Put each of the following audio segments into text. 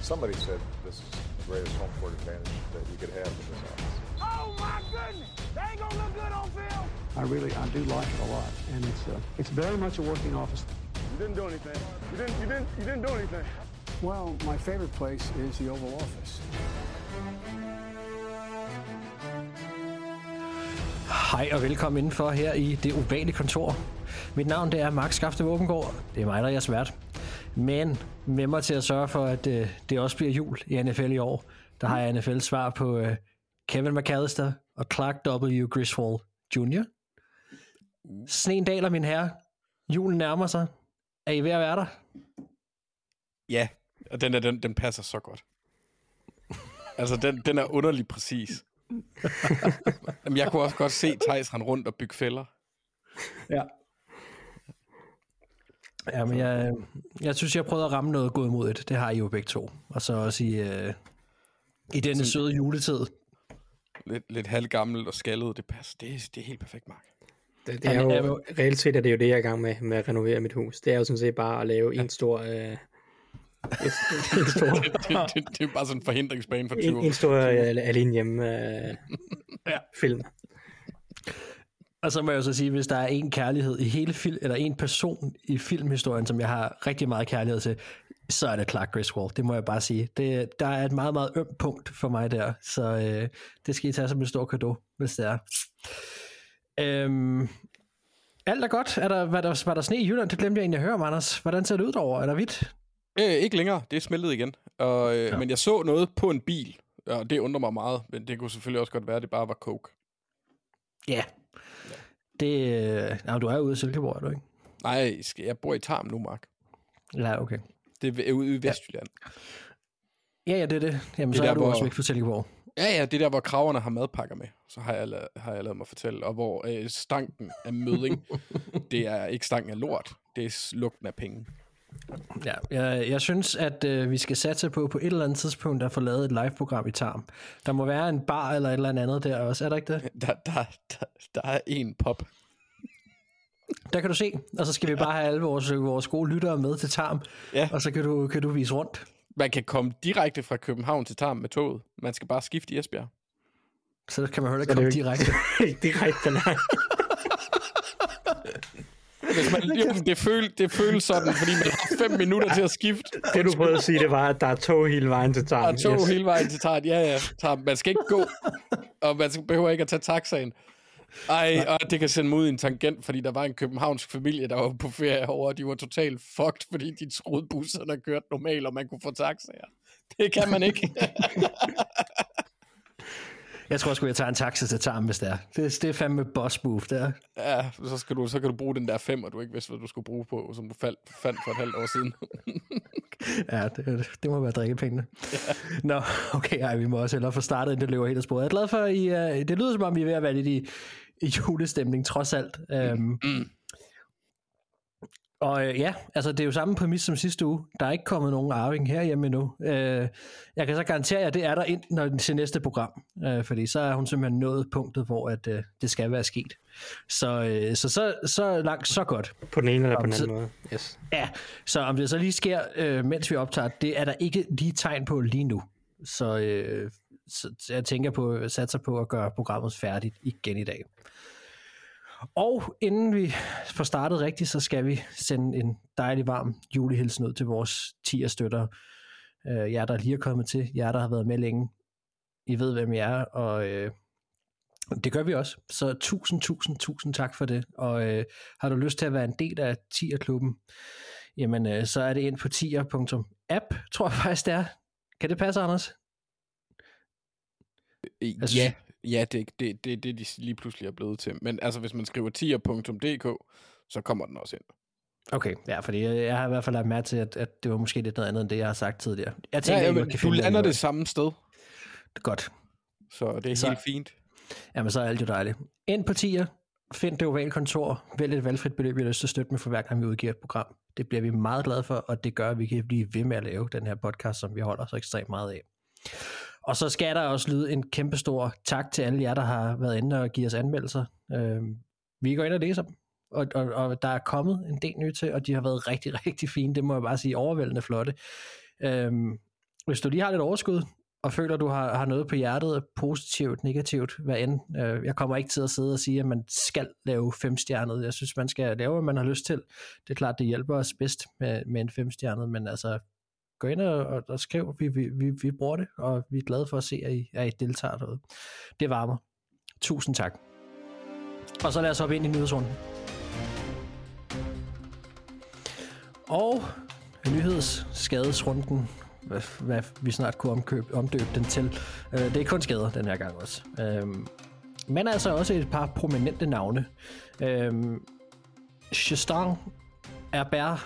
Somebody said this is the greatest home court advantage that you could have in this office. Oh my goodness! They ain't gonna look good on film. I do like it a lot, and it's very much a working office. You didn't do anything. You didn't do anything. Well, my favorite place is the Oval Office. Hej og velkommen indenfor her i det ovale kontor. Mit navn det er Max Skafte Våbengård. Det er mig, der er jeres vært. Men med mig til at sørge for, at det også bliver jul i NFL i år, der har jeg NFL svar på Kevin McAllister og Clark W. Griswold Jr. Sneen daler, min herre. Julen nærmer sig. Er I ved at være der? Ja, og den passer så godt. Altså, den er underlig præcis. Jamen, jeg kunne også godt se Theis rende rundt og bygge fælder. Ja. Ja, men jeg synes, jeg prøvede at ramme noget godmodigt. Det har I jo begge to. Og så også i denne søde juletid. Lidt halvgammelt og skaldet, det passer. Det er helt perfekt, Mark. Det er jo, reelt set er det jo det, jeg er i gang med at renovere mit hus. Det er jo sådan set bare at lave en stor... det er jo bare sådan en forhindringsbane for 20 år. En stor alene hjemme film. Og så må jeg jo så sige, hvis der er en kærlighed i hele film, eller en person i filmhistorien, som jeg har rigtig meget kærlighed til, så er det Clark Griswold. Det må jeg bare sige. Der er et meget, meget ømt punkt for mig der, så det skal I tage som en stor cadeau, hvis det er. Alt er godt. Var der sne i Jylland? Det glemte jeg egentlig at høre om, Anders. Hvordan ser det ud derovre? Er der hvidt? Ikke længere. Det er smeltet igen. Men jeg så noget på en bil, og det undrer mig meget, men det kunne selvfølgelig også godt være, at det bare var coke. Ja. Du er ude i Silkeborg, er du ikke? Nej, jeg bor i Tarm nu, Mark. Ja, okay. Det er ude i Vestjylland. Ja, det er det. Jamen, så er du også væk fra Silkeborg. Ja, det er der, hvor kraverne har madpakker med. Så har jeg lavet mig fortælle. Og hvor stanken af mødding, det er ikke stanken af lort. Det er lugten af penge. Ja, jeg synes, at vi skal satse på et eller andet tidspunkt at få lavet et live-program i Tarm. Der må være en bar eller et eller andet der også, er der ikke det? Der er en pop. Der kan du se, og så skal vi bare have alle vores gode lyttere med til Tarm, og så kan du vise rundt. Man kan komme direkte fra København til Tarm med toget. Man skal bare skifte i Esbjerg. Så kan man heller ikke komme direkte. Direkte, nej. Det føles sådan, fordi man har 5 minutter til at skifte. Det du prøvede at sige, det var, at der er tog hele vejen til Tarm. Der er tog hele vejen til Tarm, ja. Tarm. Man skal ikke gå, og man behøver ikke at tage taxaen. Og det kan sende mig ud i en tangent, fordi der var en københavnsk familie, der var på ferie herovre, og de var totalt fucked, fordi de troede busserne kørte normalt, og man kunne få taxaer. Det kan man ikke. Jeg tror sgu, jeg tager en taxa til Tarm, hvis det er. Det er fandme boss move, der. Ja, så kan du bruge den der 5, og du ikke vidste, hvad du skulle bruge på, som du fandt for et halvt år siden. Ja, det må være drikkepengene. Ja. Nå, okay, vi må også hellere få startet, inden det løber helt af sporet. Jeg er glad for, det lyder som om, vi er ved at være lidt i julestemning, trods alt. Og ja, altså det er jo samme præmis som sidste uge. Der er ikke kommet nogen arving herhjemme endnu. Jeg kan så garantere jer, at det er der ind, når den til næste program. Fordi så er hun simpelthen nået punktet, hvor at, det skal være sket. Så langt, så godt. På den ene eller på den anden måde. Yes. Ja, så om det så lige sker, mens vi optager, det er der ikke lige tegn på lige nu. Så jeg satser på at gøre programmet færdigt igen i dag. Og inden vi får startet rigtigt, så skal vi sende en dejlig varm julehilsen ud til vores 10 støtter. Jer, der lige er kommet til, jer, der har været med længe. I ved, hvem jeg er, og det gør vi også. Så tusind tak for det. Og har du lyst til at være en del af 10'er-klubben, jamen så er det ind på 10'er.app, tror jeg faktisk det er. Kan det passe, Anders? Ja, det de lige pludselig er blevet til. Men altså, hvis man skriver 10'er.dk, så kommer den også ind. Okay, ja, fordi jeg har i hvert fald lagt mærke til, at det var måske lidt noget andet, end det, jeg har sagt tidligere. Jeg tænker, men du lander det samme sted. Godt. Så det er helt fint. Jamen, så er alt jo dejligt. Ind på 10'er, find det ovale kontor, vælg et valgfrit beløb, vi har lyst til at støtte med for hver gang vi udgiver et program. Det bliver vi meget glade for, og det gør, at vi kan blive ved med at lave den her podcast, som vi holder så ekstremt meget af. Og så skal der også lyde en kæmpestor tak til alle jer, der har været inde og givet os anmeldelser. Vi går ind og læser dem, og der er kommet en del nye til, og de har været rigtig, rigtig fine. Det må jeg bare sige, overvældende flotte. hvis du lige har lidt overskud, og føler, at du har noget på hjertet, positivt, negativt, hvad end. Jeg kommer ikke til at sidde og sige, at man skal lave 5-stjernet. Jeg synes, man skal lave, hvad man har lyst til. Det er klart, det hjælper os bedst med en 5-stjernet, men altså, gå ind og skriv, vi bruger det, og vi er glade for at se, at I deltager derude. Det varmer. Tusind tak. Og så lad os hoppe ind i nyhedsrunden. Og nyhedsskadesrunden, hvad vi snart kunne omdøbe den til. Det er kun skader den her gang også. Men altså også et par prominente navne. Tristan Herbert,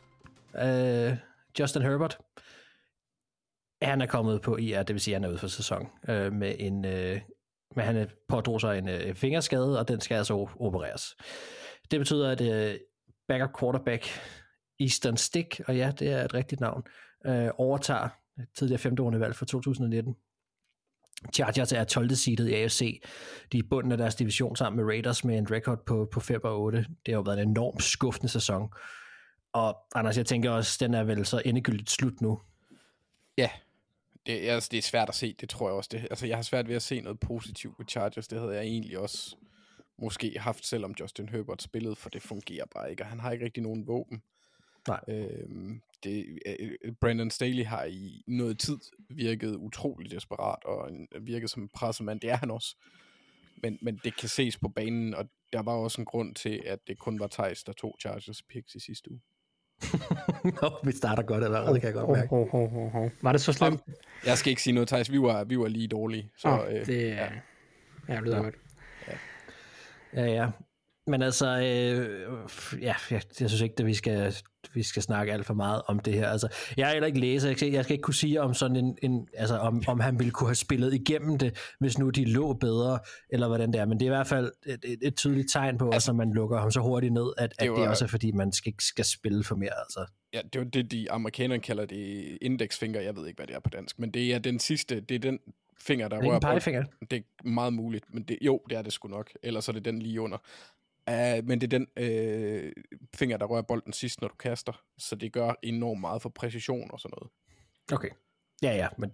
Justin Herbert, han er kommet på IR, det vil sige, at han er ude for sæson med han pådrog sig en fingerskade, og den skal altså opereres. Det betyder, at backup quarterback Easton Stick, og ja, det er et rigtigt navn, overtager tidligere 5. runde valg for 2019. Chargers er 12. seedet i AFC. De er i bunden af deres division sammen med Raiders med en record på 5-8. Det har jo været en enormt skuffende sæson. Og Anders, jeg tænker også, den er vel så endegyldigt slut nu. Ja, det er svært at se, det tror jeg også. Jeg har svært ved at se noget positivt ved Chargers. Det havde jeg egentlig også måske haft, selvom Justin Herbert spillede, for det fungerer bare ikke, og han har ikke rigtig nogen våben. Nej. Brandon Staley har i noget tid virket utroligt desperat og virket som en pressemand. Det er han også, men det kan ses på banen, og der var også en grund til, at det kun var Theis, der tog Chargers picks i sidste uge. Vi starter godt allerede, kan jeg godt mærke. Var det så slemt? Jeg skal ikke sige noget, Theis. Vi var lige dårlige. Så, det er... Ja, det lyder godt. Ja. Men altså, jeg synes ikke, at vi skal snakke alt for meget om det her. Altså, jeg er heller ikke læser. Jeg skal ikke kunne sige om sådan altså om han ville kunne have spillet igennem det, hvis nu de lå bedre, eller hvordan det er. Men det er i hvert fald et tydeligt tegn på, at man lukker ham så hurtigt ned, at det også er, fordi man skal spille for mere. Altså. Ja, det er jo det, de amerikanere kalder det indeksfinger. Jeg ved ikke, hvad det er på dansk. Men det er den sidste, det er den finger, der rører pegefinger. Det er meget muligt, men det er det sgu nok. Ellers er det den lige under. Men det er den finger, der rører bolden sidst, når du kaster. Så det gør enormt meget for præcision og sådan noget. Okay. Ja, men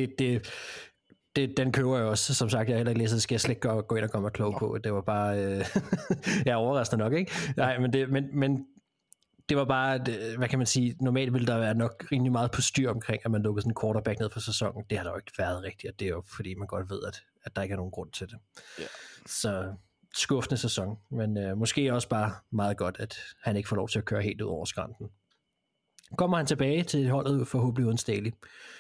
den køber jeg også. Som sagt, jeg heller ikke læser, det skal jeg slet ikke gå ind og komme klog på. Det var bare... jeg er overraskende nok, ikke? Nej, men det var bare... Hvad kan man sige? Normalt ville der være nok rimelig meget på styr omkring, at man lukkede sådan en quarterback ned for sæsonen. Det har der jo ikke været rigtigt, og det er jo fordi, man godt ved, at der ikke er nogen grund til det. Ja. Så... skuffende sæson, men måske også bare meget godt, at han ikke får lov til at køre helt ud over skrænten. Kommer han tilbage til holdet forhåbentlig uden Staley.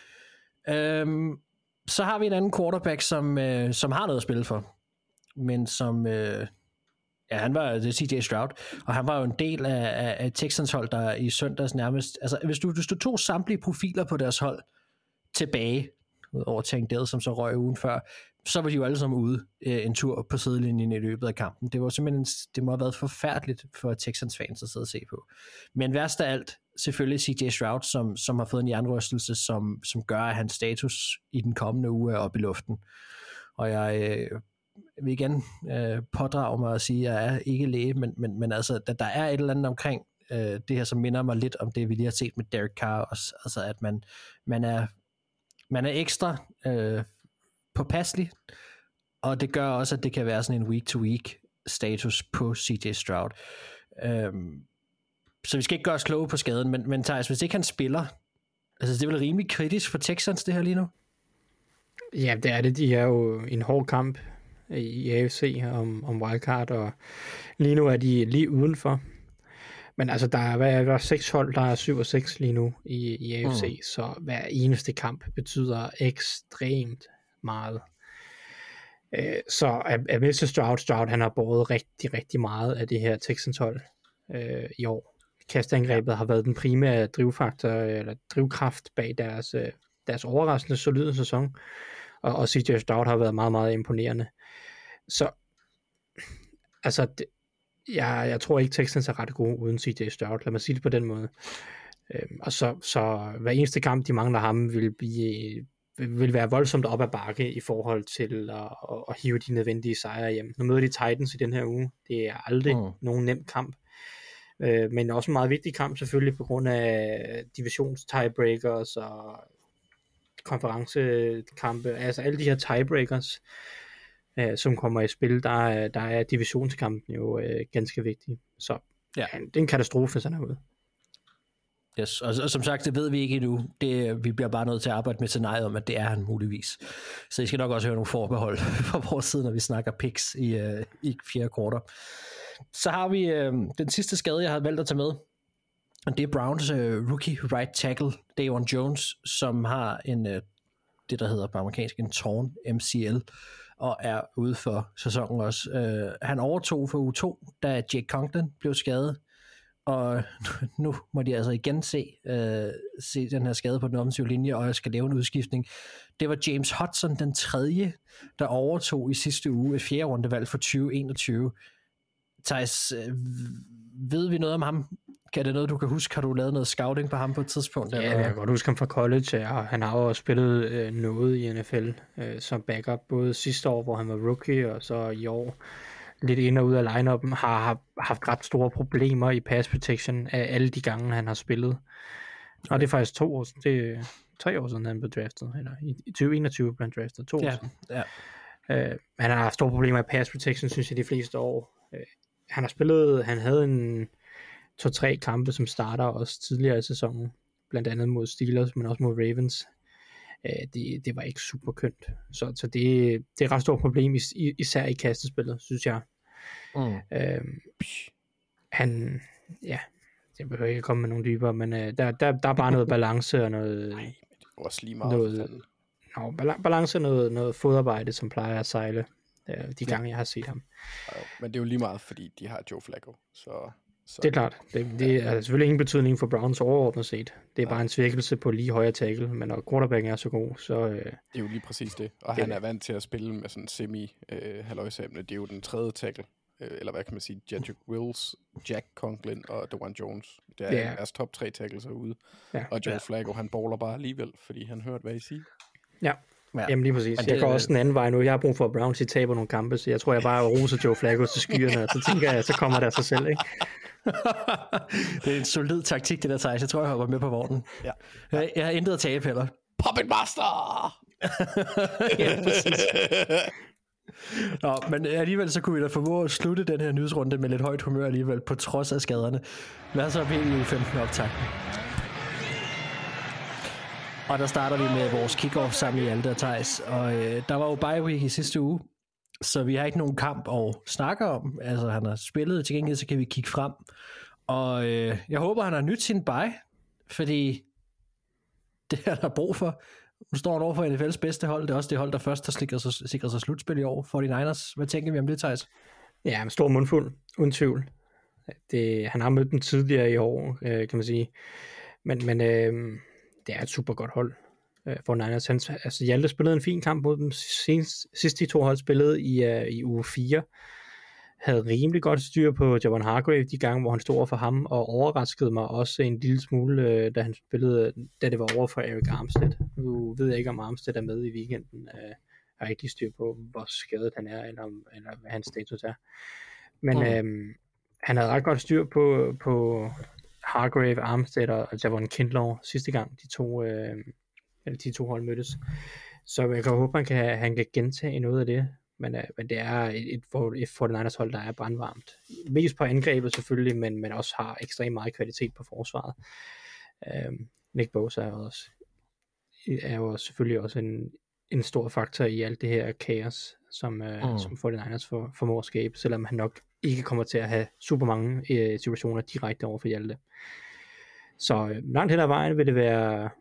Så har vi en anden quarterback, som har noget at spille for, men som det er CJ Stroud, og han var jo en del af Texans hold, der i søndags nærmest, altså hvis du tog samtlige profiler på deres hold tilbage, over Tank Dell, som så røg ugen før, så var de jo alle sammen ude en tur på sidelinjen i løbet af kampen. Det var simpelthen, det må have været forfærdeligt for Texans fans at sidde og se på. Men værst af alt, selvfølgelig CJ Stroud, som har fået en hjernerystelse, som gør, at hans status i den kommende uge er oppe i luften. Og jeg vil igen pådrage mig at sige, at jeg er ikke læge, men altså, der er et eller andet omkring det her, som minder mig lidt om det, vi lige har set med Derek Carr også. Altså, at man er ekstra påpasselig, og det gør også, at det kan være sådan en week-to-week status på CJ Stroud. Så vi skal ikke gøre os kloge på skaden, men Theis, hvis ikke han spiller, altså det er vel rimelig kritisk for Texans, det her lige nu? Ja, det er det. De er jo en hård kamp i AFC om wildcard, og lige nu er de lige udenfor. Men altså, der er 6 hold, der er 7-6 lige nu i AFC, så hver eneste kamp betyder ekstremt meget. Så at miste Stroud, han har båret rigtig, rigtig meget af det her Texans hold i år. Kastangrebet har været den primære drivfaktor, eller drivkraft bag deres overraskende solide sæson, og CJ Stroud har været meget, meget imponerende. Så, altså, jeg tror ikke, Texans er ret gode uden CJ Stroud, lad mig sige det på den måde. Og så hver eneste kamp, de mangler ham, vil være voldsomt op ad bakke i forhold til at hive de nødvendige sejre hjem. Nu møder de Titans i den her uge. Det er aldrig nogen nem kamp. Men også en meget vigtig kamp selvfølgelig på grund af divisions tiebreakers og konferencekampe, altså alle de her tiebreakers, som kommer i spil, der er divisionskampen jo ganske vigtig. Så Ja. det er en katastrofe, hvis han er ude. Yes. Og som sagt, det ved vi ikke endnu. Vi bliver bare nødt til at arbejde med scenariet om, at det er han muligvis. Så I skal nok også høre nogle forbehold fra vores side, når vi snakker picks i fjerde kvartal. Så har vi den sidste skade, jeg har valgt at tage med. Og det er Browns rookie right tackle, Davon Jones, som har det, der hedder på amerikansk en torn MCL, og er ude for sæsonen også. Han overtog for uge 2, da Jake Conklin blev skadet, og nu må de altså igen se den her skade på den offensive linje, og jeg skal lave en udskiftning. Det var James Hudson, den tredje, der overtog i sidste uge et 4. rundevalg for 2021. Thijs, ved vi noget om ham? Kan det noget, du kan huske? Har du lavet noget scouting på ham på et tidspunkt? Ja, eller? jeg kan godt huske ham fra college, og han har jo spillet noget i NFL som backup, både sidste år, hvor han var rookie, og så i år lidt ind og ud af line-up'en, har haft ret store problemer i pass protection af alle de gange, han har spillet. Og det er faktisk 2 år siden, det er 3 år siden, han blev draftet, eller i 2021 blev han draftet, 2 år siden. Ja. Han har haft store problemer i pass protection, synes jeg, de fleste år. Han havde en 2-3 kampe som starter også tidligere i sæsonen, blandt andet mod Steelers, men også mod Ravens. Det var ikke super kønt. Så det er et ret stort problem, især i kastespillet, synes jeg. Han, ja, jeg behøver ikke komme med nogle dybere, men der er bare noget balance og noget... Nej, det er også lige meget. Balance og noget fodarbejde, som plejer at sejle de gange, jeg har set ham. Men det er jo lige meget, fordi de har Joe Flacco, så... Det er klart. Det er selvfølgelig ingen betydning for Browns overordnet set. Det er bare en svækkelse på lige højre tackle, men når quarterbacken er så god, så... det er jo lige præcis det. Og han er vant til at spille med sådan semi-halvøjsamle. Det er jo den tredje tackle, eller hvad kan man sige, Jedrick Wills, Jack Conklin og Davon Jones. Det er deres top 3 tackles herude. Ja. Og Joe Flacco, han bowler bare alligevel, fordi han hørte, hvad I siger. Ja. Jamen lige præcis. Jeg går også den anden vej nu. Jeg har brug for, at Browns taber nogle kampe, så jeg tror, jeg bare roser Joe Flacco til skyerne, og så tænker jeg, så kommer det af sig selv, ikke? Det er en solid taktik, det der, Thijs. Jeg tror, jeg hopper med på vognen. Ja. Jeg har intet at tabe heller. Puppet Master! Ja, præcis. Nå, men alligevel så kunne vi da formå at slutte den her nyhedsrunde med lidt højt humør alligevel, på trods af skaderne. Lad os så op i 15 optakten. Og der starter vi med vores kick-off sammen i Hjalte og Thijs. Og der var jo bye week i sidste uge, så vi har ikke nogen kamp at snakke om. Altså han har spillet, til gengæld så kan vi kigge frem. Og jeg håber, han har nyt sin bye, fordi det er der brug for. Nu står han over for NFL's bedste hold. Det er også det hold, der først har sikret sig slutspil i år. 49ers. Hvad tænker vi om det, Thijs? Ja, en stor mundfuld, uden tvivl. Han har mødt dem tidligere i år, kan man sige. Men det er et super godt hold for Niners. Altså Hjalte spillede en fin kamp mod dem. Sidst de 2 hold spillede i uge 4. Havde rimelig godt styr på Javon Hargrave de gange, hvor han stod over for ham, og overraskede mig også en lille smule, da han spillede, da det var over for Eric Armstead. Nu ved jeg ikke, om Armstead er med i weekenden. Jeg har ikke lige styr på, hvor skadet han er, eller hvad hans status er. Men han havde ret godt styr på Hargrave, Armstead og Javon Kinlaw sidste gang de to hold mødtes. Så jeg kan håbe, han kan gentage noget af det. Men det er et 49ers hold, der er brandvarmt. Mest på angrebet selvfølgelig, men også har ekstremt meget kvalitet på forsvaret. Nick Bosa er jo selvfølgelig også en stor faktor i alt det her kaos, som 49ers formår at skabe, selvom han nok ikke kommer til at have super mange situationer direkte over for Hjalte. Så langt hen ad vejen vil det være,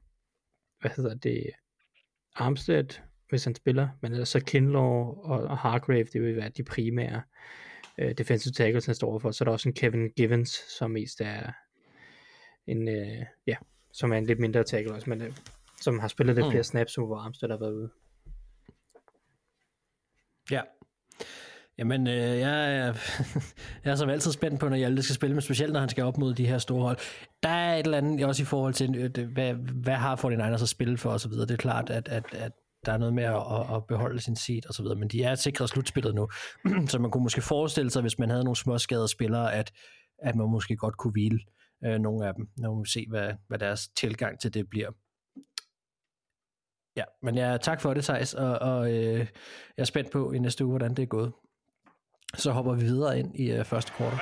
Armstead, hvis han spiller, men ellers så Kinlaw og Hargrave, det vil være de primære defensive tackles, han står overfor. Så er der også en Kevin Givens, som mest er som er en lidt mindre tackle også, men som har spillet lidt flere snaps, hvor Armstead har været ude. Ja. Jamen, jeg er som altid spændt på, når Hjalte skal spille, men specielt når han skal op mod de her store hold. Der er et eller andet, også i forhold til, hvad har 49ers at spille for osv. Det er klart, at der er noget med at beholde sin seed og så videre, men de er sikret slutspillet nu, så man kunne måske forestille sig, hvis man havde nogle småskadede spillere, at man måske godt kunne hvile nogle af dem, når man se, hvad deres tilgang til det bliver. Ja, men tak for det, Theis, og jeg er spændt på i næste uge, hvordan det er gået. Så hopper vi videre ind i første kvartal.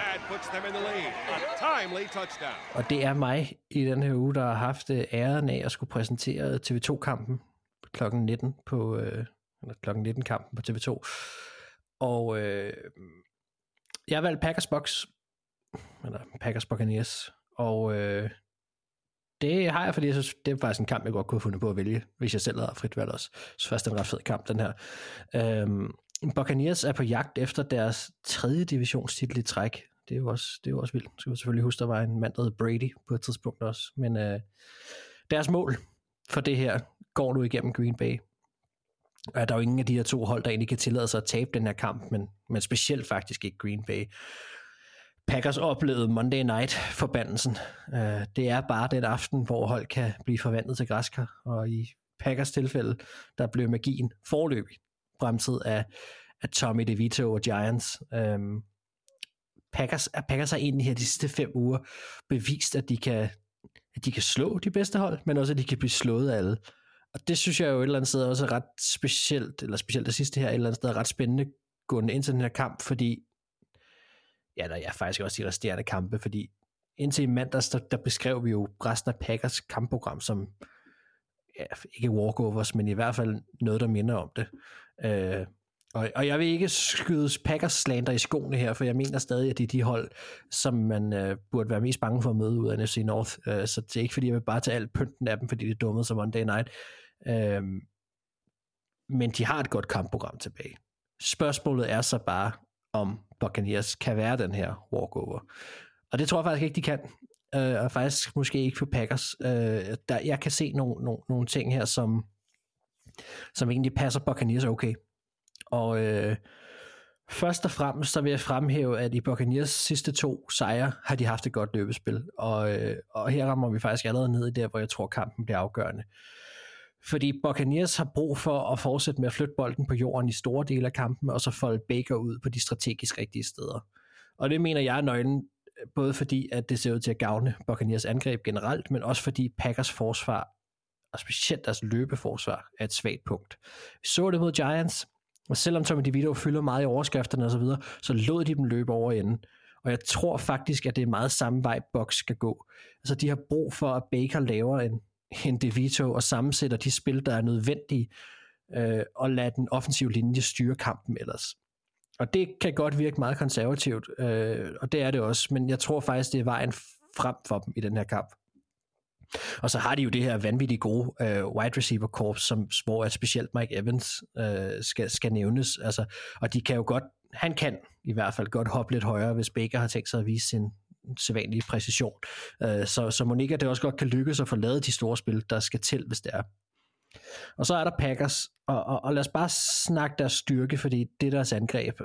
Og det er mig i den her uge, der har haft æren af at skulle præsentere TV2-kampen klokken 19 på klokken 19-kampen på TV2. Og jeg har valgt Packers Bucks, eller Packers Buccaneers, og det har jeg, fordi jeg synes, det er faktisk en kamp, jeg godt kunne have fundet på at vælge, hvis jeg selv havde frit valgt også. Så først en ret fed kamp, den her. Buccaneers er på jagt efter deres 3. divisionstitel i træk. Det er jo også vildt. Så skal vi selvfølgelig huske, der var en mand, der hed Brady på et tidspunkt også. Men deres mål for det her går nu igennem Green Bay. Og der er jo ingen af de her 2 hold, der egentlig kan tillade sig at tabe den her kamp, men specielt faktisk ikke Green Bay. Packers oplevede Monday Night forbandelsen. Det er bare den aften, hvor hold kan blive forvandlet til græskar, og i Packers tilfælde, der blev magien foreløbig bremset af Tommy DeVito og Giants. Packers har egentlig her de sidste 5 uger bevist, at de kan slå de bedste hold, men også at de kan blive slået af alle. Og det synes jeg jo et eller andet sted også er ret specielt, eller specielt det sidste her et eller andet sted er ret spændende gående ind til den her kamp, fordi ja, der er faktisk også de resterende kampe, fordi indtil i mandags, der beskrev vi jo resten af Packers kampprogram som, ja, ikke walkovers, men i hvert fald noget, der minder om det. Og jeg vil ikke skyde Packers slander i skoene her, for jeg mener stadig, at det er de hold, som man burde være mest bange for at møde ud af NFC North. Så det er ikke, fordi jeg vil bare tage alt pynten af dem, fordi det er dummede som Monday Night. Men de har et godt kampprogram tilbage. Spørgsmålet er så bare, om Buccaneers kan være den her walkover. Og det tror jeg faktisk ikke, de kan. Og faktisk måske ikke for Packers. Jeg kan se nogle ting her, som egentlig passer Buccaneers okay. Og først og fremmest, så vil jeg fremhæve, at i Buccaneers sidste 2 sejre, har de haft et godt løbespil. Og her rammer vi faktisk allerede ned i der, hvor jeg tror, kampen bliver afgørende. Fordi Buccaneers har brug for at fortsætte med at flytte bolden på jorden i store dele af kampen, og så folde Baker ud på de strategisk rigtige steder. Og det mener jeg er nøglen, både fordi, at det ser ud til at gavne Buccaneers angreb generelt, men også fordi Packers forsvar, og specielt deres løbeforsvar, er et svagt punkt. Vi så det mod Giants, og selvom Tommy DeVito fylder meget i overskrifterne og så videre, så lod de dem løbe over enden. Og jeg tror faktisk, at det er meget samme vej, Bucs skal gå. Altså, de har brug for, at Baker laver en DeVito og sammensætter de spil, der er nødvendige, og lader den offensive linje styre kampen ellers. Og det kan godt virke meget konservativt, og det er det også, men jeg tror faktisk, det er vejen frem for dem i den her kamp. Og så har de jo det her vanvittigt gode wide receiver korps, hvor at specielt Mike Evans skal nævnes. Altså, og de kan jo godt, han kan i hvert fald godt hoppe lidt højere, hvis Baker har tænkt sig at vise sin sædvanlige præcision. Så Monica, det også godt kan lykkes at få lavet de store spil, der skal til, hvis det er. Og så er der Packers, og lad os bare snakke deres styrke, fordi det er deres angreb.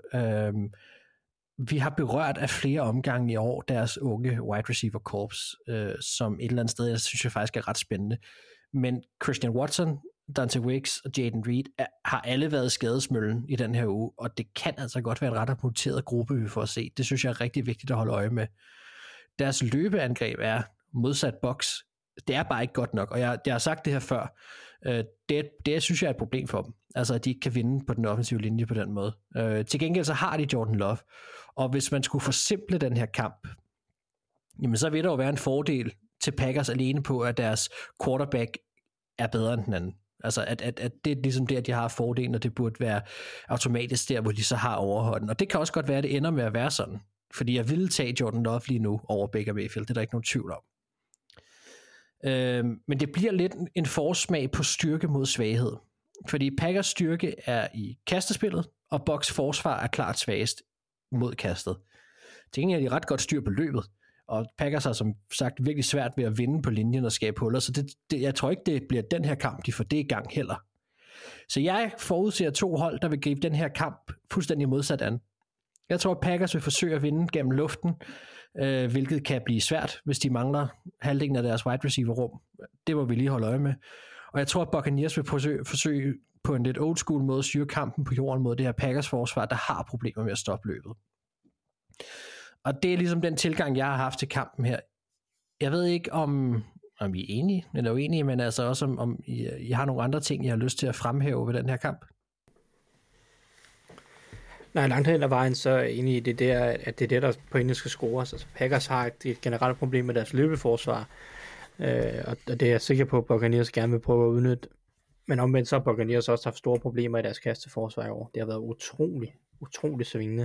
Vi har berørt af flere omgange i år deres unge wide receiver corps, som et eller andet sted, jeg synes jeg faktisk er ret spændende. Men Christian Watson, Dante Wicks og Jaden Reed har alle været skadesmøllen i den her uge, og det kan altså godt være en ret amputeret gruppe, vi får at se. Det synes jeg er rigtig vigtigt at holde øje med. Deres løbeangreb er modsat Bucs. Det er bare ikke godt nok, og jeg har sagt det her før. Det synes jeg er et problem for dem. Altså, at de ikke kan vinde på den offensive linje på den måde. Til gengæld så har de Jordan Love, og hvis man skulle forsimple den her kamp, jamen så vil der jo være en fordel til Packers alene på, at deres quarterback er bedre end den anden. Altså, at det er ligesom der, de har fordelen, og det burde være automatisk der, hvor de så har overhånden. Og det kan også godt være, at det ender med at være sådan. Fordi jeg ville tage Jordan Love lige nu over Baker Mayfield. Det er der ikke nogen tvivl om. Men det bliver lidt en forsmag på styrke mod svaghed. Fordi Packers styrke er i kastespillet, og Bucs forsvar er klart svagest mod kastet. Til gengæld er de ret godt styr på løbet, og Packers har som sagt virkelig svært ved at vinde på linjen og skabe huller, så jeg tror ikke, det bliver den her kamp, de får det i gang heller. Så jeg forudser 2 hold, der vil gribe den her kamp fuldstændig modsat an. Jeg tror, at Packers vil forsøge at vinde gennem luften, hvilket kan blive svært, hvis de mangler halvdelen af deres wide receiver rum. Det må vi lige holde øje med. Og jeg tror, at Buccaneers vil forsøge på en lidt old school måde at styre kampen på jorden mod det her Packers forsvar, der har problemer med at stoppe løbet. Og det er ligesom den tilgang, jeg har haft til kampen her. Jeg ved ikke om, om I er enige eller uenige, men altså også om I har nogle andre ting, I har lyst til at fremhæve ved den her kamp. Nej, langt hen ad vejen, så er jeg enig i det der, at det er det, der på enden skal scores. Altså, Packers har et generelt problem med deres løbeforsvar, og det er jeg sikker på, at Buccaneers gerne vil prøve at udnytte. Men omvendt så har Buccaneers også haft store problemer i deres kasteforsvar i år. Det har været utrolig svingende.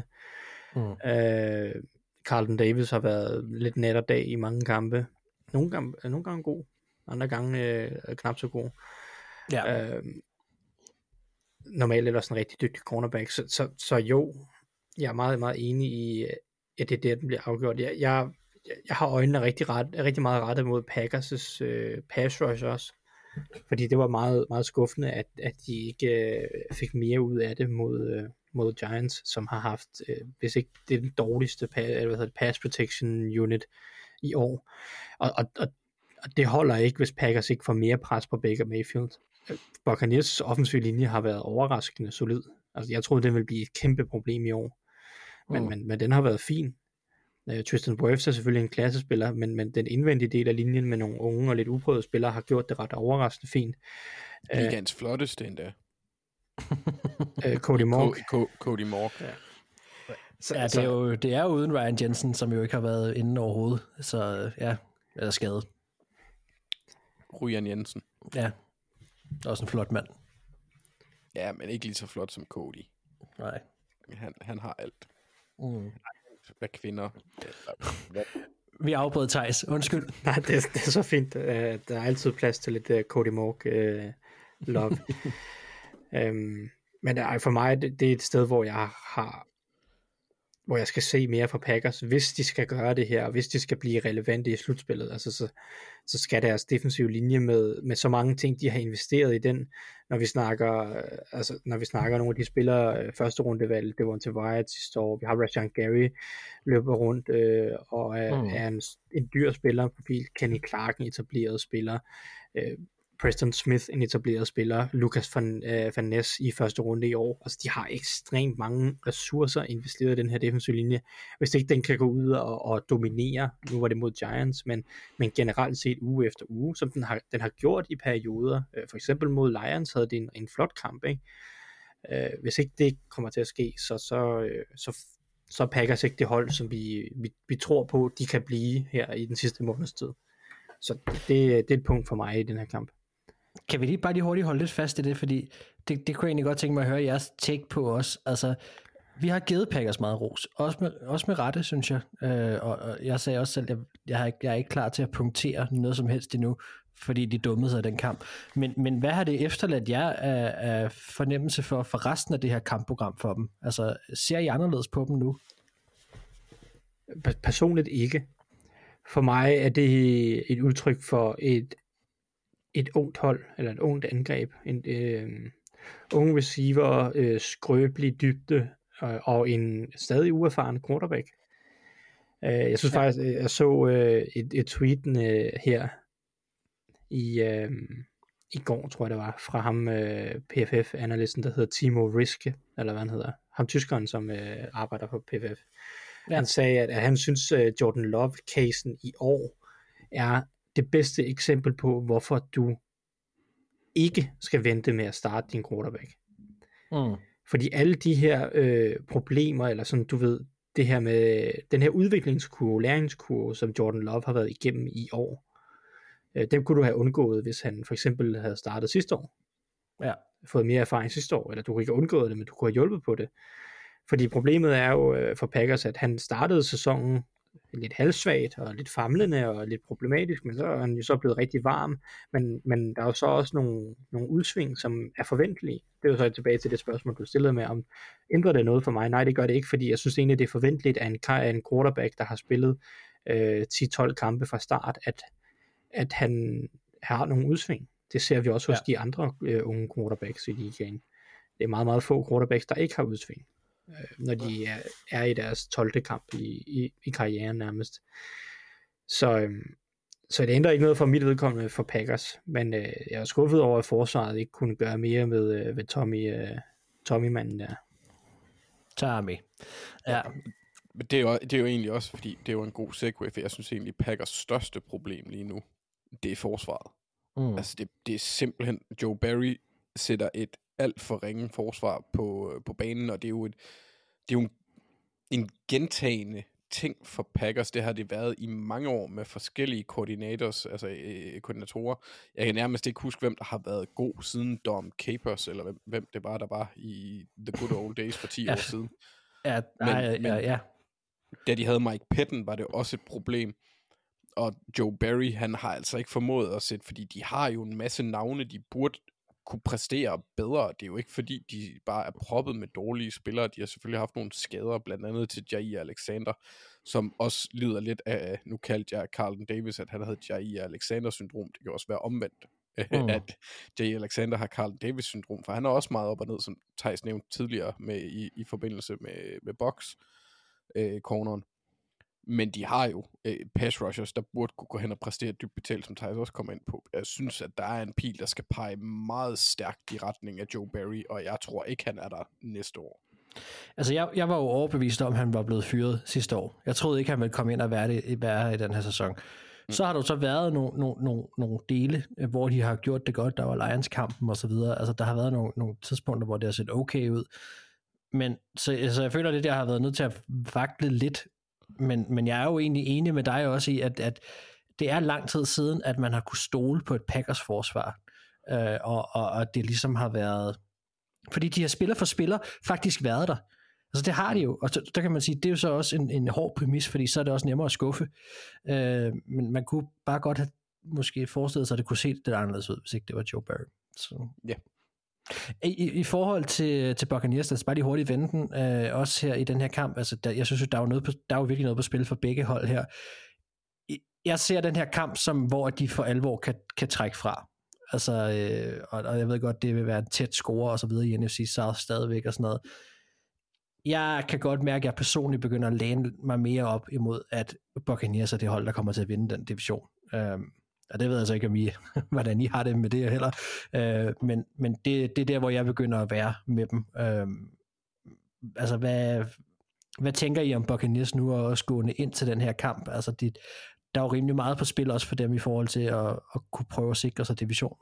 Carlton Davis har været lidt nat og dag i mange kampe. Nogle gange god, andre gange knap så god. Ja. Normalt ellers en rigtig dygtig cornerback. Så jo, jeg er meget, meget enig i, at det er der, den bliver afgjort. Jeg har øjnene rigtig meget rettet mod Packers' pass rush også. Fordi det var meget, meget skuffende, at de ikke fik mere ud af det mod Giants, som har haft, hvis ikke det er den dårligste pass protection unit i år. Og det holder ikke, hvis Packers ikke får mere pres på Baker Mayfield. Buccaneers offensive linje har været overraskende solid. Altså, jeg troede, den ville blive et kæmpe problem i år. Men den har været fin. Tristan Wirfs er selvfølgelig en klassespiller, men den indvendige del af linjen med nogle unge og lidt uprøvede spillere har gjort det ret overraskende fint. Ligaens flotteste endda. Cody Mork. Cody Mork. Ja. Det er jo uden Ryan Jensen, som jo ikke har været inde overhovedet. Så ja, er skadet. Ryan Jensen. Ja, også en flot mand. Ja, men ikke lige så flot som Cody. Nej. Han har alt. Hvad kvinder. Vi afbrød Theis. Undskyld. Nej, det er så fint. Der er altid plads til lidt Cody Mork love. Men for mig, det er et sted, hvor jeg skal se mere fra Packers, hvis de skal gøre det her, og hvis de skal blive relevante i slutspillet. Altså, så skal deres defensive linje med så mange ting, de har investeret i den, når vi snakker nogle af de spillere, første rundevalg, det var til Wyatt sidste år, vi har Rashan Gary løber rundt, og er en dyr spillerprofil, Kenny Clark, en etableret spiller, Preston Smith, en etableret spiller, Lucas Van Ness i første runde i år. Altså, de har ekstremt mange ressourcer investeret i den her defensive linje. Hvis ikke den kan gå ud og dominere, nu var det mod Giants, men generelt set uge efter uge, som den har gjort i perioder. For eksempel mod Lions havde det en flot kamp, ikke? Hvis ikke det kommer til at ske, så Packers ikke det hold, som vi tror på, de kan blive her i den sidste måneds tid. Så det er et punkt for mig i den her kamp. Kan vi bare lige hurtigt holde lidt fast i det, fordi det kunne jeg egentlig godt tænke mig at høre jeres take på os. Altså, vi har givet Packers meget ros, også med rette, synes jeg. Og jeg sagde også selv, at jeg er ikke klar til at punktere noget som helst endnu, fordi de dummede sig i den kamp. Men hvad har det efterladt jer af fornemmelse for resten af det her kampprogram for dem? Altså, ser I anderledes på dem nu? Personligt ikke. For mig er det et udtryk for et ungt hold, eller et ungt angreb. En ung receiver, skrøbelig dybde, og en stadig uerfaren quarterback. Jeg synes faktisk, jeg så et tweet her i går, tror jeg det var, fra ham PFF-analysten, der hedder Timo Riske, eller hvad han hedder. Ham tyskeren, som arbejder på PFF. Ja. Han sagde, at han synes, Jordan Love-casen i år er det bedste eksempel på, hvorfor du ikke skal vente med at starte din quarterback. Fordi alle de her problemer, eller sådan, du ved, det her med den her udviklingskurve, læringskurve, som Jordan Love har været igennem i år, dem kunne du have undgået, hvis han for eksempel havde startet sidste år. Ja. Fået mere erfaring sidste år, eller du kunne ikke have undgået det, men du kunne have hjulpet på det. Fordi problemet er jo for Packers, at han startede sæsonen lidt halvsvagt og lidt famlende og lidt problematisk, men så er han jo så blevet rigtig varm. Men der er jo så også nogle udsving, som er forventelige. Det er jo så tilbage til det spørgsmål, du stillede med, om ændrer det noget for mig? Nej, det gør det ikke, fordi jeg synes egentlig, det er forventeligt af en quarterback, der har spillet 10-12 kampe fra start, at han har nogle udsving. Det ser vi også hos de andre unge quarterbacks i ligaen. Det er meget, meget få quarterbacks, der ikke har udsving, når de er i deres 12. kamp i karrieren nærmest. Så det ændrer ikke noget for mit vedkommende for Packers, men jeg er skuffet over, at forsvaret ikke kunne gøre mere med Tommy-manden der. Tommy. Ja. Det er jo egentlig også, fordi det er jo en god segue, for jeg synes egentlig, Packers største problem lige nu, det er forsvaret. Altså, det er simpelthen, Joe Barry sætter et alt for ringe forsvar på banen, og det er jo en gentagende ting for Packers. Det har det været i mange år med forskellige koordinatorer. Jeg kan nærmest ikke huske, hvem der har været god siden Dom Capers, eller hvem det var, der var i The Good Old Days for 10 år siden. Ja. Da de havde Mike Petten, var det også et problem. Og Joe Barry, han har altså ikke formået at sætte, fordi de har jo en masse navne, de burde kunne præstere bedre. Det er jo ikke fordi, de bare er proppet med dårlige spillere. De har selvfølgelig haft nogle skader, blandt andet til Jair Alexander, som også lider lidt af, nu kaldte jeg Carlton Davis, at han havde Jair Alexander-syndrom. Det kan også være omvendt, at Jair Alexander har Carlton Davis-syndrom, for han er også meget op og ned, som Theis nævnte tidligere i forbindelse med box-corneren. Men de har jo pass rushers, der burde kunne gå hen og præstere dybt betalt, som Theis også kommer ind på. Jeg synes, at der er en pil, der skal pege meget stærkt i retning af Joe Barry, og jeg tror ikke, han er der næste år. Altså, jeg var jo overbevist om, at han var blevet fyret sidste år. Jeg troede ikke, han ville komme ind og være i den her sæson. Så har der jo så været nogle dele, hvor de har gjort det godt. Der var Lions-kampen og så videre. Altså, der har været nogle tidspunkter, hvor det har set okay ud. Men så jeg føler lidt, at jeg har været nødt til at vakle lidt. Men jeg er jo egentlig enig med dig også i, at det er lang tid siden, at man har kunne stole på et Packers forsvar. Og det ligesom har været... Fordi de her spiller for spiller faktisk været der. Altså det har de jo, og der kan man sige, det er jo så også en hård præmis, fordi så er det også nemmere at skuffe. Men man kunne bare godt have måske forestillet sig, at det kunne se lidt anderledes ud, hvis ikke det var Joe Barry. Så. Ja. I forhold til Buccaneers, der bare lige hurtigt vende den, også her i den her kamp, altså jeg synes jo, der er jo virkelig noget på spil for begge hold her. Jeg ser den her kamp som, hvor de for alvor kan trække fra. Altså, og jeg ved godt, det vil være en tæt score og så videre i NFC South stadigvæk og sådan noget. Jeg kan godt mærke, at jeg personligt begynder at læne mig mere op imod, at Buccaneers er det hold, der kommer til at vinde den division. Og det ved jeg så ikke, om hvordan I har det med det heller. Men det er der, hvor jeg begynder at være med dem. Altså, hvad tænker I om Buccaneers nu og også gående ind til den her kamp? Altså, der er jo rimelig meget på spil også for dem i forhold til at kunne prøve at sikre sig division.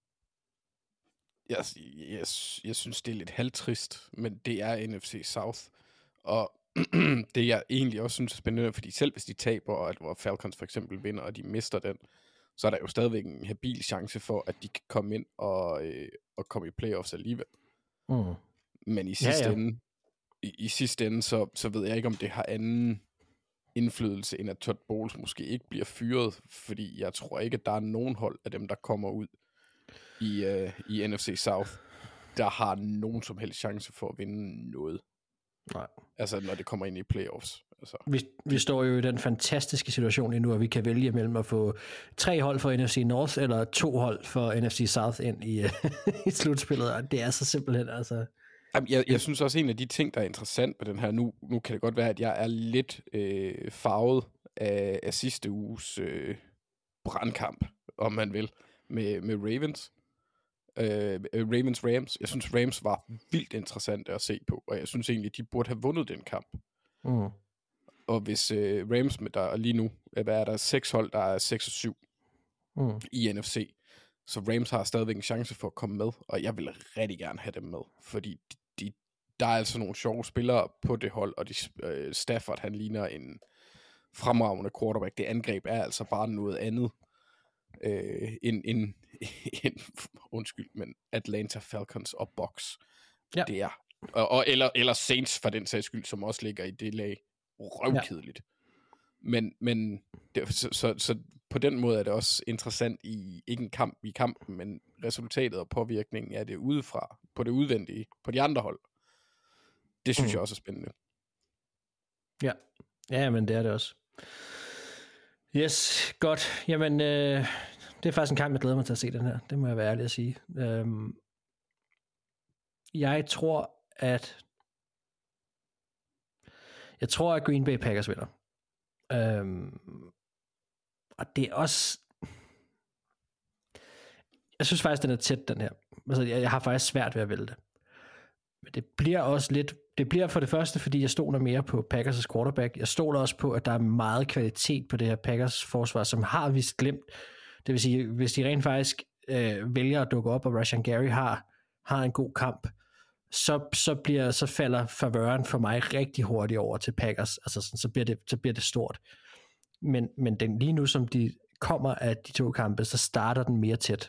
Jeg synes, det er lidt halvtrist, men det er NFC South. Og det jeg egentlig også synes er spændende, fordi selv hvis de taber, og hvor Falcons for eksempel vinder, og de mister den, så er der jo stadigvæk en habil chance for, at de kan komme ind og komme i playoffs alligevel. Men i sidste ende, så ved jeg ikke, om det har anden indflydelse, end at Todd Bowles måske ikke bliver fyret, fordi jeg tror ikke, at der er nogen hold af dem, der kommer ud i NFC South, der har nogen som helst chance for at vinde noget. Nej. Altså, når det kommer ind i playoffs. Altså. Vi står jo i den fantastiske situation lige nu, at vi kan vælge mellem at få 3 hold for NFC North, eller 2 hold for NFC South ind i slutspillet, og det er så simpelthen, altså... Jeg synes også, en af de ting, der er interessant med den her, nu kan det godt være, at jeg er lidt farvet af sidste uges brandkamp, om man vil, med Ravens. Ravens-Rams. Jeg synes, Rams var vildt interessant at se på, og jeg synes egentlig, de burde have vundet den kamp. Og hvis Rams, der lige nu, hvad er der 6 hold, der er 6-7 i NFC, så Rams har stadigvæk en chance for at komme med, og jeg vil rigtig gerne have dem med, fordi der er altså nogle sjove spillere på det hold, og Stafford, han ligner en fremragende quarterback. Det angreb er altså bare noget andet end undskyld, men Atlanta Falcons og Bucs. Ja. Det er. Eller Saints for den sags skyld, som også ligger i det lag. Røvkedeligt. Ja. Men så på den måde er det også interessant i ikke en kamp i kampen, men resultatet og påvirkningen af det udefra, på det udvendige, på de andre hold. Det synes jeg også er spændende. Ja, men det er det også. Yes, godt. Jamen, det er faktisk en kamp, jeg glæder mig til at se den her. Det må jeg være ærlig at sige. Jeg tror, at Green Bay Packers vinder. Og det er også... Jeg synes faktisk, den er tæt, den her. Altså, jeg har faktisk svært ved at vælge det. Men det bliver også lidt... Det bliver for det første, fordi jeg stoler mere på Packers' quarterback. Jeg stoler også på, at der er meget kvalitet på det her Packers forsvar, som har vist glemt Det vil sige, hvis de rent faktisk vælger at dukke op, og Rashan Gary har en god kamp, så falder favøren for mig rigtig hurtigt over til Packers. Altså sådan, så bliver det stort. Men lige nu, som de kommer af de 2 kampe, så starter den mere tæt.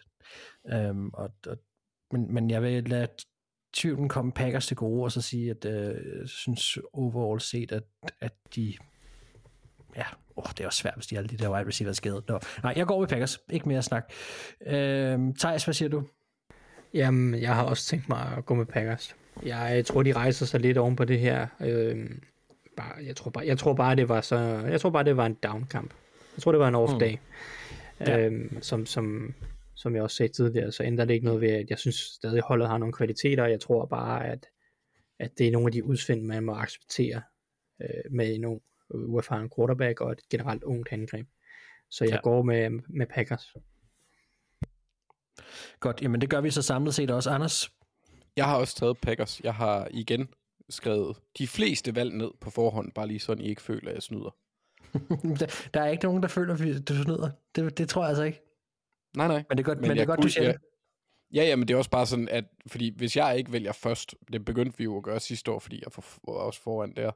Men jeg vil lade tvivlen komme Packers til gode, og så sige, at jeg synes overall set, at de... Ja, det er også svært, hvis de alle de der wide receivers skadet. Nej, jeg går med Packers. Ikke mere snak. Thijs, hvad siger du? Jamen, jeg har også tænkt mig at gå med Packers. Jeg tror, de rejser sig lidt oven på det her. Jeg tror bare, det var en down-kamp. Jeg tror, det var en off-day. Som jeg også sagde tidligere, så ændrer det ikke noget ved, at jeg synes stadig, holdet har nogle kvaliteter. Jeg tror bare, at det er nogle af de udsving, man må acceptere med en uerfaren quarterback og et generelt ungt angreb. Så jeg går med Packers. Godt, jamen det gør vi så samlet set også. Anders? Jeg har også taget Packers. Jeg har igen skrevet de fleste valg ned på forhånd, bare lige sådan, I ikke føler, at jeg snyder. Der er ikke nogen, der føler, at du snyder. Det tror jeg altså ikke. Nej. Men det er godt, du siger det. Ja, men det er også bare sådan, at fordi hvis jeg ikke vælger først, det begyndte vi jo at gøre sidste år, fordi jeg var også foran der.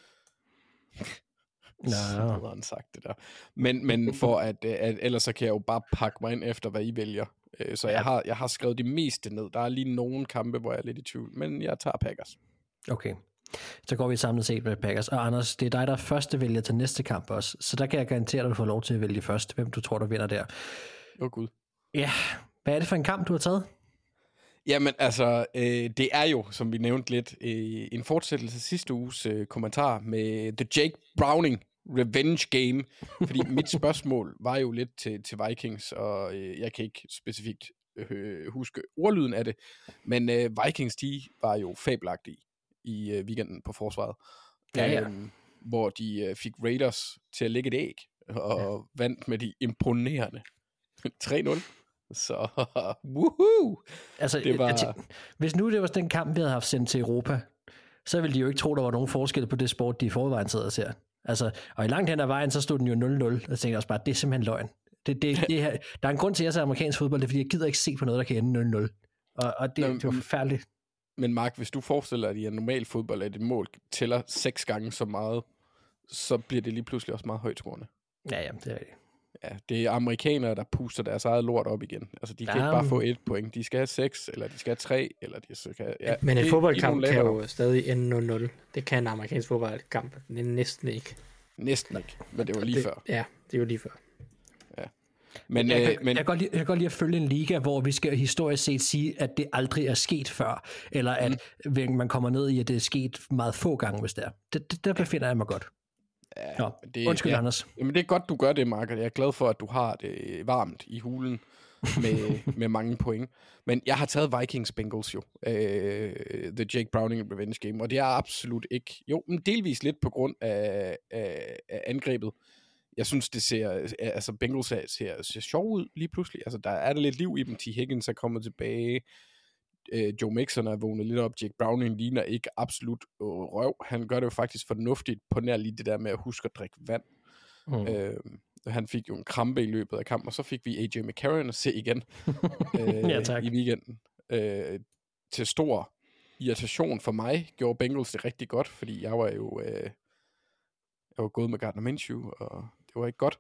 Nå. Han sagt det der. Men for at ellers så kan jeg jo bare pakke mig ind efter, hvad I vælger. Så jeg har skrevet de meste ned. Der er lige nogle kampe, hvor jeg er lidt i tvivl, men jeg tager Packers. Okay. Så går vi samlet set med Packers. Og Anders, det er dig, der er første vælger til næste kamp også. Så der kan jeg garantere, at du får lov til at vælge først. Hvem du tror, der vinder der. Gud. Ja, hvad er det for en kamp, du har taget? Jamen altså, det er jo, som vi nævnte lidt, en fortsættelse af sidste uges kommentar med The Jake Browning Revenge Game. Fordi mit spørgsmål var jo lidt til Vikings, og jeg kan ikke specifikt huske ordlyden af det. Men Vikings, de var jo fabelagtige i weekenden på forsvaret. Ja. Hvor de fik Raiders til at lægge et æg, og vandt med de imponerende 3-0. Så, woohoo! Altså, det var... hvis nu det var den kamp, vi havde haft sendt til Europa, så ville de jo ikke tro, der var nogen forskel på det sport, de i forvejen sidder og ser. Altså, og i langt hen ad vejen, så stod den jo 0-0, og jeg tænkte også bare, det er simpelthen løgn. Det her, der er en grund til, at jeg ser amerikansk fodbold, det er, fordi jeg gider ikke se på noget, der kan ende 0-0. Og det var forfærdeligt. Men Mark, hvis du forestiller dig, at i en normal fodbold, at et mål tæller 6 gange så meget, så bliver det lige pludselig også meget højt scorende. Ja, det er det. Ja, det er amerikanere, der puster deres eget lort op igen. Altså, de kan ikke bare få 1 point. De skal have 6, eller de skal have 3, eller de skal... Ja, men en fodboldkamp kan jo stadig ende 0-0. Det kan en amerikansk fodboldkamp. Næsten ikke. Næsten ikke, men det var lige før. Ja, det var lige før. Ja. Men, jeg kan godt lide at følge en liga, hvor vi skal historisk set sige, at det aldrig er sket før, eller at man kommer ned i, at det er sket meget få gange, hvis det er. Der befinder jeg mig godt. Ja, undskyld, Anders. Jamen, det er godt, du gør det, Mark, og jeg er glad for, at du har det varmt i hulen med mange point. Men jeg har taget Vikings Bengals jo. The Jake Browning Revenge Game, og det er absolut ikke... Jo, men delvis lidt på grund af angrebet. Jeg synes, det ser... Altså, Bengals ser sjov ud lige pludselig. Altså, der er der lidt liv i dem. T. Higgins er kommet tilbage. Joe Mixon er vågnet lidt op. Jake Browning ligner ikke absolut røv. Han gør det jo faktisk fornuftigt på nær lige det der med at huske at drikke vand. Han fik jo en krampe i løbet af kampen, og så fik vi AJ McCarron at se igen i weekenden. Til stor irritation for mig gjorde Bengals det rigtig godt, fordi jeg var gået med Gardner Minshew, og det var ikke godt.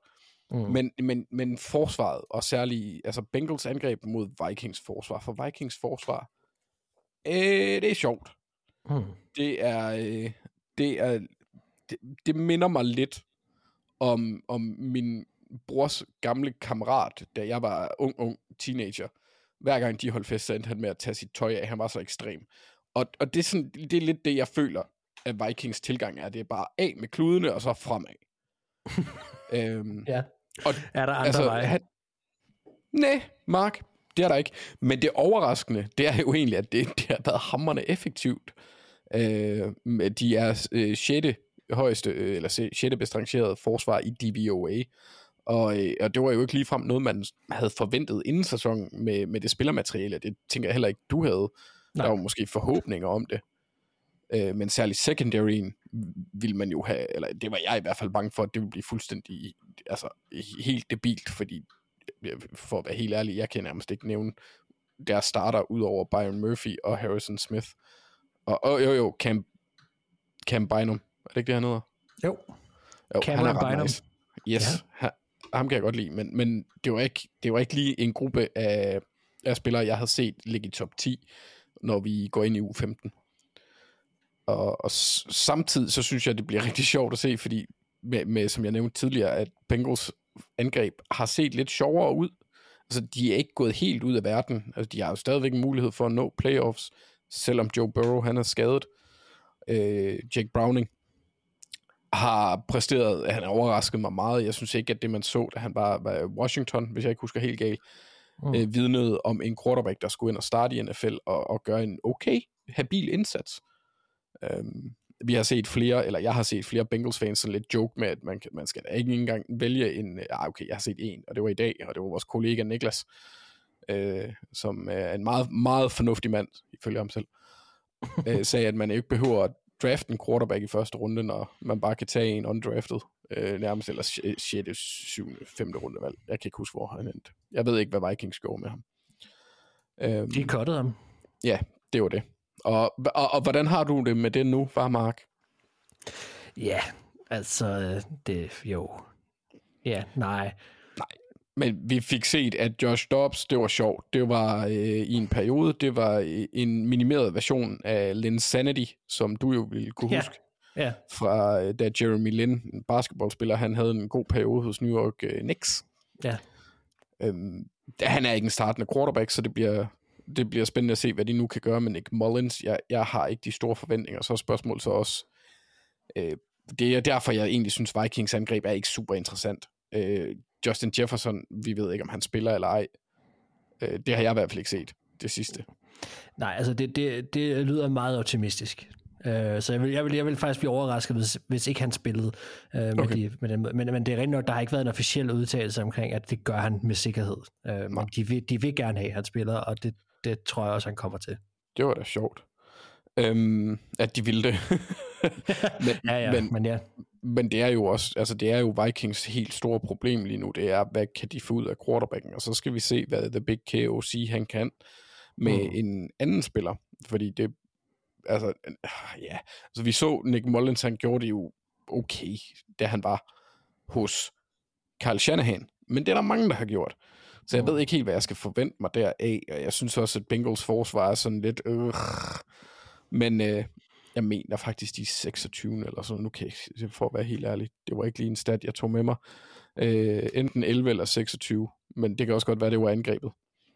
Men forsvaret, og særligt altså Bengals angreb mod Vikings forsvar, for Vikings forsvar, det er sjovt. Det minder mig lidt om min brors gamle kammerat, da jeg var ung teenager. Hver gang de holdt fest, så endte han med at tage sit tøj af. Han var så ekstrem. Og det er lidt det, jeg føler, at Vikings tilgang er. Det er bare af med kludene, og så fremad. Ja. Og, er der andre veje? Nej, Mark, det er der ikke. Men det overraskende, det er jo egentlig, at det har været hamrende effektivt. De er 6. højeste, eller 6. bedst rangerede forsvar i DVOA. Og det var jo ikke ligefrem noget, man havde forventet inden sæsonen med det spillermateriale. Det tænker jeg heller ikke, du havde. Nej. Der var måske forhåbninger om det. Men særligt secondaryen ville man jo have, eller det var jeg i hvert fald bange for, at det ville blive fuldstændig, altså helt debilt, fordi for at være helt ærlig, jeg kan nærmest ikke nævne deres starter ud over Byron Murphy og Harrison Smith. Og Cam Bynum. Er det ikke det, han hedder? Jo. Han er ret nice. Yes, ja. Ham kan jeg godt lide, men det var ikke lige en gruppe af spillere, jeg havde set ligge i top 10, når vi går ind i uge 15. Og samtidig så synes jeg, det bliver rigtig sjovt at se, fordi med som jeg nævnte tidligere, at Bengals angreb har set lidt sjovere ud. Altså, de er ikke gået helt ud af verden. Altså, de har jo stadigvæk en mulighed for at nå playoffs, selvom Joe Burrow, han er skadet. Jake Browning har præsteret, han har overrasket mig meget. Jeg synes ikke, at det man så, da han var Washington, hvis jeg ikke husker helt galt, vidnede om en quarterback, der skulle ind og starte i NFL og gøre en okay, habil indsats. Vi har set flere, eller jeg har set flere Bengals-fans sådan lidt joke med, at man skal da ikke engang vælge en, okay, jeg har set en, og det var i dag, og det var vores kollega Niklas, som er en meget, meget fornuftig mand, ifølge ham selv, sagde, at man ikke behøver at drafte en quarterback i første runde, når man bare kan tage en undrafted, nærmest, eller 6., 7., 5. rundevalg. Jeg kan ikke huske, hvor han endte. Jeg ved ikke, hvad Vikings gjorde med ham. De cuttede ham. Ja, det var det. Og hvordan har du det med det nu, far Mark? Ja, altså, nej. Men vi fik set, at Josh Dobbs, det var sjovt. Det var i en periode, det var en minimeret version af Linsanity, som du jo ville kunne huske. Ja. Fra da Jeremy Lin, en basketballspiller, han havde en god periode hos New York Knicks. Ja. Han er ikke en startende quarterback, så det bliver spændende at se, hvad de nu kan gøre med Nick Mullins. Jeg har ikke de store forventninger. Så er spørgsmålet så også, det er derfor, jeg egentlig synes, Vikings angreb er ikke super interessant. Justin Jefferson, vi ved ikke, om han spiller eller ej. Det har jeg i hvert fald ikke set, det sidste. Nej, altså det lyder meget optimistisk. Så jeg vil faktisk blive overrasket, hvis ikke han spillede med den måde. Men det er rent nok, der har ikke været en officiel udtalelse omkring, at det gør han med sikkerhed. Men de vil gerne have, at han spiller, og det tror jeg også, han kommer til. Det var da sjovt, at de ville det. Men det er jo også, altså det er jo Vikings helt store problem lige nu, det er, hvad kan de få ud af quarterbacken, og så skal vi se, hvad The Big KOC han kan med en anden spiller, fordi det, altså vi så Nick Mullins, han gjorde det jo okay, da han var hos Kyle Shanahan, men det er der mange, der har gjort, så jeg ved ikke helt, hvad jeg skal forvente mig deraf, og jeg synes også, at Bengals forsvar er sådan lidt, men jeg mener faktisk, de er 26 eller sådan. Nu kan jeg for at være helt ærlig. Det var ikke lige en stat, jeg tog med mig. Enten 11 eller 26. Men det kan også godt være, det var angrebet.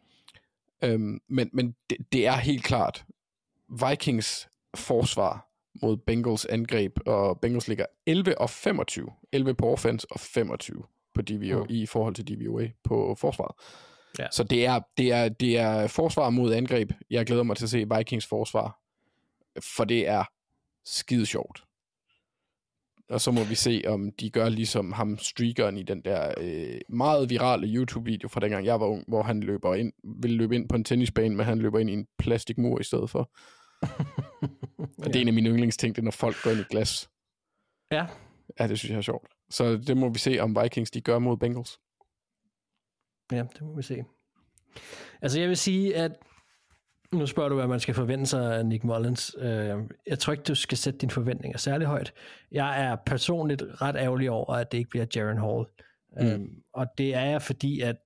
Men det er helt klart. Vikings forsvar mod Bengals angreb, og Bengals ligger 11 og 25. 11 på offense og 25 på DVO, i forhold til DVOA på forsvaret. Ja. Så det er forsvar mod angreb. Jeg glæder mig til at se Vikings forsvar, for det er skide sjovt. Og så må vi se, om de gør ligesom ham streakeren i den der meget virale YouTube-video fra dengang jeg var ung, hvor han ville løbe ind på en tennisbane, men han løber ind i en plastikmur i stedet for. Og det er en af mine yndlingsting, det er, når folk går ind i glas. Ja. Ja, det synes jeg er sjovt. Så det må vi se, om Vikings de gør mod Bengals. Ja, det må vi se. Altså jeg vil sige, at nu spørger du, hvad man skal forvente sig af Nick Mullins. Jeg tror ikke, du skal sætte dine forventninger særlig højt. Jeg er personligt ret ærgerlig over, at det ikke bliver Jaren Hall. Og det er jeg, fordi at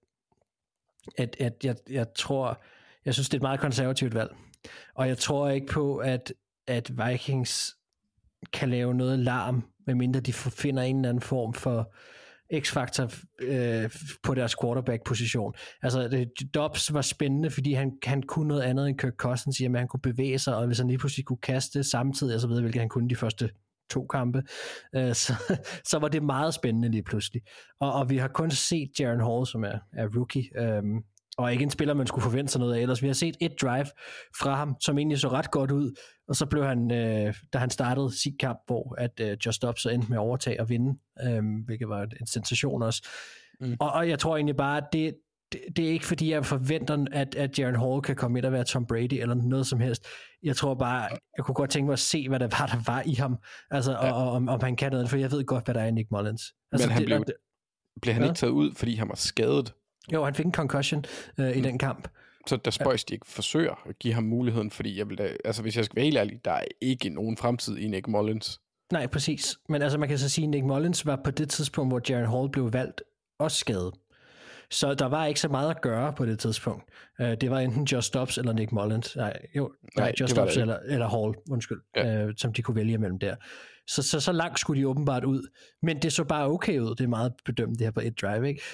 jeg tror, jeg synes, det er et meget konservativt valg. Og jeg tror ikke på, at Vikings kan lave noget larm, medmindre de finder en eller anden form for X-faktor på deres quarterback-position. Altså, Dobbs var spændende, fordi han kunne noget andet end Kirk Cousins, i at han kunne bevæge sig, og hvis han lige pludselig kunne kaste samtidig, og så videre, hvilket han kunne de første 2 kampe, så var det meget spændende lige pludselig. Og vi har kun set Jaren Hall, som er rookie, og ikke en spiller, man skulle forvente sig noget af ellers. Vi har set et drive fra ham, som egentlig så ret godt ud, og så blev han, da han startede sin kamp, hvor at Josh Dobbs så endte med at overtage og vinde, hvilket var en sensation også. Og jeg tror egentlig bare, at det er ikke fordi, jeg forventer, at Jaren Hall kan komme ind og være Tom Brady, eller noget som helst. Jeg tror bare, jeg kunne godt tænke mig at se, hvad der var i ham, altså, og om han kan noget, for jeg ved godt, hvad der er i Nick Mullins. Altså, men blev han ikke taget ud, fordi han var skadet? Jo, han fik en concussion i den kamp. Så der spøjs de ikke forsøger at give ham muligheden, fordi jeg vil da, altså hvis jeg skal være helt ærlig, der er ikke nogen fremtid i Nick Mullins. Nej, præcis. Men altså man kan så sige, at Nick Mullins var på det tidspunkt, hvor Jaren Hall blev valgt, også skadet. Så der var ikke så meget at gøre på det tidspunkt. Det var enten Josh Dobbs eller Nick Mullins. Nej, Josh Dobbs eller Hall, undskyld, som de kunne vælge mellem der. Så langt skulle de åbenbart ud. Men det så bare okay ud. Det er meget bedømt det her på et drive, ikke?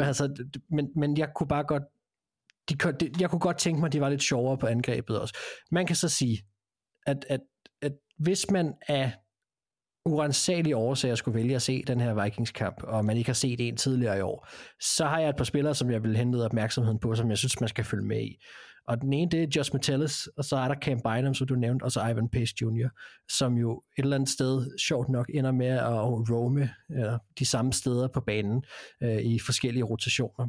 Men jeg kunne bare godt jeg kunne godt tænke mig, at de var lidt sjovere på angrebet også. Man kan så sige, at hvis man af uransagelige årsager skulle vælge at se den her Vikings-kamp, og man ikke har set en tidligere i år, så har jeg et par spillere, som jeg vil hente opmærksomheden på, som jeg synes, man skal følge med i. Og den ene, det er Josh Metellus, og så er der Cam Bynum, som du nævnte, og så Ivan Pace Jr., som jo et eller andet sted, sjovt nok, ender med at roame de samme steder på banen i forskellige rotationer.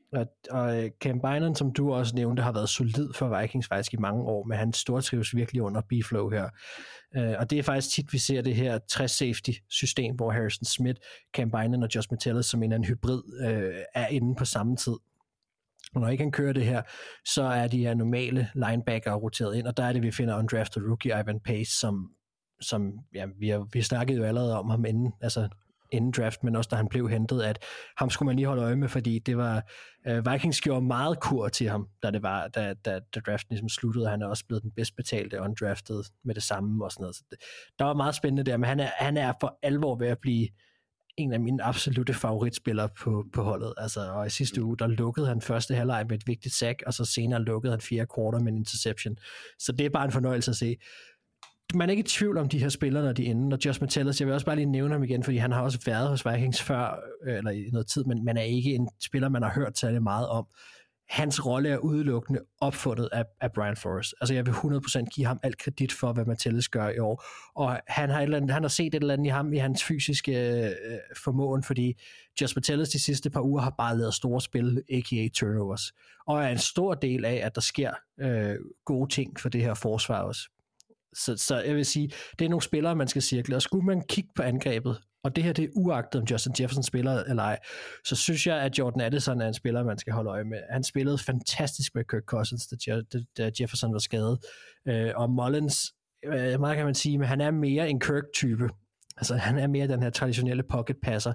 Og Cam Bynum, som du også nævnte, har været solid for Vikings faktisk i mange år, men han stortrives virkelig under B-flow her. Og det er faktisk tit, vi ser det her 3-safety-system, hvor Harrison Smith, Cam Bynum og Josh Metellus som en eller anden hybrid er inde på samme tid. Og når ikke han kører det her, så er de her normale linebacker roteret ind, og der er det, vi finder undrafted rookie Ivan Pace, som ja, vi snakkede jo allerede om ham inden draft, men også da han blev hentet, at ham skulle man lige holde øje med, fordi det var Vikings gjorde meget kur til ham, da draften ligesom sluttede, og han er også blevet den bedst betalte undrafted med det samme og sådan noget. Så der var meget spændende der, men han er for alvor ved at blive en af mine absolutte favoritspillere på holdet. Altså, og i sidste uge, der lukkede han første halvleg med et vigtigt sack, og så senere lukkede han 4 quarter med en interception. Så det er bare en fornøjelse at se. Man er ikke i tvivl om de her spillere, når de er inde. Og Josh Metellus, jeg vil også bare lige nævne ham igen, fordi han har også været hos Vikings før, eller i noget tid, men man er ikke en spiller, man har hørt særlig meget om. Hans rolle er udelukkende opfundet af Brian Flores. Altså jeg vil 100% give ham alt kredit for, hvad Metellus gør i år. Og han har set et eller andet i ham, i hans fysiske formåen, fordi Josh Metellus de sidste par uger har bare lavet store spil, a.k.a. turnovers. Og er en stor del af, at der sker gode ting for det her forsvar også. Så jeg vil sige, det er nogle spillere, man skal cirkle, og skulle man kigge på angrebet, og det her det er uagtet, om Justin Jefferson spiller eller ej, så synes jeg, at Jordan Addison er en spiller, man skal holde øje med. Han spillede fantastisk med Kirk Cousins, da Jefferson var skadet, og Mullins, meget kan man sige, men han er mere en Kirk-type. Altså han er mere den her traditionelle pocket passer,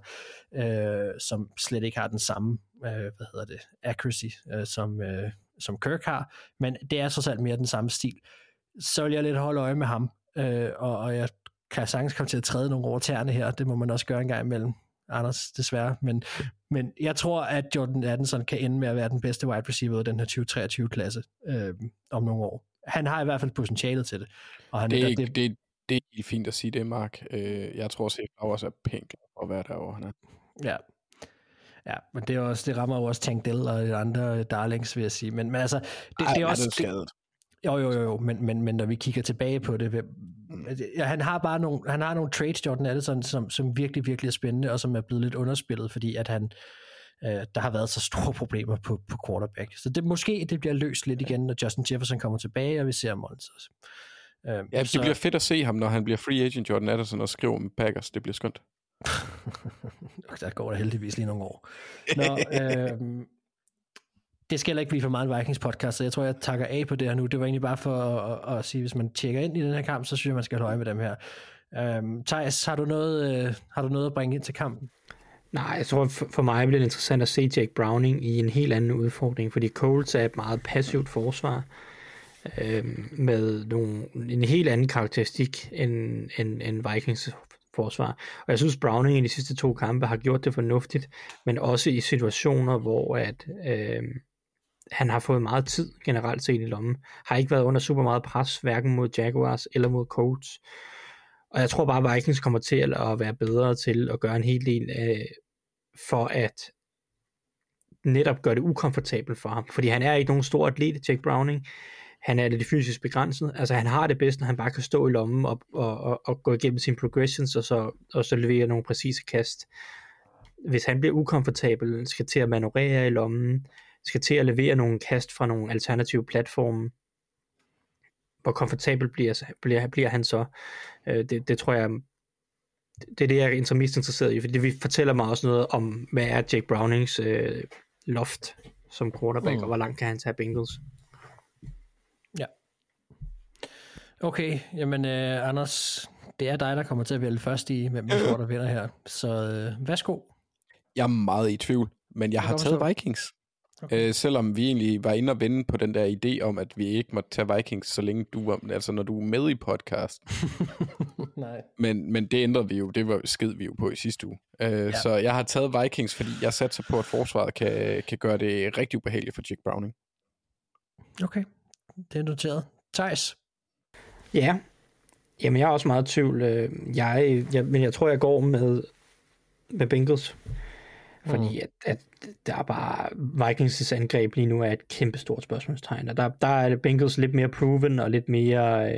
som slet ikke har den samme accuracy, som Kirk har, men det er trods alt mere den samme stil. Så vil jeg lidt holde øje med ham, og jeg kan sagtens komme til at træde nogle over tæerne her, det må man også gøre en gang imellem, Anders, desværre, men jeg tror, at Jordan Addison kan ende med at være den bedste wide receiver i den her 2023-klasse om nogle år. Han har i hvert fald potentialet til det. Og han, det er helt fint at sige det, Mark. Jeg tror også, at Flowers er pænt at være derovre, han er. Ja, men det rammer jo også Tank Dell og de andre darlings, vil jeg sige. Men altså, det er også skadet. Jo, men når vi kigger tilbage på det, han har nogle trades, Jordan Addison, som virkelig, virkelig er spændende, og som er blevet lidt underspillet, fordi at der har været så store problemer på quarterback. Så det måske det bliver løst lidt igen, når Justin Jefferson kommer tilbage, og vi ser Mullins også. Det bliver fedt at se ham, når han bliver free agent, Jordan Addison, og skriver om Packers. Det bliver skønt. Der går der heldigvis lige nogle år. Det skal heller ikke blive for meget en Vikings podcast, så jeg tror, jeg takker af på det her nu. Det var egentlig bare for at sige, hvis man tjekker ind i den her kamp, så synes jeg, man skal holde øje med dem her. Thijs, har du noget at bringe ind til kampen? Nej, jeg tror for mig bliver det interessant at se Jake Browning i en helt anden udfordring, fordi Colts er et meget passivt forsvar, med en helt anden karakteristik end Vikings forsvar. Og jeg synes, Browning i de sidste 2 kampe har gjort det fornuftigt, men også i situationer, hvor han har fået meget tid generelt set i lommen. Har ikke været under super meget pres, hverken mod Jaguars eller mod Colts. Og jeg tror bare, Vikings kommer til at være bedre til at gøre en hel del for at netop gøre det ukomfortabelt for ham. Fordi han er ikke nogen stor atlet, Jake Browning. Han er lidt fysisk begrænset. Altså han har det bedst, når han bare kan stå i lommen og gå igennem sine progressions, og så levere nogle præcise kast. Hvis han bliver ukomfortabel, skal til at manøvrere i lommen, skal til at levere nogle kast fra nogle alternative platforme, hvor komfortabel bliver han så. Det tror jeg, det er det, jeg er mest interesseret i, for det fortæller mig også noget om, hvad er Jake Brownings loft som quarterback, og hvor langt kan han tage Bengals. Ja. Okay, jamen Anders, det er dig, der kommer til at vælge først i, hvem jeg tror, der vinder her. Så værsgo. Jeg er meget i tvivl, men jeg har taget Vikings. Okay. Selvom vi egentlig var inde og vende på den der idé om, at vi ikke måtte tage Vikings, så længe du var, altså når du er med i podcast. Nej. Men det ændrede vi jo, det sked vi jo på i sidste uge. Så jeg har taget Vikings, fordi jeg satser på, at forsvaret kan gøre det rigtig ubehageligt for Jake Browning. Okay, det er noteret. Theis? Ja, jamen jeg er også meget i tvivl. Men jeg tror, jeg går med Bengals. Fordi at der er bare Vikings' angreb lige nu er et kæmpestort spørgsmålstegn. Og der er Bengals lidt mere proven og lidt mere...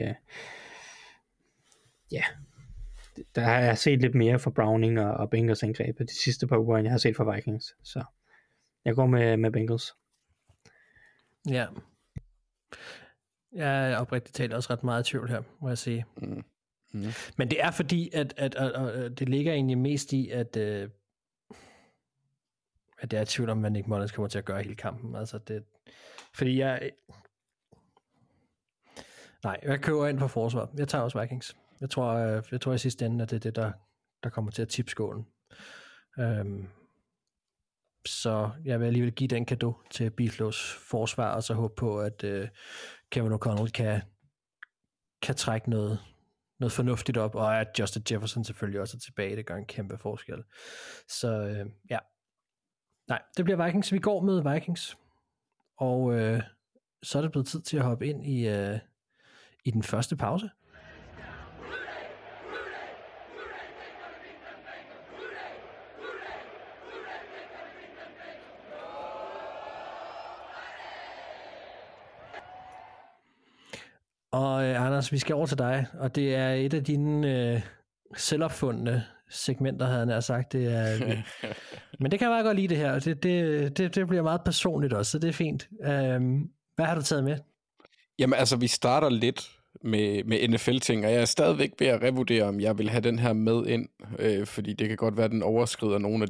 der har jeg set lidt mere fra Browning og Bengals angreb de sidste par uger, end jeg har set fra Vikings. Så jeg går med Bengals. Ja. Jeg er oprigtigt talt også ret meget i tvivl her, må jeg sige. Men det er fordi, at det ligger egentlig mest i, at det er i tvivl om, at Nick Mullins kommer til at gøre hele kampen. Altså fordi jeg køber ind på forsvar. Jeg tager også Vikings. Jeg tror i sidste ende, at det er det, der kommer til at tippe skålen. Så jeg vil alligevel give den cadeau til Buffalo's forsvar, og så håbe på, at Kevin O'Connell kan trække noget fornuftigt op, og at Justin Jefferson selvfølgelig også er tilbage. Det gør en kæmpe forskel. Så ja. Nej, det bliver Vikings. Vi går med Vikings. Og så er det blevet tid til at hoppe ind i den første pause. Og Anders, vi skal over til dig, og det er et af dine selvopfundne segmenter, havde jeg nær sagt. Det er, men det kan jeg meget godt lide det her, og det bliver meget personligt også, så det er fint. Hvad har du taget med? Jamen altså, vi starter lidt med NFL-ting, og jeg er stadigvæk ved at revurdere, om jeg vil have den her med ind, fordi det kan godt være, at den overskrider nogle af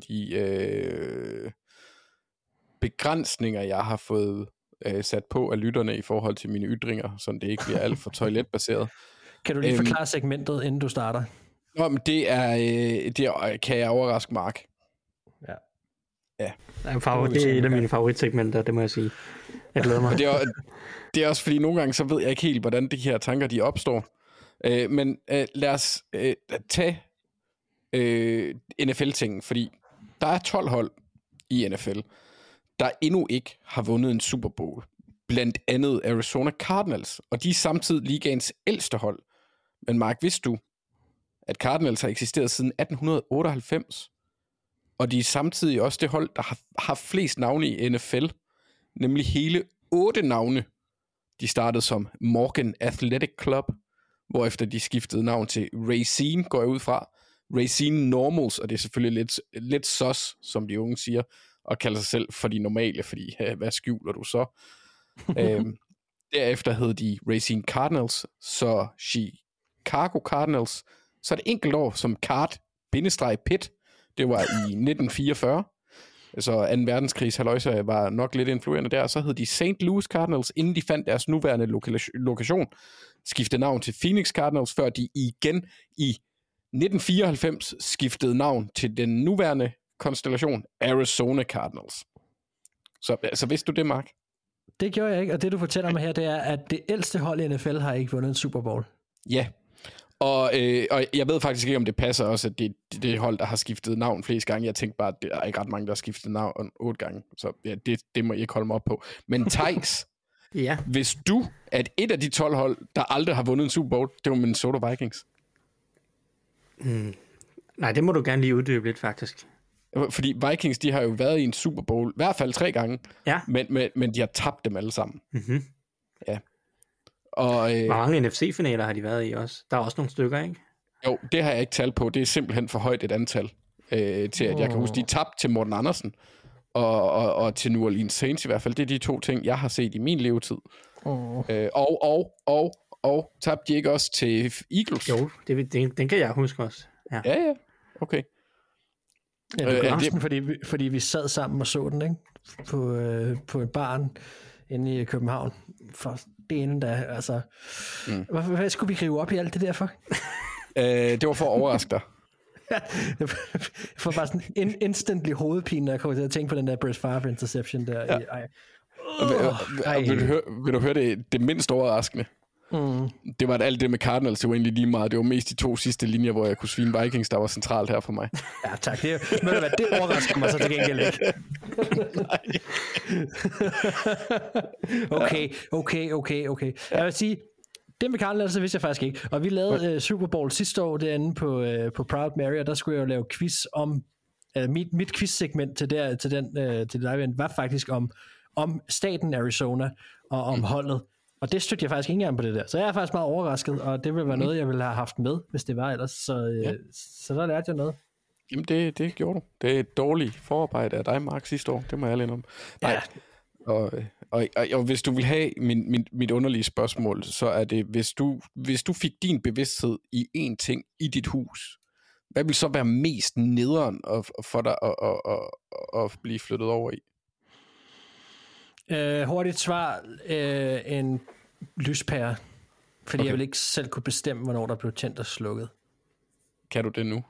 de begrænsninger, jeg har fået sat på af lytterne i forhold til mine ytringer, så det ikke bliver alt for toiletbaseret. Kan du lige forklare segmentet, inden du starter? Nå, men det kan jeg overraske Mark. Ja. Det er et af mine favoritsegmenter, det må jeg sige. Jeg glæder mig. Det er også fordi, nogle gange så ved jeg ikke helt, hvordan de her tanker de opstår. Men lad os tage NFL-tingen, fordi der er 12 hold i NFL, der endnu ikke har vundet en Super Bowl. Blandt andet Arizona Cardinals, og de er samtidig ligaens ældste hold. Men Mark, vidste du, at Cardinals har eksisteret siden 1898, og de er samtidig også det hold, der har haft flest navne i NFL, nemlig hele 8 navne. De startede som Morgan Athletic Club, hvorefter de skiftede navn til Racine, går jeg ud fra. Racine Normals, og det er selvfølgelig lidt sus, som de unge siger, og kalder sig selv for de normale, fordi hvad skjuler du så? Derefter hed de Racine Cardinals, så Chicago Cardinals, så et enkelt år som Card-Pit, det var i 1944, så 2. verdenskrigs halløjsa var nok lidt influerende der, så hed de St. Louis Cardinals, inden de fandt deres nuværende lokation, skiftede navn til Phoenix Cardinals, før de igen i 1994 skiftede navn til den nuværende konstellation Arizona Cardinals. Så vidste du det, Mark? Det gjorde jeg ikke, og det du fortæller mig her, det er, at det ældste hold i NFL har ikke vundet en Super Bowl. Ja, og jeg ved faktisk ikke, om det passer også, at det hold, der har skiftet navn flest gange. Jeg tænkte bare, at der er ikke ret mange, der har skiftet navn 8 gange, så ja, det må jeg ikke holde mig op på. Men Theis, ja. Hvis du, at et af de 12 hold, der aldrig har vundet en Super Bowl, det var Minnesota Vikings? Nej, det må du gerne lige uddybe lidt, faktisk. Fordi Vikings, de har jo været i en Super Bowl, i hvert fald 3 gange, ja. men de har tabt dem alle sammen. Mm-hmm. Ja. Og, hvor mange NFC-finaler har de været i også? Der er også nogle stykker, ikke? Jo, det har jeg ikke talt på. Det er simpelthen for højt et antal, til at jeg kan huske. De tabte til Morten Andersen, og til New Orleans Saints i hvert fald. Det er de 2 ting, jeg har set i min levetid. Og tabte de ikke også til Eagles? Jo, den kan jeg huske også. Ja, okay. Ja, du kan huske den, fordi vi sad sammen og så den, ikke? På en barn inde i København. For det ene da, altså. Hvad skulle vi gribe op i alt det der for? Det var for at overraske dig. Jeg får bare sådan en instantly hovedpine, når jeg kommer til at tænke på den der Brett Favre interception der. Ja. Vil du høre det mindst overraskende? Det var alt det med Cardinals, det var egentlig lige meget. Det var mest de 2 sidste linjer, hvor jeg kunne svine Vikings, der var centralt her for mig. Ja, tak. Det overrasker mig så til gengæld ikke. Okay. Jeg vil sige, det med Cardinals, så vidste jeg faktisk ikke. Og vi lavede Super Bowl sidste år derinde på Proud Mary, og der skulle jeg jo lave quiz om... mit quiz-segment til det event var faktisk om staten Arizona og om holdet. Og det stødte jeg faktisk ikke engang på det der. Så jeg er faktisk meget overrasket, og det ville være noget, jeg ville have haft med, hvis det var ellers. Så der lærte jeg noget. Jamen, det gjorde du. Det er et dårligt forarbejde af dig, Mark, sidste år. Det må jeg alene om. Nej. Og hvis du vil have mit underlige spørgsmål, så er det, hvis du fik din bevidsthed i én ting i dit hus, hvad vil så være mest nederen for dig at blive flyttet over i? Hurtigt svar, en lyspære. Fordi jeg vil ikke selv kunne bestemme, hvornår der blev tændt og slukket. Kan du det nu?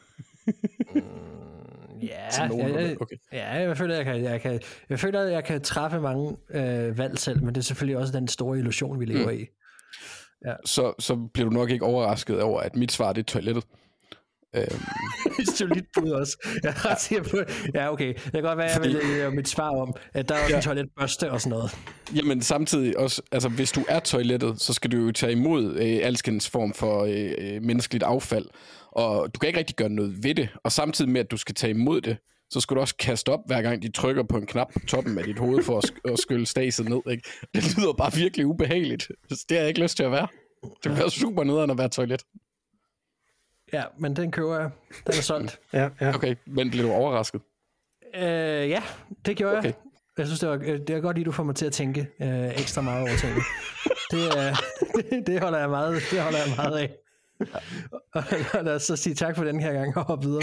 Jeg føler, at jeg kan træffe mange valg selv, men det er selvfølgelig også den store illusion, vi lever i. Ja. Så bliver du nok ikke overrasket over, at mit svar det er toilettet. Solidbud også. Jeg er ret sikker på det. Ja, okay. Det kan godt være, jeg vil lave mit svar om, at der er også en toiletbørste og sådan noget. Jamen samtidig også, altså hvis du er toilettet, så skal du jo tage imod alskens form for menneskeligt affald, og du kan ikke rigtig gøre noget ved det, og samtidig med, at du skal tage imod det, så skal du også kaste op, hver gang de trykker på en knap på toppen af dit hoved for at skylle staset ned, ikke? Det lyder bare virkelig ubehageligt. Det har jeg ikke lyst til at være. Det bliver super nederen at være toilet. Ja, men den køber jeg. Den er solgt. Ja. Okay, men blev du overrasket? Ja, det gjorde jeg. Jeg synes, det er godt lige, du får mig til at tænke ekstra meget over tingene. Det holder jeg meget af. Og lad os så sige tak for den her gang og hoppe videre.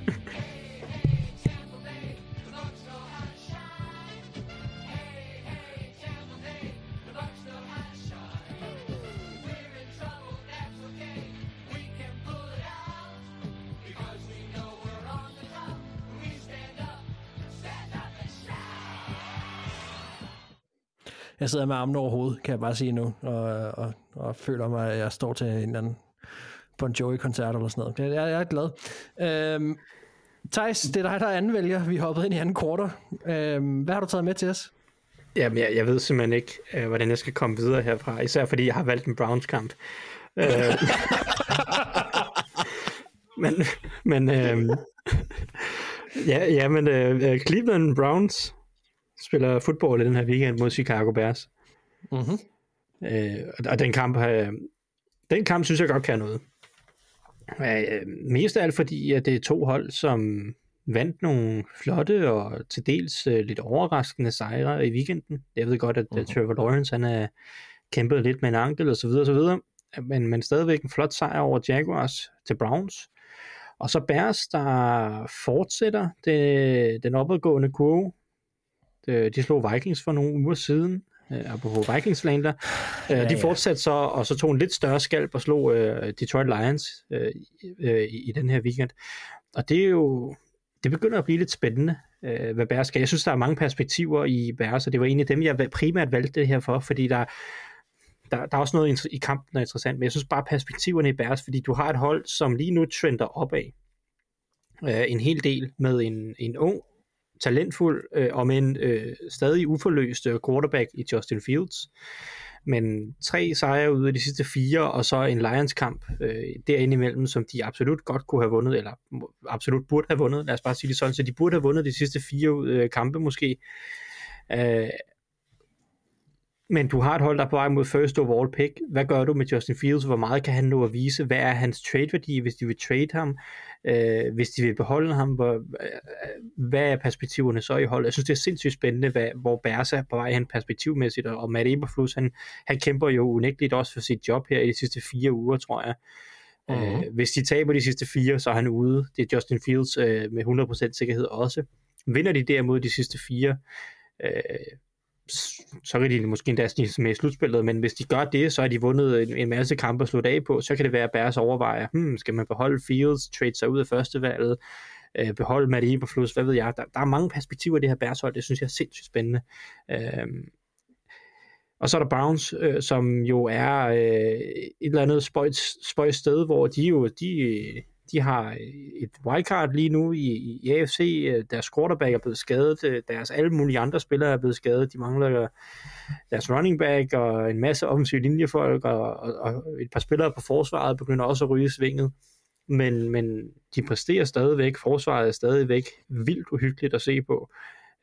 Jeg sidder med armen over hovedet, kan jeg bare sige nu, og føler mig, at jeg står til en eller anden Bon Jovi-koncert eller sådan noget. Jeg er glad. Theis, det er dig, der er anden vælger. Vi hoppede ind i anden quarter. Hvad har du taget med til os? Jamen, jeg ved simpelthen ikke, hvordan jeg skal komme videre herfra, især fordi jeg har valgt en Browns-kamp. Cleveland Browns spiller fodbold i den her weekend mod Chicago Bears. Mm-hmm. Og den kamp synes jeg godt kan noget. Mest af alt fordi, at det er 2 hold, som vandt nogle flotte og til dels lidt overraskende sejre i weekenden. Jeg ved godt, at Trevor Lawrence han er kæmpet lidt med en ankel og så videre, men stadigvæk en flot sejr over Jaguars til Browns. Og så Bears, der fortsætter den opadgående kurve. De slog Vikings for nogle uger siden, på Vikingslander. De fortsatte så, og så tog en lidt større skalp og slog Detroit Lions i den her weekend. Og det begynder at blive lidt spændende, hvad Bears skal. Jeg synes, der er mange perspektiver i Bears, og det var en af dem, jeg primært valgte det her for, fordi der er også noget i kampen, der er interessant, men jeg synes bare perspektiverne i Bears, fordi du har et hold, som lige nu trender opad en hel del med en ung, talentfuld og med en stadig uforløst quarterback i Justin Fields. Men 3 sejre ud af de sidste 4, og så en Lions-kamp derinde imellem, som de absolut godt kunne have vundet, eller absolut burde have vundet, lad os bare sige det sådan, så de burde have vundet de sidste 4 kampe måske. Men du har et hold, der er på vej mod first overall pick. Hvad gør du med Justin Fields? Hvor meget kan han nå at vise? Hvad er hans trade-værdi, hvis de vil trade ham? Hvis de vil beholde ham? Hvad er perspektiverne så i holdet? Jeg synes, det er sindssygt spændende, hvor Bears er på vej hen perspektivmæssigt. Og Matt Eberflus, han kæmper jo unægteligt også for sit job her i de sidste 4 uger, tror jeg. Hvis de taber de sidste 4, så er han ude. Det er Justin Fields med 100% sikkerhed også. Vinder de derimod de sidste 4, så kan de måske endda snige med i slutspillet, men hvis de gør det, så har de vundet en masse kampe at slutte af på, så kan det være, at Bears overvejer, skal man beholde Fields, trade sig ud af førstevalget, beholde Matt Eberflus, hvad ved jeg. Der er mange perspektiver i det her Bears-hold, det synes jeg er sindssygt spændende. Og så er der Browns, som jo er et eller andet spøjt sted, hvor de har et wildcard lige nu i AFC. Deres quarterback er blevet skadet. Deres alle mulige andre spillere er blevet skadet. De mangler deres running back og en masse offensive linjefolk, og et par spillere på forsvaret begynder også at ryge i svinget. Men de præsterer stadigvæk. Forsvaret er stadigvæk vildt uhyggeligt at se på.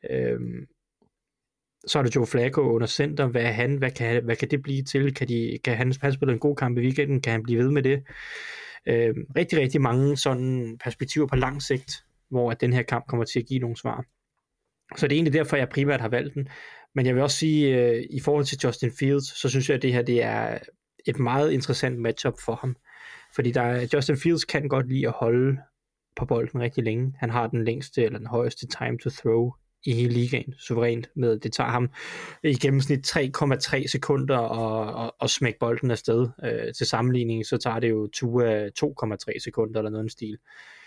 Så er det Joe Flacco under center. Hvad kan det blive til? Kan han spille en god kamp i weekenden? Kan han blive ved med det? Rigtig, rigtig mange sådan perspektiver på lang sigt, hvor at den her kamp kommer til at give nogle svar. Så det er egentlig derfor, jeg primært har valgt den. Men jeg vil også sige, i forhold til Justin Fields, så synes jeg, at det her det er et meget interessant matchup for ham. Fordi Justin Fields kan godt lide at holde på bolden rigtig længe. Han har den længste eller den højeste time to throw i hele ligaen, suverænt med. Det tager ham i gennemsnit 3,3 sekunder at smække bolden afsted. Til sammenligning, så tager det jo 2,3 sekunder eller noget en stil.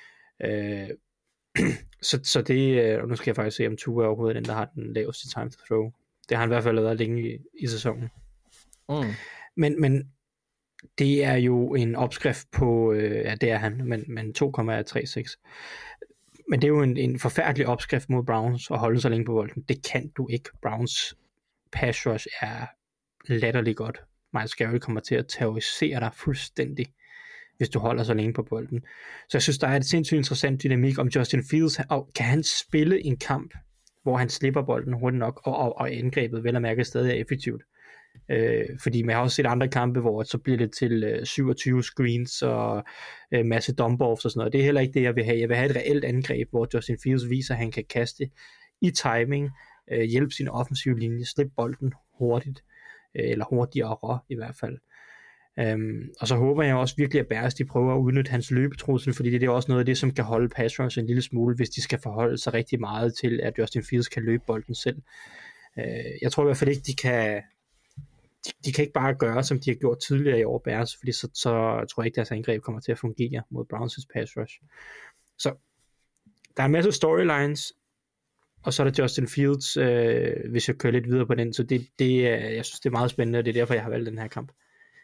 Så det, og nu skal jeg faktisk se, om Tua er overhovedet den, der har den laveste time to throw. Det har han i hvert fald lavet længe i sæsonen. Men det er jo en opskrift på, det er han, men 2,36. Men det er jo en forfærdelig opskrift mod Browns at holde så længe på bolden. Det kan du ikke. Browns pass rush er latterligt godt. Miles Garrett kommer til at terrorisere dig fuldstændig, hvis du holder så længe på bolden. Så jeg synes, der er et sindssygt interessant dynamik om Justin Fields. Og kan han spille en kamp, hvor han slipper bolden hurtigt nok, og angrebet vel at mærke stadig er effektivt? Fordi man har også set andre kampe, hvor så bliver det til 27 screens og masse dump-offs og sådan noget. Det er heller ikke det, jeg vil have. Jeg vil have et reelt angreb, hvor Justin Fields viser, at han kan kaste i timing, hjælpe sin offensive linje, slippe bolden hurtigt, eller hurtigere i hvert fald. Og så håber jeg også virkelig, at Bears de prøver at udnytte hans løbetrussel, fordi det er også noget af det, som kan holde pass rush en lille smule, hvis de skal forholde sig rigtig meget til, at Justin Fields kan løbe bolden selv. Jeg tror i hvert fald ikke, de kan ikke bare gøre, som de har gjort tidligere i år, Bears, fordi så tror jeg ikke, deres angreb kommer til at fungere mod Browns' pass rush. Så der er en masse storylines, og så er der Justin Fields, hvis jeg kører lidt videre på den, så jeg synes, det er meget spændende, og det er derfor, jeg har valgt den her kamp.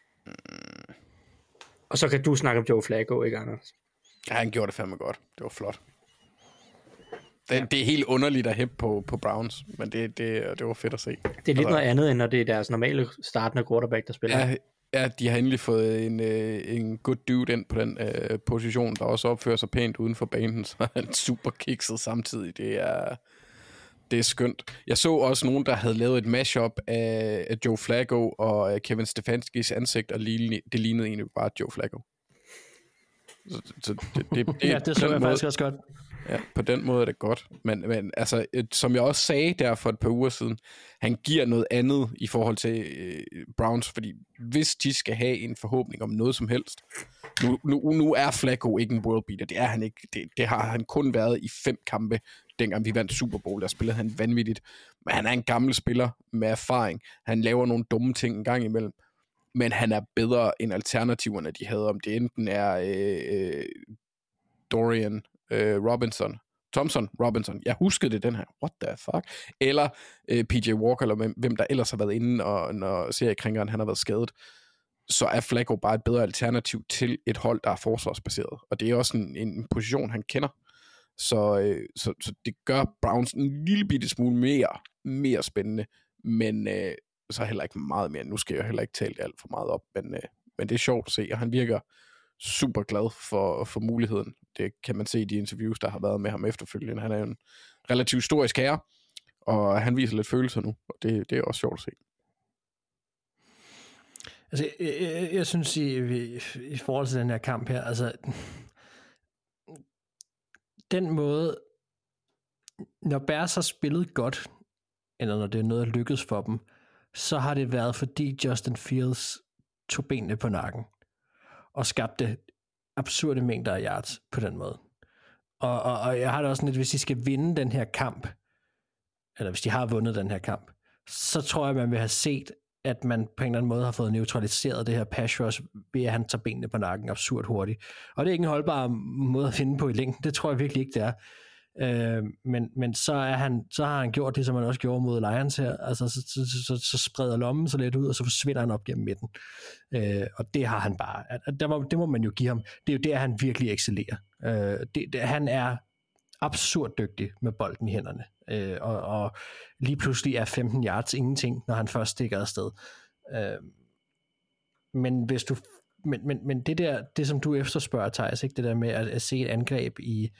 Og så kan du snakke om Joe Flacco, ikke Anders? Ja, han gjorde det fandme godt. Det var flot. Det er helt underligt at hæppe på Browns, men det var fedt at se. Det er lidt noget andet, end når det er deres normale startende quarterback, der spiller. Ja, de har endelig fået en good dude ind på den position, der også opfører sig pænt uden for banen, så han super kikset samtidig. Det er skønt. Jeg så også nogen, der havde lavet et mashup af Joe Flacco og Kevin Stefanskis ansigt, og det lignede egentlig bare Joe Flacco. Så det så jeg faktisk også godt. Ja, på den måde er det godt. Men altså, som jeg også sagde der for et par uger siden, han giver noget andet i forhold til Browns, fordi hvis de skal have en forhåbning om noget som helst, nu er Flacco ikke en world beater, det er han ikke. Det har han kun været i 5 kampe, dengang vi vandt Super Bowl, der spillede han vanvittigt. Men han er en gammel spiller med erfaring. Han laver nogle dumme ting en gang imellem, men han er bedre end alternativerne, de havde, om det enten er Dorian Thompson Robinson, jeg huskede det den her, what the fuck, eller PJ Walker, eller hvem der ellers har været inde, og når seriekrænkeren han har været skadet, så er Flacco bare et bedre alternativ til et hold, der er forsvarsbaseret, og det er også en position, han kender, så det gør Browns en lille bitte smule mere spændende, men så heller ikke meget mere. Nu skal jeg heller ikke tale det alt for meget op, men det er sjovt at se, og han virker super glad for muligheden. Det kan man se i de interviews, der har været med ham efterfølgende. Han er en relativt historisk herre, og han viser lidt følelser nu, og det er også sjovt at se. Altså, jeg synes i forhold til den her kamp her, altså den måde, når Bears har spillet godt, eller når det er noget, der lykkes for dem, så har det været, fordi Justin Fields tog benene på nakken og skabte absurde mængder af yards på den måde. Og jeg har det også sådan, at hvis de skal vinde den her kamp, eller hvis de har vundet den her kamp, så tror jeg, man vil have set, at man på en eller anden måde har fået neutraliseret det her pass rush, ved at han tager benene på nakken absurd hurtigt. Og det er ikke en holdbar måde at finde på i længden. Det tror jeg virkelig ikke, det er. Men så har han gjort det, som han også gjorde mod Lions her. Altså, så spreder lommen så lidt ud, og så forsvinder han op gennem midten. Og det har han bare. Det må man jo give ham. Det er jo der, han virkelig excellerer. Han er absurd dygtig med bolden i hænderne. Og lige pludselig er 15 yards ingenting, når han først stikker afsted. Men hvis du... Men det der, det som du efterspørger, Thijs, ikke? Det der med at se et angreb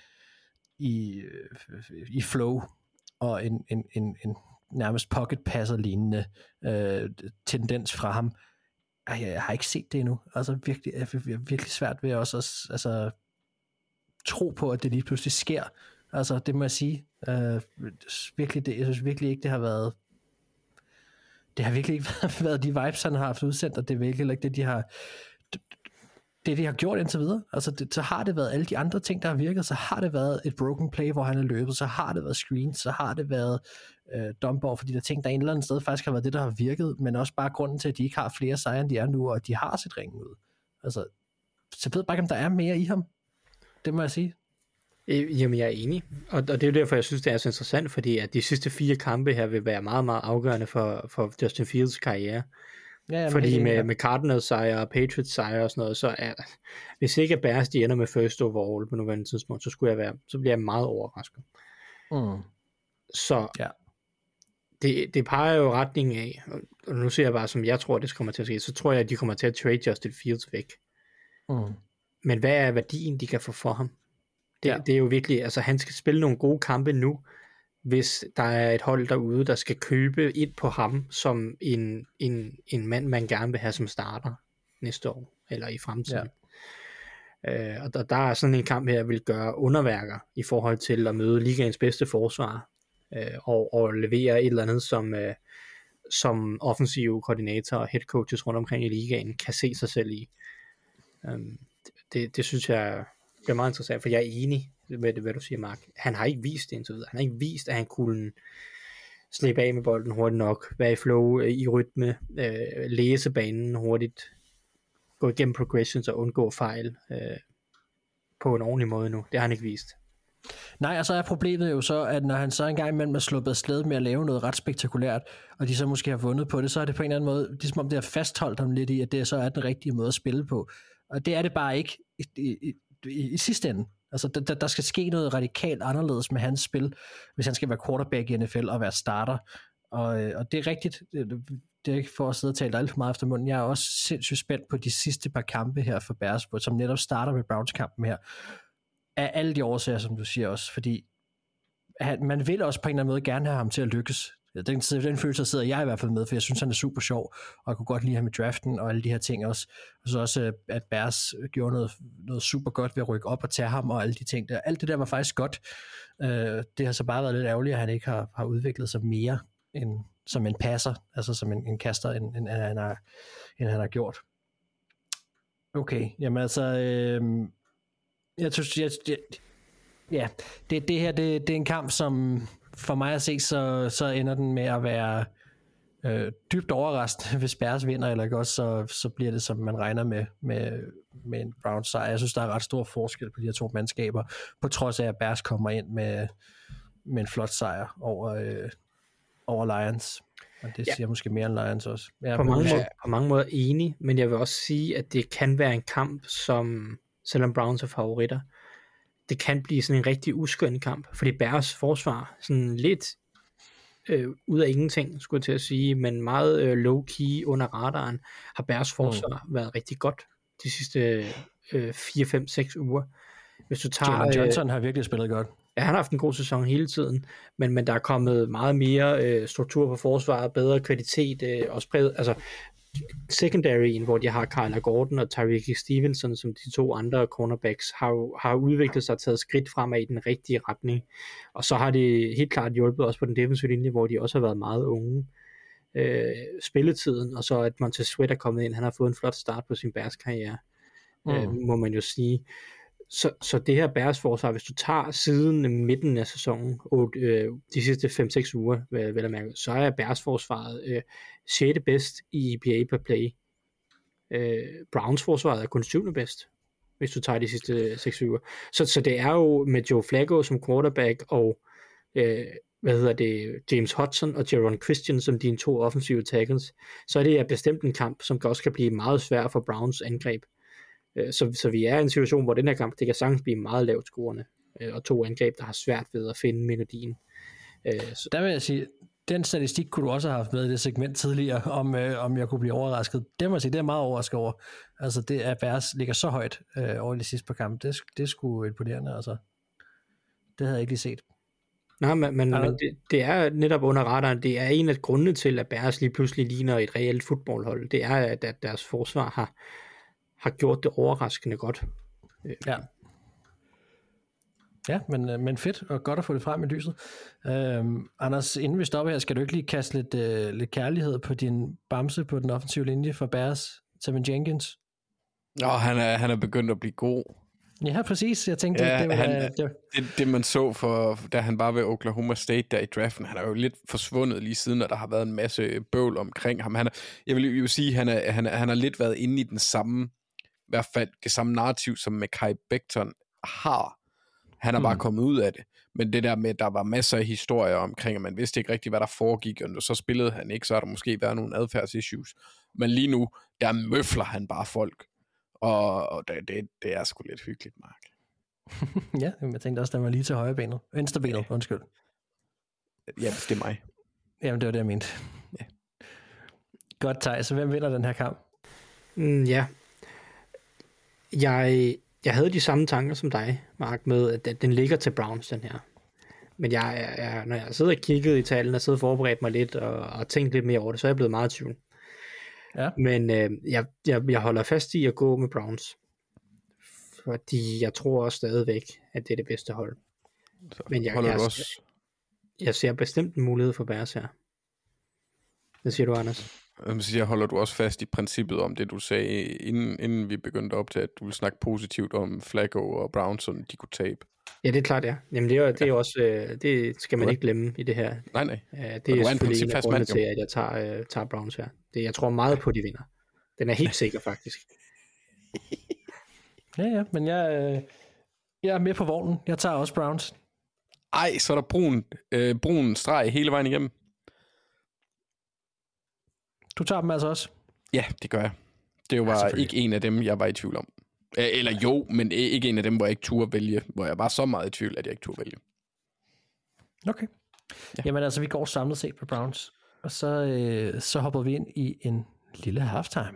i flow og en nærmest pocket passer lignende tendens fra ham. Jeg har ikke set det endnu. Altså virkelig svært ved også altså tro på, at det lige pludselig sker. Altså det må jeg sige. Virkelig, jeg synes virkelig ikke, det har været de vibes, han har haft udsendt, og det er virkelig ikke det, de har gjort indtil videre. Altså så har det været alle de andre ting, der har virket, så har det været et broken play, hvor han er løbet, så har det været screens, så har det været dump off, fordi der ting, der en eller anden sted faktisk har været det, der har virket, men også bare grunden til, at de ikke har flere sejre, end de er nu, og de har set ringen ud. Altså, så jeg ved bare ikke, om der er mere i ham. Det må jeg sige. Jamen, jeg er enig. Og det er jo derfor, jeg synes, det er så interessant, fordi at de sidste 4 kampe her vil være meget, meget afgørende for Justin Fields karriere. Ja, fordi med Cardinals sejre og Patriots sejre og sådan noget, så er hvis ikke Bears de ender med first overall på nuværende tidspunkt, så bliver jeg meget overrasket. Så ja. Det peger jo retningen af, og nu ser jeg bare, som jeg tror, det kommer til at ske, så tror jeg, at de kommer til at trade Justin Fields væk. Men hvad er værdien, de kan få for ham? Det er jo virkelig, altså han skal spille nogle gode kampe nu, hvis der er et hold derude, der skal købe ind på ham som en mand, man gerne vil have som starter næste år, eller i fremtiden. Ja. Og der er sådan en kamp her, der vil gøre underværker i forhold til at møde ligaens bedste forsvar, og levere et eller andet, som offensive koordinator og head coaches rundt omkring i ligaen kan se sig selv i. Det synes jeg er meget interessant, for jeg er enig med det, hvad du siger, Mark. Han har ikke vist det indtil videre. Han har ikke vist, at han kunne slippe af med bolden hurtigt nok, være i flow, i rytme, læse banen hurtigt, gå igennem progressions og undgå fejl på en ordentlig måde nu. Det har han ikke vist. Nej, og så er problemet jo så, at når han så engang imellem er sluppet afsted med at lave noget ret spektakulært, og de så måske har vundet på det, så er det på en eller anden måde, det er som om det har fastholdt ham lidt i, at det så er den rigtige måde at spille på. Og det er det bare ikke i sidste ende. Altså, der skal ske noget radikalt anderledes med hans spil, hvis han skal være quarterback i NFL og være starter. Og det er rigtigt. Det er ikke for at sidde og tale alt for meget efter munden. Jeg er også sindssygt spændt på de sidste par kampe her for Bears, som netop starter med Browns-kampen her. Af alle de årsager, som du siger også. Fordi man vil også på en eller anden måde gerne have ham til at lykkes. Den følelse sidder jeg i hvert fald med, for jeg synes, han er super sjov, og jeg kunne godt lide ham i draften, og alle de her ting også. Og så også, at Bears gjorde noget super godt ved at rykke op og tage ham, og alle de ting der. Alt det der var faktisk godt. Det har så bare været lidt ærgerligt, at han ikke har udviklet sig mere som en passer, altså som en kaster, end han har gjort. Okay, jamen altså, jeg synes, det her, det er en kamp, som for mig at se, så ender den med at være dybt overraskende, hvis Bears vinder, eller ikke også, så bliver det, som man regner med en Browns sejr. Jeg synes, der er ret stor forskel på de her to mandskaber, på trods af, at Bears kommer ind med en flot sejr over Lions. Og det siger måske mere end Lions også. På mange måder enig, men jeg vil også sige, at det kan være en kamp, som, selvom Browns er favoritter, det kan blive sådan en rigtig uskøn kamp, fordi Bears forsvar, sådan lidt ud af ingenting, skulle jeg til at sige, men meget low-key under radaren, har Bears forsvar været rigtig godt de sidste 4, 5, 6 uger. Hvis du tager, Jalen Johnson har virkelig spillet godt. Ja, han har haft en god sæson hele tiden, men der er kommet meget mere struktur på forsvaret, bedre kvalitet, også bredt, altså secondaryen, hvor de har Kyler Gordon og Tyreek Stevenson som de to andre cornerbacks, har udviklet sig og taget skridt fremad i den rigtige retning. Og så har det helt klart hjulpet også på den defensive linje, hvor de også har været meget unge. Spilletiden, og så at Montez Sweat er kommet ind, han har fået en flot start på sin Bears karriere. må man jo sige. Så det her Bears forsvar, hvis du tager siden midten af sæsonen, og de sidste 5-6 uger, vel at mærke, så er Bears forsvaret 6. bedst i EPA per play. Browns forsvaret er kun 7. bedst, hvis du tager de sidste 6 uger. Så det er jo med Joe Flacco som quarterback, og James Hudson og Jaron Christian som dine 2 offensive tackles, så er det bestemt en kamp, som også kan blive meget svær for Browns angreb. Så vi er i en situation, hvor den her kamp, det kan sagtens blive meget lavt scorende, og 2 angreb, der har svært ved at finde melodien. Der vil jeg sige, den statistik kunne du også have haft med i det segment tidligere, om jeg kunne blive overrasket. Det må jeg sige, det er meget overrasket over. Altså det at Bears ligger så højt over det sidste par kampe, det er sgu imponerende. Altså. Det havde jeg ikke lige set. Nej, men det er netop under radaren. Det er en af grundene til, at Bears lige pludselig ligner et reelt fodboldhold. Det er, at deres forsvar har gjort det overraskende godt. Ja. Ja, men fedt, og godt at få det frem i lyset. Anders, inden vi stopper her, skal du ikke lige kaste lidt kærlighed på din bamse på den offensive linje for Bears, Tevin Jenkins? Han er begyndt at blive god. Ja, præcis. Jeg tænkte, det man så for, da han var ved Oklahoma State der i draften, han er jo lidt forsvundet lige siden, og der har været en masse bøvl omkring ham. Jeg vil jo sige, han har lidt været inde i den samme, i hvert fald det samme narrativ, som Mekhi Becton har. Han er bare kommet ud af det. Men det der med, at der var masser af historier omkring, og man vidste ikke rigtigt, hvad der foregik, og så spillede han ikke, så har der måske været nogle adfærdsissues. Men lige nu, der møfler han bare folk. Og det er sgu lidt hyggeligt, Mark. Ja, jeg tænkte også, der var lige til højre benet. Venstrebenet, undskyld. Ja, det er mig. Jamen, det var det, jeg mente. Ja. Godt, Thijs. Så hvem vinder den her kamp? Ja. Jeg havde de samme tanker som dig, Mark, med at den ligger til Browns, den her. Men når jeg sidder og kigget i tallene og sidder og forberedt mig lidt og tænkt lidt mere over det, så er jeg blevet meget i tvivl. Ja. Men jeg holder fast i at gå med Browns. Fordi jeg tror også stadigvæk, at det er det bedste hold. Så men jeg ser bestemt en mulighed for Bears her. Hvad siger du, Anders? Jeg holder du også fast i princippet om det, du sagde, inden vi begyndte op til, at du ville snakke positivt om Flacco og Browns, så de kunne tabe. Ja, det er klart, ja. Jamen, det er også, det skal man ikke glemme i det her. Nej. Det er selvfølgelig en af grundene til, at jeg tager Browns her. Jeg tror meget på, at de vinder. Den er helt sikker, faktisk. Ja, men jeg er med på vognen. Jeg tager også Browns. Ej, så er der brun streg hele vejen igennem. Du tager dem altså også? Ja, det gør jeg. Det var ikke en af dem, jeg var i tvivl om. Eller jo, men ikke en af dem, hvor jeg ikke turde vælge. Hvor jeg var så meget i tvivl, at jeg ikke turde vælge. Okay. Ja. Jamen altså, vi går samlet set på Browns. Og så hopper vi ind i en lille halftime.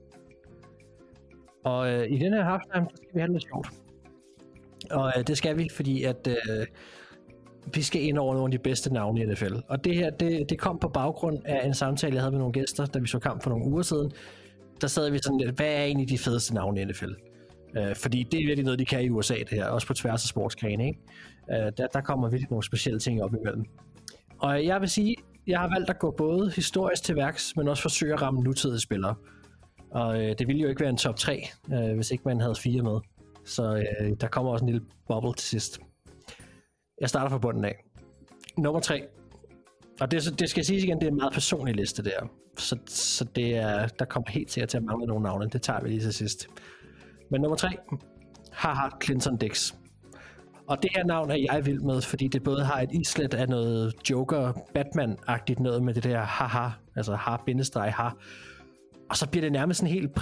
Og i den her halftime, så skal vi have det lidt sjovt. Og det skal vi, fordi at vi skal ind over nogle af de bedste navne i NFL. Og det her, det kom på baggrund af en samtale, jeg havde med nogle gæster, da vi så kamp for nogle uger siden. Der sad vi sådan lidt, hvad er egentlig de fedeste navne i NFL? Fordi det er virkelig noget, de kan i USA, det her. Også på tværs af sportsgrene, ikke? Der kommer virkelig nogle specielle ting op imellem. Og jeg vil sige, jeg har valgt at gå både historisk til værks, men også forsøge at ramme nutidige spillere. Og det ville jo ikke være en top 3, hvis ikke man havde 4 med. Så der kommer også en lille bubble til sidst. Jeg starter fra bunden af. Nummer 3. Og det skal siges igen, det er en meget personlig liste der. Så det er, der kommer helt sikkert til at mangle nogle navne. Det tager vi lige til sidst. Men nummer 3. Clinton Dix. Og det her navn er jeg vild med, fordi det både har et islet af noget Joker-Batman-agtigt noget med det der haha, altså ha-ha. Og så bliver det nærmest sådan helt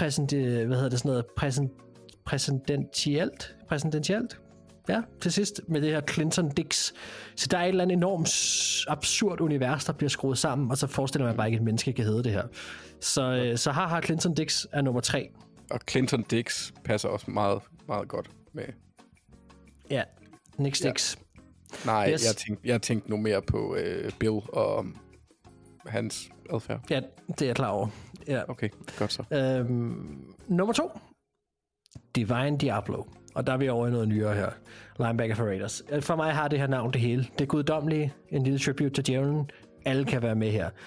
præsidentielt. Ja, til sidst med det her Clinton Dix. Så der er et eller andet enormt absurd univers, der bliver skruet sammen, og så forestiller man bare ikke, at et menneske kan hedde det her. Så haha, Clinton Dix er nummer 3. Og Clinton Dix passer også meget, meget godt med. Ja, Nick Dix. Ja. Nej, yes. jeg tænkte nu mere på Bill og hans adfærd. Ja, det er jeg klar over. Ja. Okay, godt så. Nummer 2. Divine Diablo. Og der er vi over i noget nyere her. Linebacker for Raiders. For mig har det her navn det hele. Det er guddommelige, en lille tribute til djævlen. Alle kan være med her.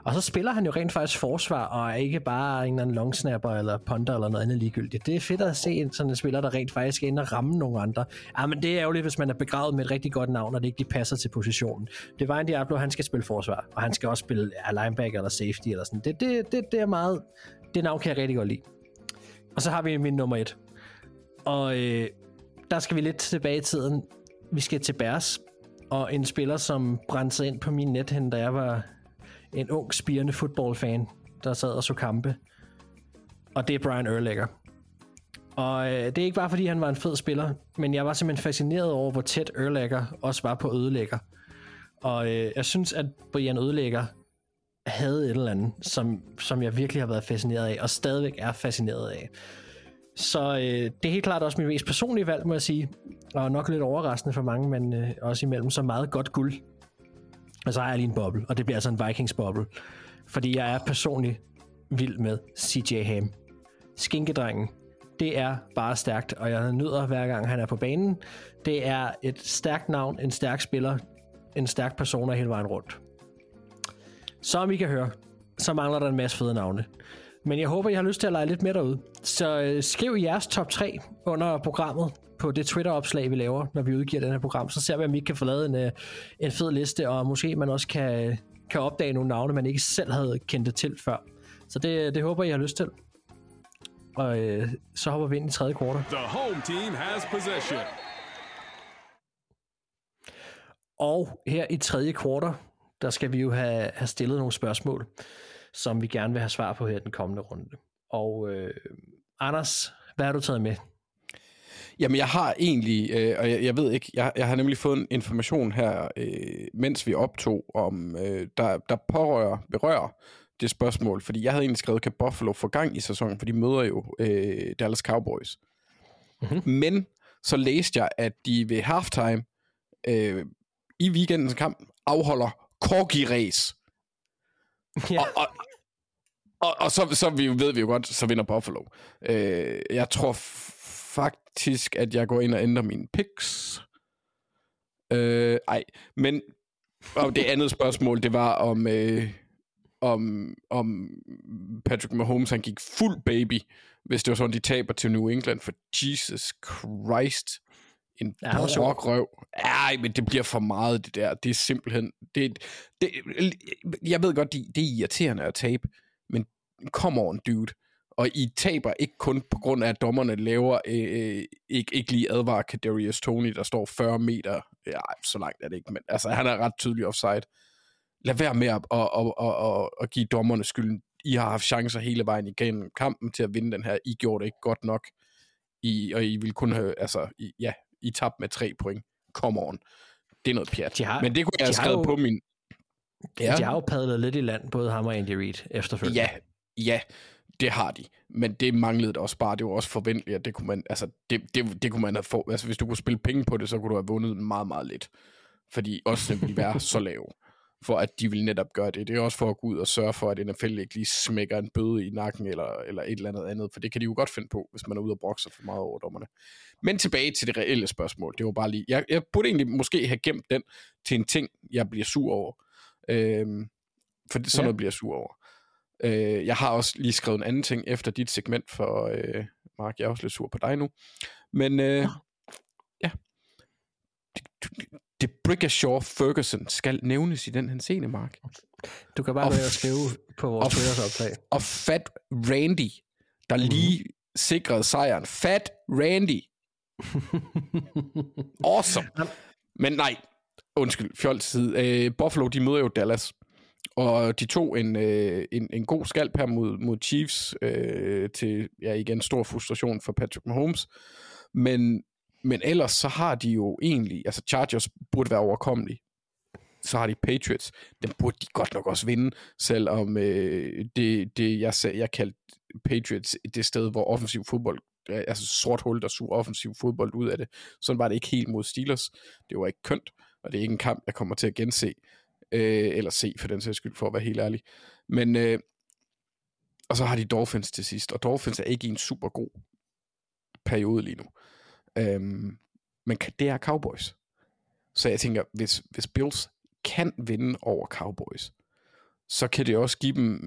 Og så spiller han jo rent faktisk forsvar, og er ikke bare en eller anden longsnapper eller punter eller noget andet ligegyldigt. Det er fedt at se sådan en spiller, der rent faktisk er inde og ramme nogle andre. Ja, men det er ærgerligt, hvis man er begravet med et rigtig godt navn, og det ikke de passer til positionen. Det var en Diablo, han skal spille forsvar, og han skal også spille linebacker eller safety eller sådan. Det er meget... Det navn kan jeg rigtig godt lide. Og så har vi min nummer 1. Og der skal vi lidt tilbage i tiden. Vi skal til Bears, og en spiller, som brændte sig ind på min nethænde, da jeg var en ung, spirende fodboldfan, der sad og så kampe. Og det er Brian Urlacher. Og det er ikke bare, fordi han var en fed spiller, men jeg var simpelthen fascineret over, hvor tæt Urlacher også var på ødelægger. Og jeg synes, at Brian Urlacher havde et eller andet, som jeg virkelig har været fascineret af, og stadigvæk er fascineret af. Så det er helt klart også mit mest personlige valg, må jeg sige, og nok lidt overraskende for mange, men også imellem så meget godt guld. Og så har jeg lige en boble, og det bliver altså en Vikings-boble, fordi jeg er personligt vild med CJ Ham. Skinkedrengen, det er bare stærkt, og jeg nyder hver gang han er på banen. Det er et stærkt navn, en stærk spiller, en stærk person hele vejen rundt. Som I kan høre, så mangler der en masse fede navne. Men jeg håber, I har lyst til at lege lidt med derude. Så skriv jeres top 3 under programmet på det Twitter-opslag, vi laver, når vi udgiver den her program. Så ser vi, om I kan få lavet en fed liste, og måske man også kan opdage nogle navne, man ikke selv havde kendt det til før. Så det håber I har lyst til. Og så hopper vi ind i tredje kvartal. The home team has possession. Og her i tredje kvartal, der skal vi jo have stillet nogle spørgsmål, som vi gerne vil have svar på her den kommende runde. Og Anders, hvad har du taget med? Jamen, jeg har egentlig, og jeg ved ikke, jeg har nemlig fået en information her, mens vi optog, om der berører det spørgsmål, fordi jeg havde egentlig skrevet, kan Buffalo få gang i sæsonen, for de møder jo Dallas Cowboys. Mm-hmm. Men så læste jeg, at de ved halftime i weekendens kamp afholder corgi-race. Ja. Og så ved vi jo godt, så vinder Buffalo. Jeg tror faktisk, at jeg går ind og ændrer mine picks. Men og det andet spørgsmål, det var om Patrick Mahomes, han gik fuld baby, hvis det var sådan, de taber til New England, for Jesus Christ, en brokrøv. Ej, men det bliver for meget, det der. Det er simpelthen... jeg ved godt, det er irriterende at tabe, men come on, dude. Og I taber ikke kun på grund af, at dommerne laver ikke lige advarer Kadarius Toney, der står 40 meter. Ja, så langt er det ikke, men altså, han er ret tydelig offside. Lad være med at give dommerne skylden. I har haft chancer hele vejen igennem kampen til at vinde den her. I gjorde det ikke godt nok. Og I ville kun have... Altså, I tabte med 3 point. Come on. Det er noget pjat. Men det kunne jeg have skrevet på min... Ja. De har jo padlet lidt i land, både ham og Andy Reid efterfølgende. Ja, det har de. Men det manglede det også bare. Det var også forventeligt, at det kunne man... Altså, det kunne man have fået... Altså, hvis du kunne spille penge på det, så kunne du have vundet meget, meget lidt. Fordi også ville være så lav, for at de vil netop gøre det. Det er også for at gå ud og sørge for, at NFL ikke lige smækker en bøde i nakken, eller et eller andet, for det kan de jo godt finde på, hvis man er ude og brokse for meget over dommerne. Men tilbage til det reelle spørgsmål. Det var bare lige... Jeg burde egentlig måske have gemt den til en ting, jeg bliver sur over. For sådan noget bliver jeg sur over. Jeg har også lige skrevet en anden ting efter dit segment for Mark. Jeg er også lidt sur på dig nu. Men ja. Det Brickashaw Ferguson skal nævnes i den henseende, Mark. Du kan bare være at skrive på vores Twitter-opslag. Og Fat Randy, der lige sikrede sejren. Fat Randy. Awesome. Men nej, undskyld, fjols side. Buffalo, de møder jo Dallas. Og de tog en god skalp her mod Chiefs til, igen, stor frustration for Patrick Mahomes. Men ellers så har de jo egentlig, altså Chargers burde være overkommelige. Så har de Patriots. Den burde de godt nok også vinde, selvom jeg kaldte Patriots det sted, hvor offensiv fodbold, altså sort hul, der suger offensiv fodbold ud af det. Sådan var det ikke helt mod Steelers. Det var ikke kønt, og det er ikke en kamp, jeg kommer til at gense. Eller se for den sags skyld, for at være helt ærlig. Men og så har de Dolphins til sidst, og Dolphins er ikke i en super god periode lige nu. Men det er Cowboys. Så jeg tænker, hvis Bills kan vinde over Cowboys, så kan det også give dem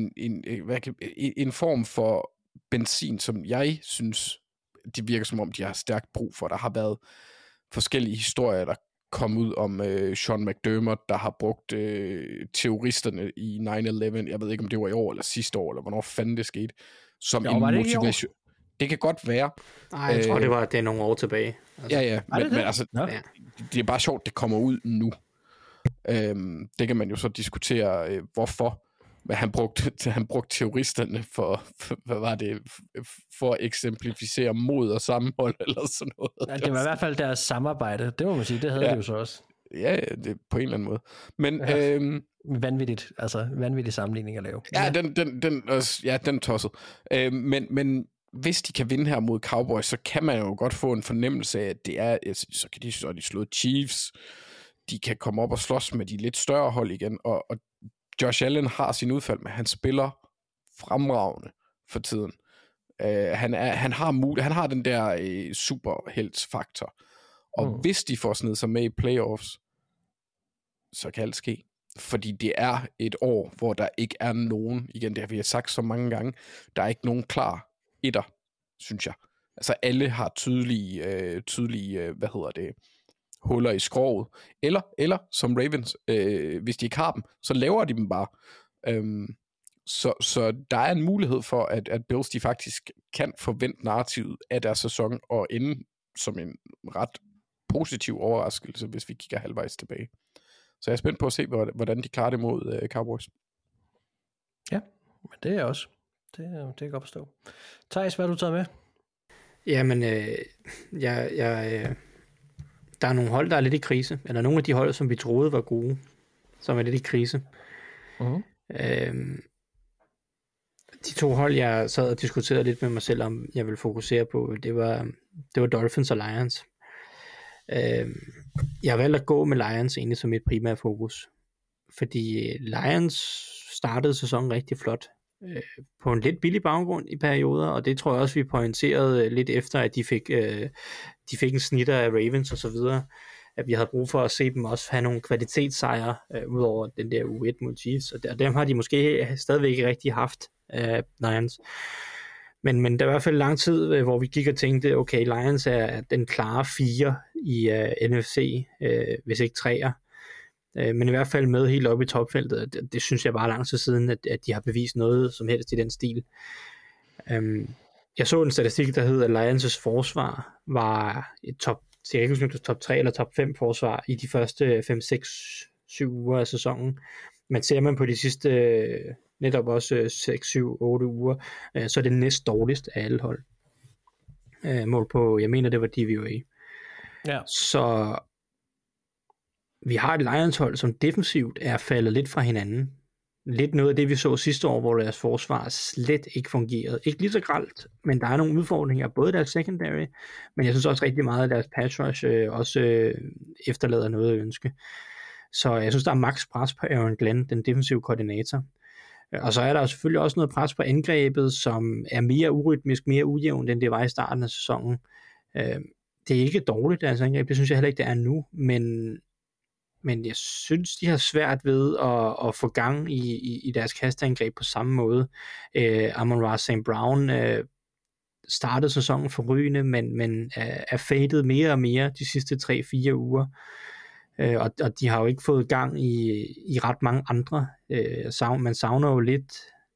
en form for benzin, som jeg synes, det virker som om, de har stærkt brug for. Der har været forskellige historier, der kom ud om Sean McDermott, der har brugt terroristerne i 9/11. Jeg ved ikke, om det var i år eller sidste år, eller hvornår fanden det skete. Som en motivation. Det kan godt være. Nej, jeg tror, det er nogle år tilbage. Altså. Ja, men altså, det er bare sjovt, det kommer ud nu. Det kan man jo så diskutere, hvorfor. Men han brugte terroristerne for hvad var det, for at eksemplificere mod og sammenhold, eller sådan noget. Ja, det var i hvert fald deres samarbejde. Det må man sige, det havde de jo så også. Ja, det på en eller anden måde. Men, vanvittig sammenligning at lave. Ja, den tosset. Men hvis de kan vinde her mod Cowboys, så kan man jo godt få en fornemmelse af, at det er, så kan de slå Chiefs, de kan komme op og slås med de lidt større hold igen, og Josh Allen har sin udfald, men han spiller fremragende for tiden. Han har den der superheltsfaktor, og hvis de får snedet sig med i playoffs, så kan alt ske. Fordi det er et år, hvor der ikke er nogen, igen, det har vi sagt så mange gange, der er ikke nogen klar etter, synes jeg. Altså alle har tydelige huller i skroget, eller som Ravens, hvis de ikke har dem, så laver de dem bare. Så der er en mulighed for, at Bills de faktisk kan forvente narrativet af deres sæson, og ende som en ret positiv overraskelse, hvis vi kigger halvvejs tilbage. Så jeg er spændt på at se, hvordan de klarer det mod Cowboys. Ja, men det er jeg også. Det kan jeg godt forstå. Thijs, hvad har du taget med? Jamen, der er nogle hold, der er lidt i krise. Eller nogle af de hold, som vi troede var gode, som er lidt i krise. De to hold, jeg sad og diskuterede lidt med mig selv, om jeg ville fokusere på, det var Dolphins og Lions. Jeg valgte at gå med Lions egentlig som et primært fokus. Fordi Lions startede sæsonen rigtig flot. På en lidt billig baggrund i perioder, og det tror jeg også, vi pointerede lidt efter, at de fik en snitter af Ravens og så videre, at vi havde brug for at se dem også have nogle kvalitetssejre ud over den der U1 mod Chiefs, og dem har de måske stadigvæk ikke rigtig haft, Lions. Men der var i hvert fald lang tid, hvor vi gik og tænkte, okay, Lions er den klare 4 i NFC, hvis ikke 3'er. Men i hvert fald med helt oppe i topfeltet. Det synes jeg bare lang tid siden, at de har bevist noget som helst i den stil. Jeg så en statistik, der hed, at Lions' forsvar var et top 3 eller top 5 forsvar i de første 5, 6, 7 uger af sæsonen. Men ser man på de sidste netop også 6, 7, 8 uger, så er det næst dårligst af alle hold. Mål på, jeg mener det var DVOA. Ja. Så vi har et Lions-hold, som defensivt er faldet lidt fra hinanden. Lidt noget af det, vi så sidste år, hvor deres forsvar slet ikke fungerede. Ikke lige så grelt, men der er nogle udfordringer, både deres secondary, men jeg synes også rigtig meget, at deres pass rush også efterlader noget at ønske. Så jeg synes, der er max pres på Aaron Glenn, den defensive koordinator. Og så er der selvfølgelig også noget pres på angrebet, som er mere urytmisk, mere ujævnt, end det var i starten af sæsonen. Det er ikke dårligt, deres angreb, det synes jeg heller ikke, det er nu, men jeg synes, de har svært ved at få gang i deres kasteangreb på samme måde. Amon-Ra St. Brown startede sæsonen forrygende, men er fadet mere og mere de sidste 3-4 uger. Og de har jo ikke fået gang i ret mange andre. Man savner jo lidt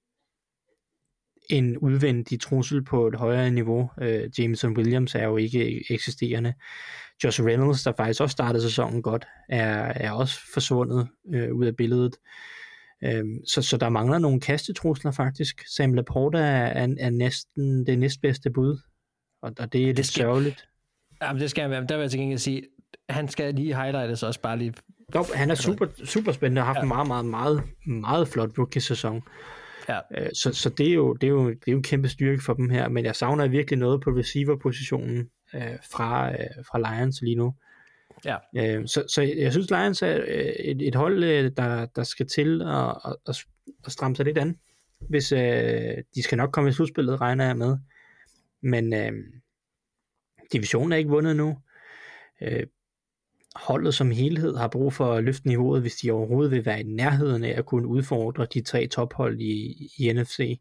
en udvendig trussel på et højere niveau. Jameson Williams er jo ikke eksisterende. Josh Reynolds, der faktisk også startede sæsonen godt, er også forsvundet ud af billedet. Så der mangler nogle kastetrusler faktisk. Sam Laporta er næsten det næstbedste bud, og det er lidt sørgeligt. Jamen det skal han være, der vil jeg til gengæld sige, han skal lige highlightes også bare lige. Jo, han er super spændende og har haft en meget, meget, meget, meget flot rookie-sæson. Ja. Så det er jo en kæmpe styrke for dem her, men jeg savner virkelig noget på receiver-positionen fra Lions lige nu. Ja. Så jeg synes, Lions er et hold, der skal til at stramme sig lidt an, hvis de skal nok komme i slutspillet, regner jeg med. Men divisionen er ikke vundet nu. holdet som helhed har brug for at løfte niveauet, hvis de overhovedet vil være i nærheden af at kunne udfordre de 3 tophold i NFC.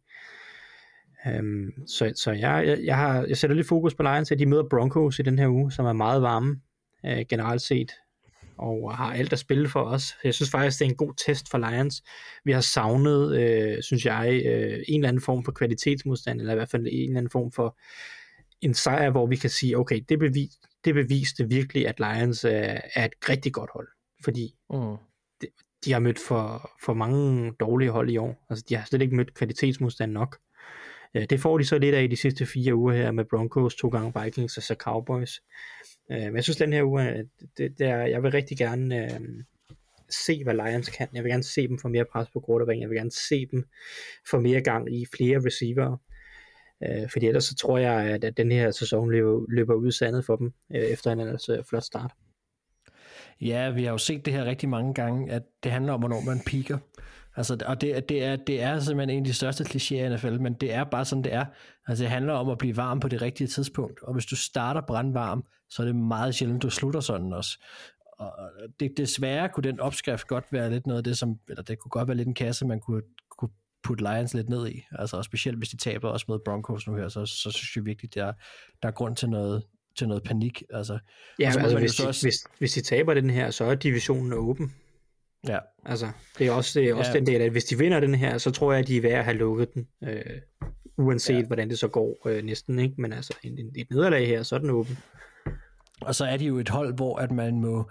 Så jeg sætter lidt fokus på Lions, at de møder Broncos i den her uge, som er meget varme generelt set, og har alt at spille for os. Jeg synes faktisk, det er en god test for Lions. Vi har savnet, synes jeg, en eller anden form for kvalitetsmodstand, eller i hvert fald en eller anden form for en sejr, hvor vi kan sige, okay, det beviste virkelig, at Lions er et rigtig godt hold, fordi de har mødt for mange dårlige hold i år. Altså, de har slet ikke mødt kvalitetsmodstand nok. Det får de så lidt af i de sidste 4 uger her med Broncos, 2 gange Vikings og så Cowboys. Men jeg synes, den her uge, jeg vil rigtig gerne se, hvad Lions kan. Jeg vil gerne se dem få mere pres på quarterback. Jeg vil gerne se dem få mere gang i flere receiver. Fordi ellers så tror jeg, at den her sæson løber ud sandet for dem, efter en ellers flot start. Ja, vi har jo set det her rigtig mange gange, at det handler om, hvornår man peaker. Altså, og det er simpelthen en af de største klichéer i NFL, men det er bare sådan, det er. Altså, det handler om at blive varm på det rigtige tidspunkt, og hvis du starter brandvarm, så er det meget sjældent, du slutter sådan også. Og desværre kunne den opskrift godt være lidt noget af det, eller det kunne godt være lidt en kasse, man kunne putte Lions lidt ned i. Altså, og specielt hvis de taber også med Broncos nu her, så synes jeg virkelig, der er grund til noget panik. Altså, ja, altså hvis de taber den her, så er divisionen åben. Ja. Altså, det er også den del af, at hvis de vinder den her, så tror jeg, at de er værd at have lukket den, uanset hvordan det så går næsten, ikke? Men altså, et nederlag her, så er den åben. Og så er de jo et hold, hvor at man må,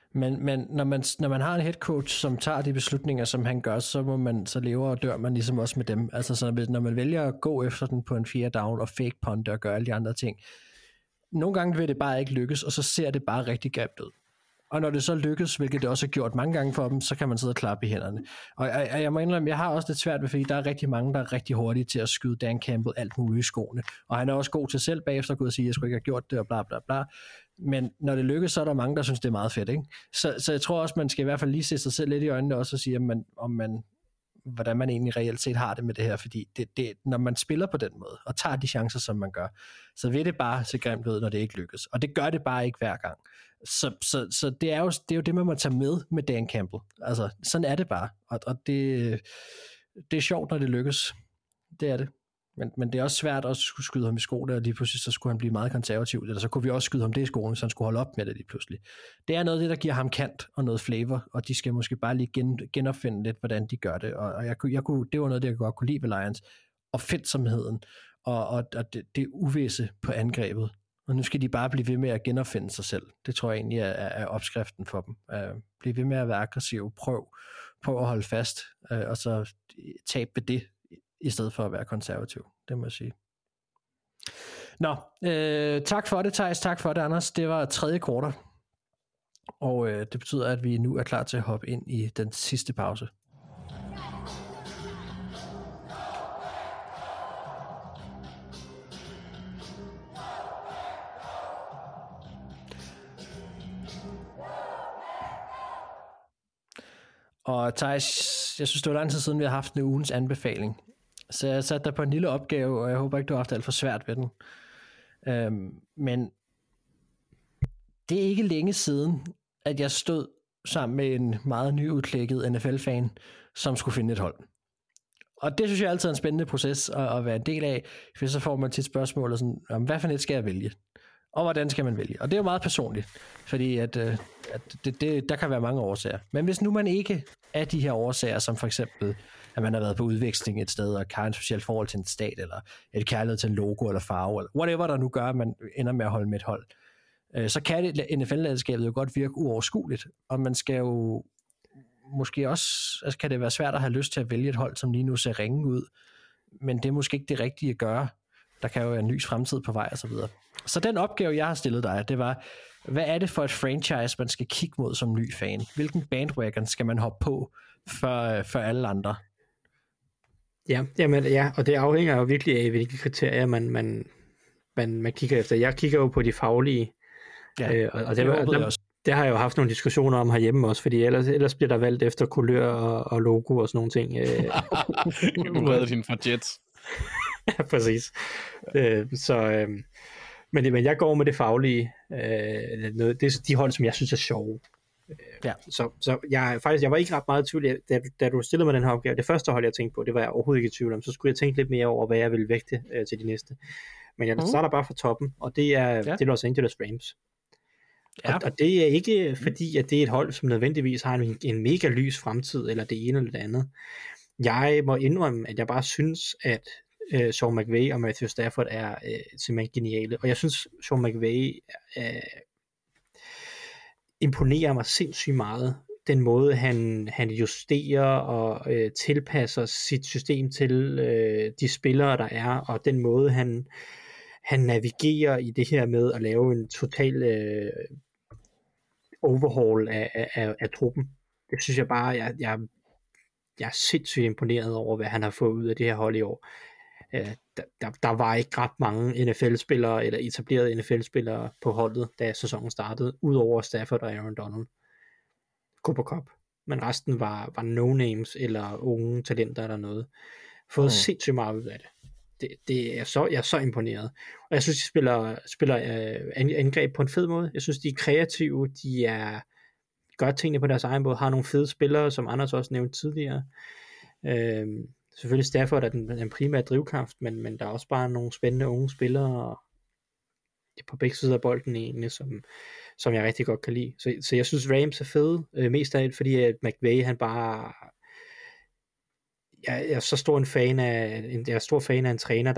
når man har en head coach, som tager de beslutninger, som han gør, så lever og dør man ligesom også med dem. Altså, så når man vælger at gå efter den på en 4. down og fake punt og gøre alle de andre ting, nogle gange vil det bare ikke lykkes, og så ser det bare rigtig grimt ud. Og når det så lykkes, hvilket det også har gjort mange gange for dem, så kan man sidde og klappe i hænderne. Og jeg må indrømme, jeg har også lidt svært ved, fordi der er rigtig mange, der er rigtig hurtige til at skyde Dan Campbell alt muligt i skoene. Og han er også god til selv bagefter at gå og sige, at jeg skulle ikke have gjort det, og bla bla bla. Men når det lykkes, så er der mange, der synes, det er meget fedt, ikke? Så jeg tror også, man skal i hvert fald lige se sig selv lidt i øjnene også og sige, hvordan man egentlig reelt set har det med det her, fordi når man spiller på den måde, og tager de chancer, som man gør, så vil det bare se grimt ud, når det ikke lykkes. Og det gør det bare ikke hver gang. Så det er jo det, man må tage med Dan Campbell. Altså, sådan er det bare. Og det er sjovt, når det lykkes. Det er det. Men det er også svært at skulle skyde ham i skoene, og lige pludselig så skulle han blive meget konservativ, eller så kunne vi også skyde ham det i skoene, så han skulle holde op med det lige pludselig. Det er noget af det, der giver ham kant og noget flavor, og de skal måske bare lige genopfinde lidt, hvordan de gør det. Og det var noget, det jeg godt kunne lide ved Lions. Opfindsomheden og det uvisse på angrebet. Og nu skal de bare blive ved med at genopfinde sig selv. Det tror jeg egentlig er opskriften for dem. Blive ved med at være aggressiv, prøv at holde fast, og så tab ved det, i stedet for at være konservativ. Det må jeg sige. Nå, tak for det, Theis. Tak for det, Anders. Det var 3. kvartal. Og det betyder, at vi nu er klar til at hoppe ind i den sidste pause. Og Theis, jeg synes, det var lang tid siden, vi har haft en ugens anbefaling. Så jeg satte dig på en lille opgave, og jeg håber ikke, du har haft alt for svært ved den. Men det er ikke længe siden, at jeg stod sammen med en meget nyudklækket NFL-fan, som skulle finde et hold. Og det synes jeg altid er en spændende proces at være en del af, for så får man tit spørgsmål, og sådan, hvad for et skal jeg vælge? Og hvordan skal man vælge? Og det er jo meget personligt, fordi at der kan være mange årsager. Men hvis nu man ikke er de her årsager, som for eksempel, at man har været på udveksling et sted, og har en specielt forhold til en stat, eller et kærlighed til en logo, eller farve, eller whatever der nu gør, at man ender med at holde med et hold, så kan det NFL-landskabet jo godt virke uoverskueligt, og man skal jo måske også, altså kan det være svært at have lyst til at vælge et hold, som lige nu ser ringe ud, men det er måske ikke det rigtige at gøre. Der kan jo være en lys fremtid på vej, og så videre. Så den opgave, jeg har stillet dig, det var, hvad er det for et franchise, man skal kigge mod som ny fan? Hvilken bandwagon skal man hoppe på for alle andre? Ja, og det afhænger jo virkelig af, hvilke kriterier man kigger efter. Jeg kigger jo på de faglige, og det har jeg jo haft nogle diskussioner om herhjemme også, fordi ellers bliver der valgt efter kulør og logo og sådan nogle ting. Du redder din fra Jets. Ja, præcis. Men jeg går med det faglige. Det er de hold, som jeg synes er sjove. Ja. Så jeg var ikke ret meget i tvivl, da du stillede mig den her opgave. Det første hold, jeg tænkte på, det var jeg overhovedet ikke i tvivl om. Så skulle jeg tænke lidt mere over, hvad jeg ville vægte til de næste. Men jeg starter bare fra toppen, og det er Los Angeles Rams. Ja. Og det er ikke fordi, at det er et hold, som nødvendigvis har en mega lys fremtid, eller det ene eller det andet. Jeg må indrømme, at jeg bare synes, at Sean McVay og Matthew Stafford er simpelthen geniale. Og jeg synes, Sean McVay imponerer mig sindssygt meget. Den måde, han justerer og tilpasser sit system til de spillere, der er, og den måde, han navigerer i det her med at lave en total overhaul af truppen. Det synes jeg bare, jeg er sindssygt imponeret over, hvad han har fået ud af det her hold i år. Der var ikke ret mange NFL-spillere, eller etablerede NFL-spillere på holdet, da sæsonen startede, udover Stafford og Aaron Donald. Cooper Kupp. Men resten var no-names, eller unge talenter, eller noget. Fået sindssygt meget ud af det. Jeg er så imponeret. Og jeg synes, de spiller angreb på en fed måde. Jeg synes, de er kreative, de gør tingene på deres egen måde, har nogle fede spillere, som Anders også nævnte tidligere. Selvfølgelig Stafford er den primære drivkraft, men der er også bare nogle spændende unge spillere på begge sider af bolden egentlig, som jeg rigtig godt kan lide. Så jeg synes Rams er fede, mest af alt fordi at McVay han bare jeg er så stor en fan af en træner,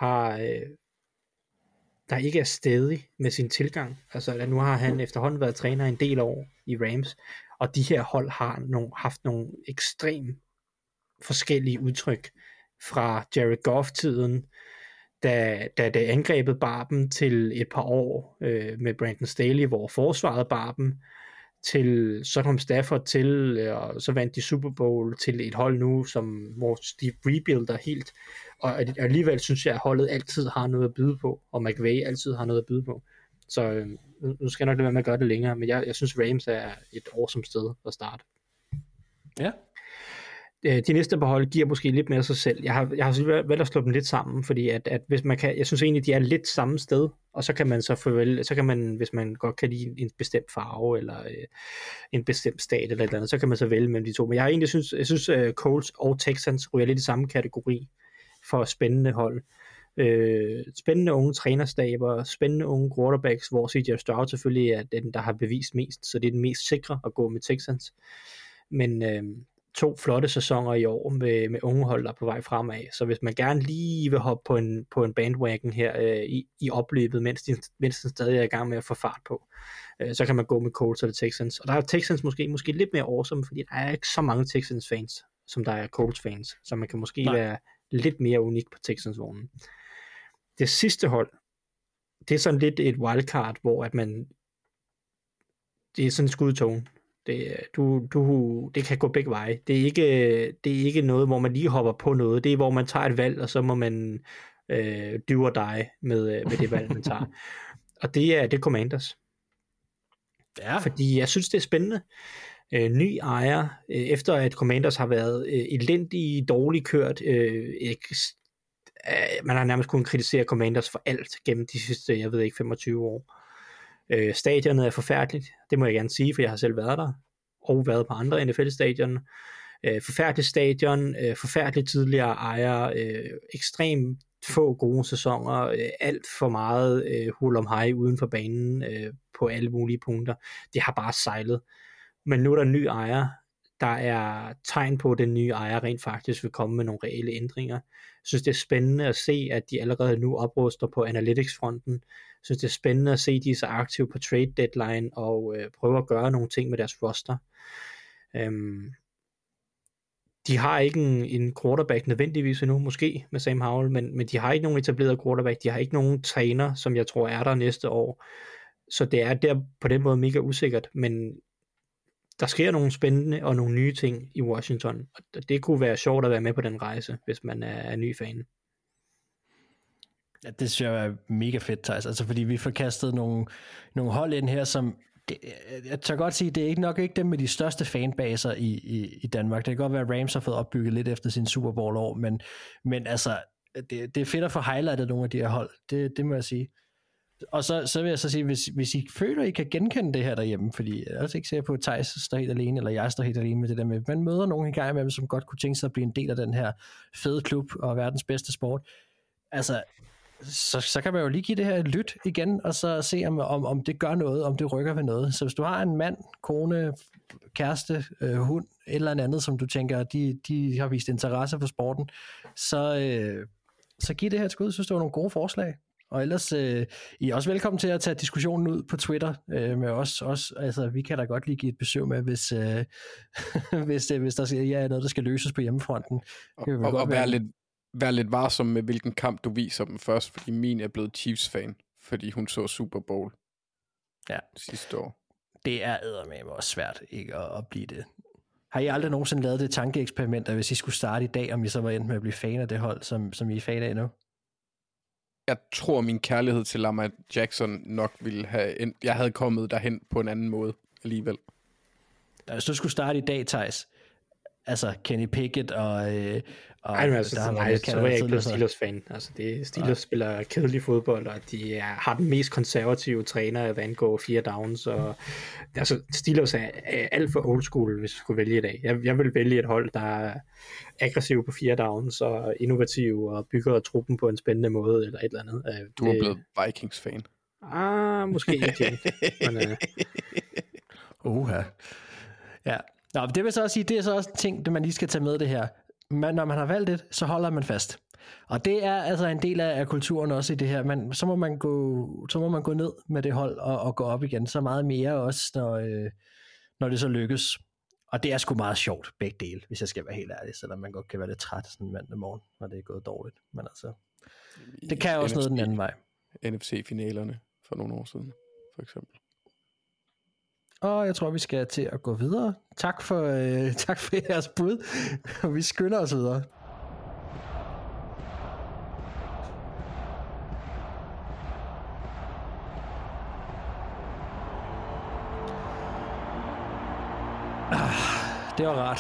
der ikke er stædig med sin tilgang. Altså nu har han efterhånden været træner en del år i Rams, og de her hold har haft nogle ekstremt forskellige udtryk fra Jared Goff-tiden, da angrebet bar dem, til et par år med Brandon Staley, hvor forsvaret bar dem, til så kom Stafford til, og så vandt de Super Bowl, til et hold nu, hvor de rebuilder helt, og alligevel synes jeg, at holdet altid har noget at byde på, og McVay altid har noget at byde på. Så nu skal jeg nok lade være med at gøre det længere, men jeg synes Rams er et awesome sted at starte. Ja. De næste på holdet giver måske lidt mere sig selv. Jeg har valgt at slå dem lidt sammen, fordi at hvis man kan, jeg synes egentlig, de er lidt samme sted, og så kan man hvis man godt kan lide en bestemt farve, eller en bestemt stat, eller et eller andet, så kan man så vælge mellem de to. Men jeg synes Colts og Texans ryger lidt i samme kategori for spændende hold. Spændende unge trænerstaber, spændende unge quarterbacks, hvor CJ Stroud selvfølgelig er den, der har bevist mest, så det er den mest sikre at gå med Texans. Men 2 flotte sæsoner i år med unge hold, der er på vej fremad. Så hvis man gerne lige vil hoppe på en bandwagon her i opløbet, mens den stadig er i gang med at få fart på, så kan man gå med Colts eller Texans. Og der er Texans måske lidt mere awesome, fordi der er ikke så mange Texans fans, som der er Colts fans. Så man kan måske være lidt mere unik på Texans-vognen. Det sidste hold, det er sådan lidt et wildcard, hvor at det er sådan en skudtone. Det kan gå begge veje. Det er ikke noget, hvor man lige hopper på noget. Det er, hvor man tager et valg, og så må man do or die med det valg, man tager. Og det er Commanders. Ja. Fordi jeg synes, det er spændende. Ny ejer, efter at Commanders har været elendige, dårligt kørt, man har nærmest kunnet kritisere Commanders for alt gennem de sidste, 25 år. Stadionet er forfærdeligt, det må jeg gerne sige, for jeg har selv været der, og været på andre NFL-stadion. Forfærdeligt stadion, forfærdeligt tidligere ejere, ekstremt få gode sæsoner, alt for meget hul om hej uden for banen på alle mulige punkter. Det har bare sejlet. Men nu er der en ny ejer. Der er tegn på, at den nye ejer rent faktisk vil komme med nogle reelle ændringer. Jeg synes, det er spændende at se, at de allerede nu opruster på analytics-fronten. Jeg synes, det er spændende at se, at de er så aktive på trade deadline og prøver at gøre nogle ting med deres roster. De har ikke en quarterback nødvendigvis endnu, måske med Sam Howell, men de har ikke nogen etableret quarterback. De har ikke nogen træner, som jeg tror er der næste år. Så det er der på den måde mega usikkert, men der sker nogle spændende og nogle nye ting i Washington, og det kunne være sjovt at være med på den rejse, hvis man er ny fan. Ja, det synes jeg er mega fedt, Thijs. Altså fordi vi får kastet nogle hold ind her, som jeg tør godt sige, det er nok ikke dem med de største fanbaser i Danmark. Det kan godt være, at Rams har fået opbygget lidt efter sin Super Bowl-år, men altså, det er fedt at få highlightet nogle af de her hold. Det må jeg sige. Og så vil jeg så sige, hvis I føler, I kan genkende det her derhjemme, fordi jeg er også ikke sikker på, at Theis står helt alene, eller jeg står helt alene med det der med, man møder nogen en gang imellem, som godt kunne tænke sig at blive en del af den her fede klub og verdens bedste sport. Altså, så kan man jo lige give det her et lyt igen, og så se, om det gør noget, om det rykker ved noget. Så hvis du har en mand, kone, kæreste, hund, et eller andet, som du tænker, de har vist interesse for sporten, så giv det her et skud. Jeg synes, det var nogle gode forslag. Og ellers, I er også velkommen til at tage diskussionen ud på Twitter med os. Altså, vi kan da godt lige give et besøg med, hvis der er noget, der skal løses på hjemmefronten. Og være lidt varsom med, hvilken kamp du viser dem først, fordi min er blevet Chiefs-fan, fordi hun så Super Bowl sidste år. Det er eddermame også svært ikke at blive det. Har I aldrig nogensinde lavet det tankeeksperiment, at hvis I skulle starte i dag, om I så var endt med at blive fan af det hold, som I er fan af nu? Jeg tror, min kærlighed til Lamar Jackson nok ville have... Jeg havde kommet derhen på en anden måde alligevel. Hvis du skulle starte i dag, Theis, altså Kenny Pickett og nej, men altså, så var jeg ikke blevet Steelers-fan. Altså, Steelers spiller kedelig fodbold, og de har den mest konservative træner, hvad angår 4 downs. Og, altså, Steelers er alt for old school, hvis jeg skulle vælge i dag. Jeg vil vælge et hold, der er aggressiv på 4 downs, og innovativ, og bygger truppen på en spændende måde, eller et eller andet. Du er blevet Vikings-fan. Måske ikke. Men, Ja. Nå, det vil så også sige, det er så også en ting, det man lige skal tage med det her. Når man har valgt det, så holder man fast. Og det er altså en del af kulturen også i det her. Så må man gå ned med det hold og gå op igen. Så meget mere også, når det så lykkes. Og det er sgu meget sjovt, begge dele, hvis jeg skal være helt ærlig. Selvom man godt kan være lidt træt sådan mandag morgen, når det er gået dårligt. Men altså, det kan også noget den anden vej. NFC-finalerne for nogle år siden, for eksempel. Og jeg tror, vi skal til at gå videre. Tak for jeres bud. Vi skynder os videre. Det var rart.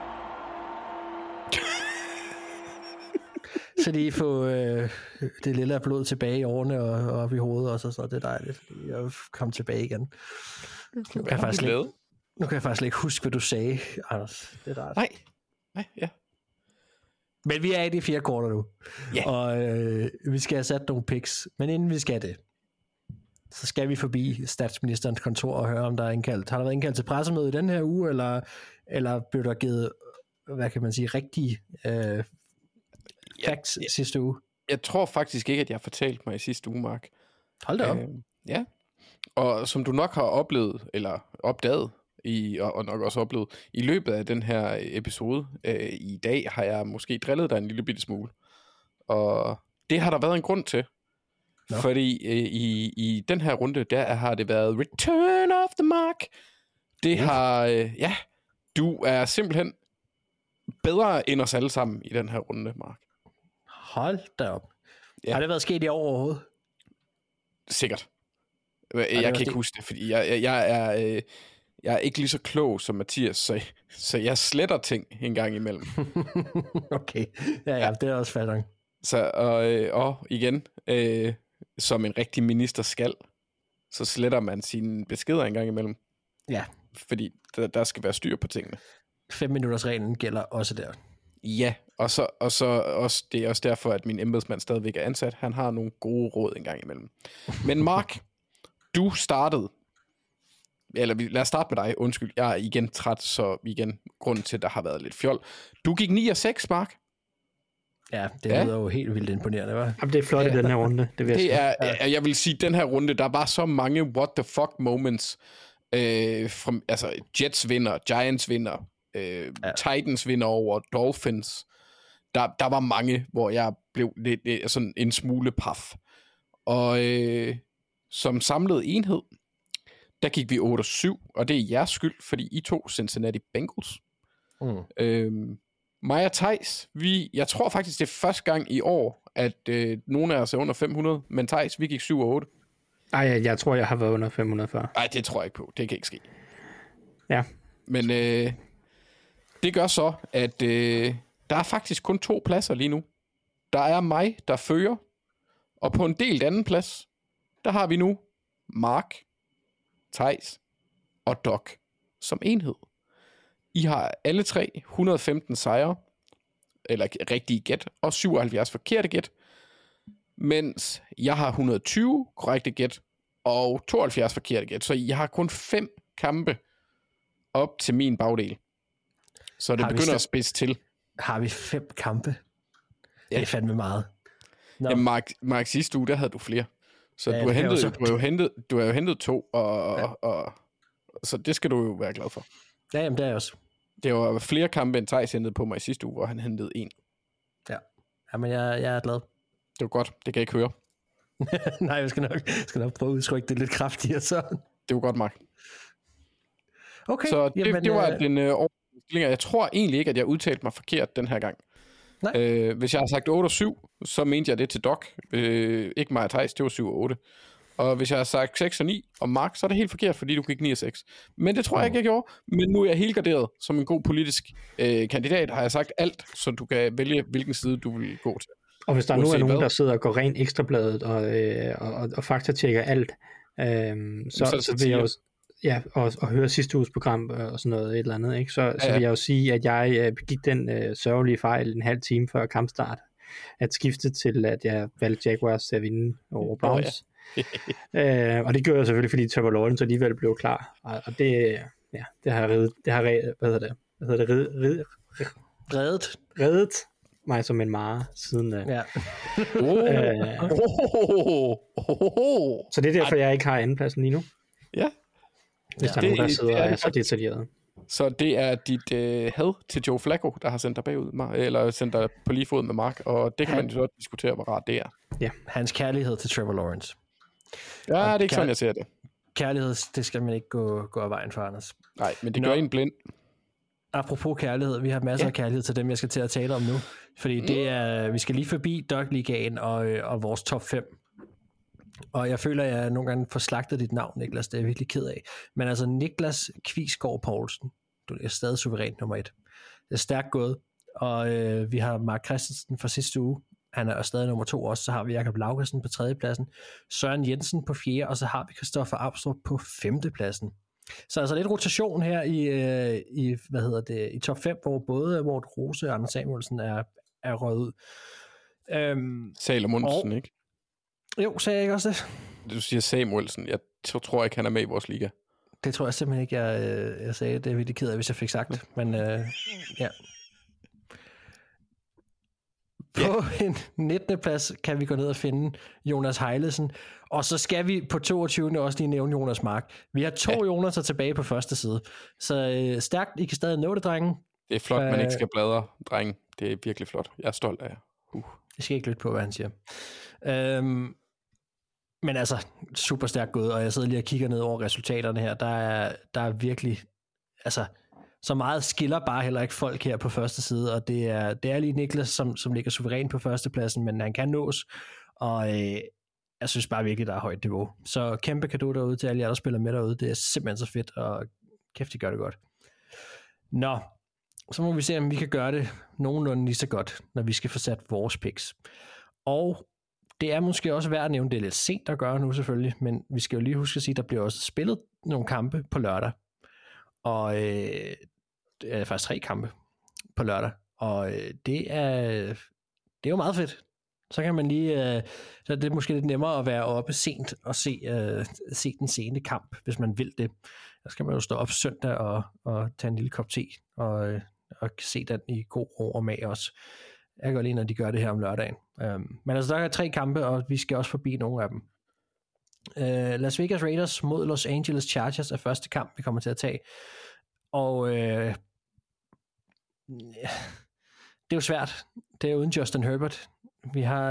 Så lige få det lille blod tilbage i årene og op i hovedet og så det er dejligt. Jeg kom tilbage igen. Nu kan jeg faktisk ikke huske, hvad du sagde, Anders. Det er dejligt. Nej, ja. Men vi er i de 4 korter nu. Yeah. Og vi skal have sat nogle picks. Men inden vi skal det, så skal vi forbi statsministerens kontor og høre, om der er indkaldt. Har der været indkaldt til pressemøde i den her uge, eller blev der givet, hvad kan man sige, rigtige facts sidste uge? Jeg tror faktisk ikke, at jeg fortalte mig i sidste uge, Mark. Hold da op. Ja. Og som du nok har oplevet, eller opdaget, og nok også oplevet, i løbet af den her episode, i dag har jeg måske drillet dig en lille bitte smule. Og det har der været en grund til. No. Fordi i den her runde, der har det været Return of the Mark. Det har, du er simpelthen bedre end os alle sammen i den her runde, Mark. Hold da op. Ja. Har det været sket i år overhovedet? Sikkert. Jeg kan ikke huske det, fordi jeg er ikke lige så klog som Mathias, så jeg sletter ting en gang imellem. Okay, ja, det er også fatteren. Så, og igen, som en rigtig minister skal, så sletter man sine beskeder en gang imellem. Ja. Fordi der skal være styr på tingene. 5-minutters reglen gælder også der. Ja, og så også, det er også derfor, at min embedsmand stadigvæk er ansat. Han har nogle gode råd en gang imellem. Men Mark, du startede, eller lad os starte med dig, undskyld, jeg er igen træt, så igen, grunden til, at der har været lidt fjol. Du gik 9-6, Mark. Ja, det lyder jo helt vildt imponerende, hva'? Jamen, det er flot i den her runde, det vil jeg sige. Jeg vil sige, den her runde, der var så mange what the fuck moments. Altså, Jets vinder, Giants vinder, Titans vinder over Dolphins. Der var mange, hvor jeg blev lidt sådan en smule paf. Og som samlet enhed, der gik vi 8-7, og det er jeres skyld, fordi I tog Cincinnati Bengals. Mig og Theis, jeg tror faktisk, det er første gang i år, at nogle af os er under 500, men Theis, vi gik 7-8. Ej, jeg tror, jeg har været under 500 før. Nej, det tror jeg ikke på. Det kan ikke ske. Ja. Men det gør så, at der er faktisk kun 2 pladser lige nu. Der er mig, der fører, og på en delt anden plads, der har vi nu Mark, Theis og Doc som enhed. I har alle 3 115 sejre, eller rigtige gæt, og 77 forkerte gæt, mens jeg har 120 korrekte gæt, og 72 forkerte gæt. Så jeg har kun 5 kampe op til min bagdel. Så det begynder at spidse til. Har vi 5 kampe? Ja. Det er fandme meget. No. Jamen, Mark, sidste uge, der havde du flere. Så ja, du har jo hentet 2, og så det skal du jo være glad for. Ja, jamen, det er jeg også. Det var flere kampe, end Theis hentede på mig i sidste uge, hvor han hentede 1. Ja, jamen jeg er glad. Det var godt, det kan jeg ikke høre. Nej, jeg skal nok prøve at udtrykke det lidt kraftigere, så. Det var godt, Mark. Okay. Så det var den overstilling. Jeg tror egentlig ikke, at jeg udtalte mig forkert den her gang. Hvis jeg har sagt 8 og 7, så mente jeg det til Doc. Ikke mig og Theis, det var 7 og 8. Og hvis jeg har sagt 6 og 9 og Mark, så er det helt forkert, fordi du gik 9 og 6. Men det tror jeg ikke, jeg gjorde. Men nu er jeg helt garderet som en god politisk kandidat, har jeg sagt alt, så du kan vælge, hvilken side du vil gå til. Og hvis der nu er nogen, der sidder og går rent Ekstrabladet og faktatjekker alt, så vil jeg også... Ja, og høre sidste uges program og sådan noget, et eller andet, ikke? Så vil jeg jo sige, at jeg begik den sørgelige fejl en halv time før kampstart, at skifte til, at jeg valgte Jaguars til at vinde over Browns. Og det gør jeg selvfølgelig, fordi Trevor Lawrence alligevel blev klar. Og det har reddet mig som en mare siden. Så det er derfor, jeg ikke har andenpladsen lige nu. Ja. Hvis der er nogen, der sidder og er så detaljeret. Så det er dit had til Joe Flacco, der har sendt dig bagud, eller sendt dig på lige fod med Mark, og det kan man jo så diskutere, hvor rart det er. Ja. Hans kærlighed til Trevor Lawrence. Ja, det er ikke sådan, jeg ser det. Kærlighed, det skal man ikke gå af vejen for, Anders. Nej, men det gør en blind. Apropos kærlighed, vi har masser af kærlighed til dem, jeg skal til at tale om nu. Fordi det er, vi skal lige forbi Dog-ligaen og vores top 5. Og jeg føler, at jeg nogle gange får slagtet dit navn, Niklas. Det er jeg virkelig ked af. Men altså, Niklas Kvisgaard Poulsen, du er stadig suverænt nummer 1. Det er stærkt gået. Og vi har Mark Christensen fra sidste uge. Han er stadig nummer 2 også. Så har vi Jakob Laugesen på 3. pladsen. Søren Jensen på 4. Og så har vi Christoffer Abstrup på 5. pladsen. Så altså lidt rotation her i top 5, hvor både Morten Rose og Anders Samuelsen er røget ud. Salomondsen, ikke? Jo, sagde jeg ikke også det? Du siger Samuelsen. Jeg tror ikke, han er med i vores liga. Det tror jeg simpelthen ikke, jeg sagde. Det er virkelig ked af, hvis jeg fik sagt. Men ja. På en 19. plads kan vi gå ned og finde Jonas Heilesen. Og så skal vi på 22. også lige nævne Jonas Mark. Vi har 2 Jonaser tilbage på første side. Så stærkt, I kan stadig nå det, drenge. Det er flot, man ikke skal bladre, drenge. Det er virkelig flot. Jeg er stolt af jer. Jeg skal ikke lytte på, hvad han siger. Men altså, super stærkt gået, og jeg sidder lige og kigger ned over resultaterne her. Der er virkelig, altså, så meget skiller bare heller ikke folk her på første side, og det er lige Niklas, som ligger suveræn på førstepladsen, men han kan nås, og jeg synes bare virkelig, der er højt niveau. Så kæmpe cadeau derude til alle jer, der spiller med derude. Det er simpelthen så fedt, og kæft, de gør det godt. Nå, så må vi se, om vi kan gøre det nogenlunde lige så godt, når vi skal få sat vores picks. Og det er måske også værd at nævne, det er lidt sent at gøre nu selvfølgelig, men vi skal jo lige huske at sige, at der bliver også spillet nogle kampe på lørdag. Og det er faktisk 3 kampe på lørdag. Og det er jo meget fedt. Så kan man lige, så det er måske lidt nemmere at være oppe sent og se den sene kamp, hvis man vil det. Så skal man jo stå op søndag og tage en lille kop te og se den i god ro og mag også. Jeg kan godt lide, når de gør det her om lørdagen. Men altså, der er 3 kampe, og vi skal også forbi nogle af dem. Las Vegas Raiders mod Los Angeles Chargers er første kamp, vi kommer til at tage. Og det er jo svært. Det er uden Justin Herbert. Vi har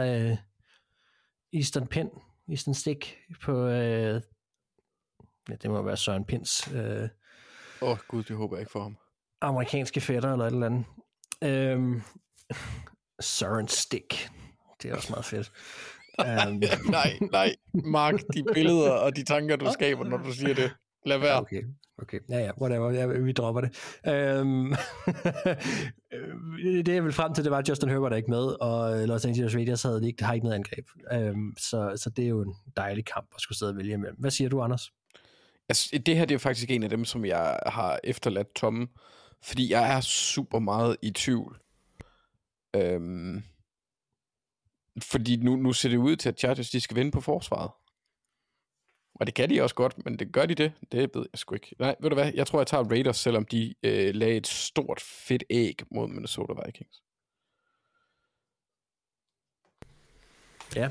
Easton Stick på... det må være Søren Pinds... Gud, det håber jeg ikke for ham. Amerikanske fætter eller et eller andet. Søren Stick. Det er også meget fedt. Nej, Mark, de billeder og de tanker, du skaber, når du siger det. Lad være. Okay. Ja, whatever. Vi dropper det. Det jeg vil frem til, det var, at Justin Herbert er ikke med, og Los Angeles Raiders har ikke noget angreb. Så det er jo en dejlig kamp at skulle sidde og vælge imellem. Hvad siger du, Anders? Altså, det her det er faktisk en af dem, som jeg har efterladt tomme, fordi jeg er super meget i tvivl. Fordi nu ser det ud til, at Chargers de skal vinde på forsvaret. Og det kan de også godt, men det gør de det? Det ved jeg sgu ikke. Nej, ved du hvad? Jeg tror, jeg tager Raiders, selvom de lagde et stort, fedt æg mod Minnesota Vikings. Ja.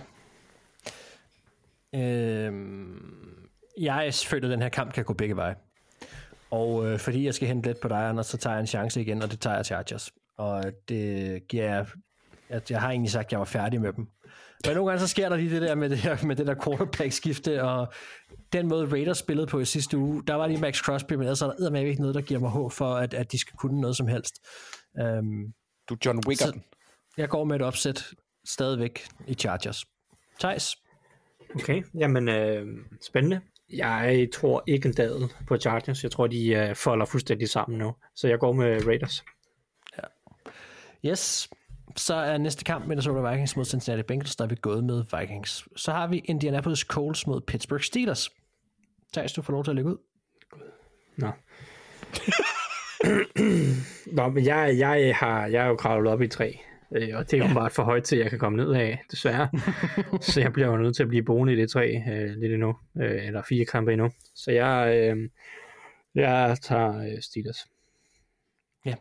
Jeg føler, at den her kamp kan gå begge veje. Og fordi jeg skal hente lidt på dig, Anders, så tager jeg en chance igen, og det tager jeg Chargers. Og det giver jeg... Jeg har egentlig sagt, at jeg var færdig med dem. Men nogle gange så sker der lige det der med det der quarterback-skifte, og den måde Raiders spillede på i sidste uge, der var lige Max Crosby, men ellers er der ikke noget, der giver mig håb for, at de skal kunne noget som helst. Du John Wickerton. Jeg går med et opsæt stadigvæk i Chargers. Thijs? Okay, jamen spændende. Jeg tror ikke en dadel på Chargers. Jeg tror, de folder fuldstændig sammen nu. Så jeg går med Raiders. Ja. Yes. Så er næste kamp Minnesota Vikings mod Cincinnati Bengals, der er vi gået med Vikings. Så har vi Indianapolis Colts mod Pittsburgh Steelers. Thijs, du får lov til at lægge ud. Nå. Nå, men jeg er jo kravlet op i 3. Og det er jo bare for højt til, at jeg kan komme ned af, desværre. Så jeg bliver jo nødt til at blive boende i det 3 lidt endnu. Eller 4 kampe endnu. Så jeg tager Steelers. Ja.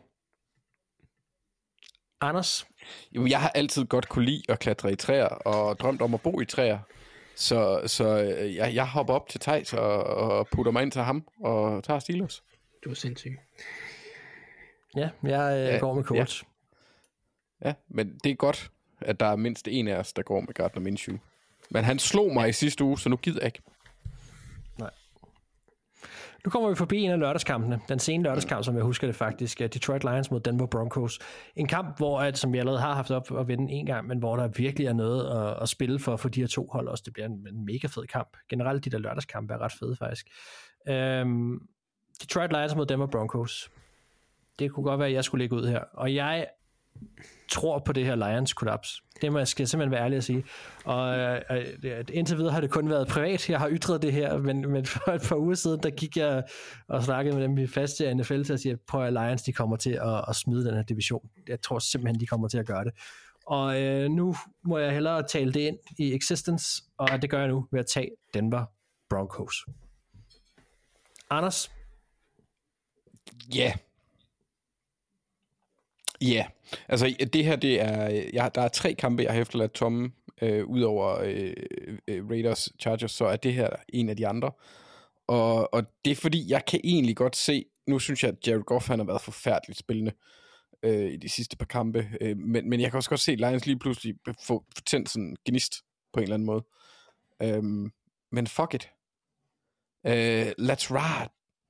Anders? Jo, jeg har altid godt kunne lide at klatre i træer, og drømt om at bo i træer. Så jeg hopper op til Thijs og putter mig ind til ham, og tager Steelers. Du er sindssyg. Ja, jeg går med Colts. Ja, men det er godt, at der er mindst en af os, der går med Gardner Minshew. Men han slog mig i sidste uge, så nu gider jeg ikke. Nej. Nu kommer vi forbi en af lørdagskampene. Den sene lørdagskamp, som jeg husker det faktisk. Detroit Lions mod Denver Broncos. En kamp, hvor, som jeg allerede har haft op at vinde en gang, men hvor der virkelig er noget at spille for de her 2 hold også. Det bliver en mega fed kamp. Generelt de der lørdagskampe er ret fede faktisk. Detroit Lions mod Denver Broncos. Det kunne godt være, at jeg skulle ligge ud her. Og jeg tror på det her Lions kollaps. Det skal jeg simpelthen være ærlig at sige. Og indtil videre har det kun været privat. Jeg har ytret det her, men for et par uger siden, der gik jeg og snakkede med dem i fast til NFL til at sige, at Lions de kommer til at smide den her division. Jeg tror simpelthen, de kommer til at gøre det. Og nu må jeg hellere tale det ind i existence, og det gør jeg nu ved at tage Denver Broncos. Anders? Ja. Ja, altså det her, det er, der er 3 kampe, jeg har efterladt tomme, udover Raiders, Chargers, så er det her en af de andre. Og det er fordi, jeg kan egentlig godt se, nu synes jeg, at Jared Goff, han har været forfærdeligt spillende i de sidste par kampe, men jeg kan også godt se, at Lions lige pludselig få tændt sådan en gnist på en eller anden måde. Men fuck it. Let's ride.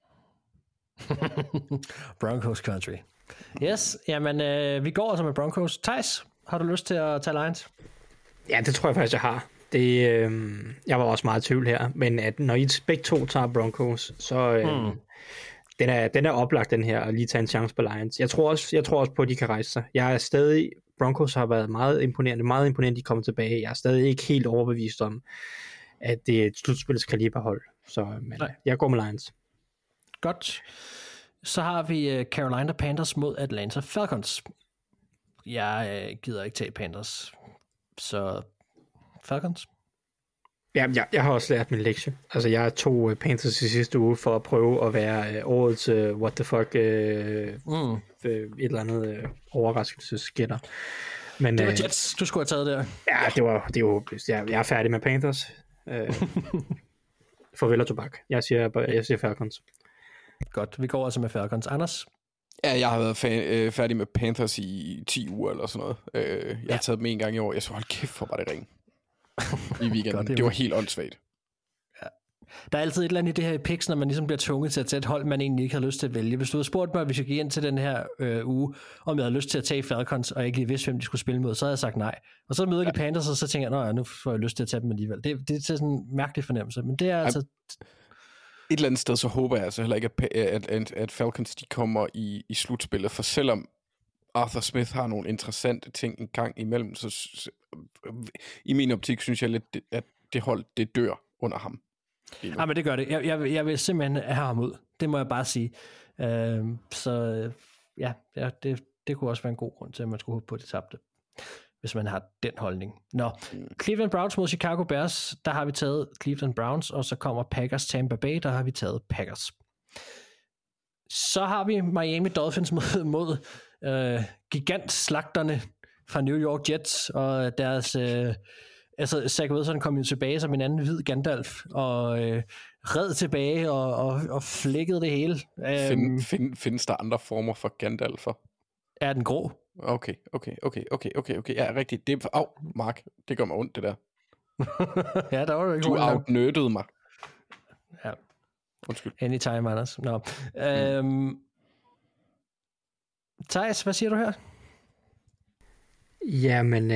Broncos country. Yes, jamen vi går altså med Broncos. Thijs, har du lyst til at tage Lions? Ja, det tror jeg faktisk, jeg har. Jeg var også meget i tvivl her, men at når I begge to tager Broncos, så den er oplagt den her, at lige tage en chance på Lions. Jeg tror også på, at de kan rejse sig. Jeg er stadig, Broncos har været meget imponerende, de kommer tilbage. Jeg er stadig ikke helt overbevist om, at det er et slutspilskaliberhold. Så men, jeg går med Lions. Godt. Så har vi Carolina Panthers mod Atlanta Falcons. Jeg gider ikke tage Panthers. Så Falcons? Ja, jeg har også lært min lektie. Altså, jeg tog Panthers i sidste uge for at prøve at være årets what the fuck et eller andet overraskelsesgætter. Men det var Jets, du skulle have taget der. Ja, det var håbløst. Jeg er færdig med Panthers. Farvel og tobak. Jeg siger Falcons. Godt, vi går altså med Falcons. Anders? Ja, jeg har været færdig med Panthers i 10 uger eller sådan noget. Jeg har taget dem en gang i år. Jeg så, hold kæft, for var det ringe i weekenden. Det var helt åndssvagt. Ja. Der er altid et eller andet i det her i picks, når man ligesom bliver tvunget til at tage et hold, man egentlig ikke har lyst til at vælge. Hvis du havde spurgt mig, hvis jeg gik ind til den her uge, om jeg havde lyst til at tage Falcons, og jeg ikke lige vidste, hvem de skulle spille mod, så havde jeg sagt nej. Og så møder de Panthers, og så tænker jeg, nu får jeg lyst til at tage dem alligevel. Det er sådan en mærkelig fornemmelse, men det er altså... Et eller andet sted, så håber jeg altså heller ikke, at Falcons de kommer i slutspillet, for selvom Arthur Smith har nogle interessante ting en gang imellem, så i min optik synes jeg lidt, at det hold, det dør under ham. Ja, men det gør det. Jeg vil simpelthen have ham ud. Det må jeg bare sige. Det kunne også være en god grund til, at man skulle håbe på, at det tabte, hvis man har den holdning. Cleveland Browns mod Chicago Bears, der har vi taget Cleveland Browns, og så kommer Packers Tampa Bay, der har vi taget Packers. Så har vi Miami Dolphins mod gigantslagterne fra New York Jets, og deres... Zach Wilson kom jo tilbage som en anden hvid Gandalf, og red tilbage og flækkede det hele. Findes der andre former for Gandalfer? Er den grå? Okay. Ja, rigtigt. Det Mark, det gør mig ondt, det der. Ja, der var jo ikke du outnørdede mig. Ja. Undskyld. Anytime, Anders. Thijs, hvad siger du her? Jamen,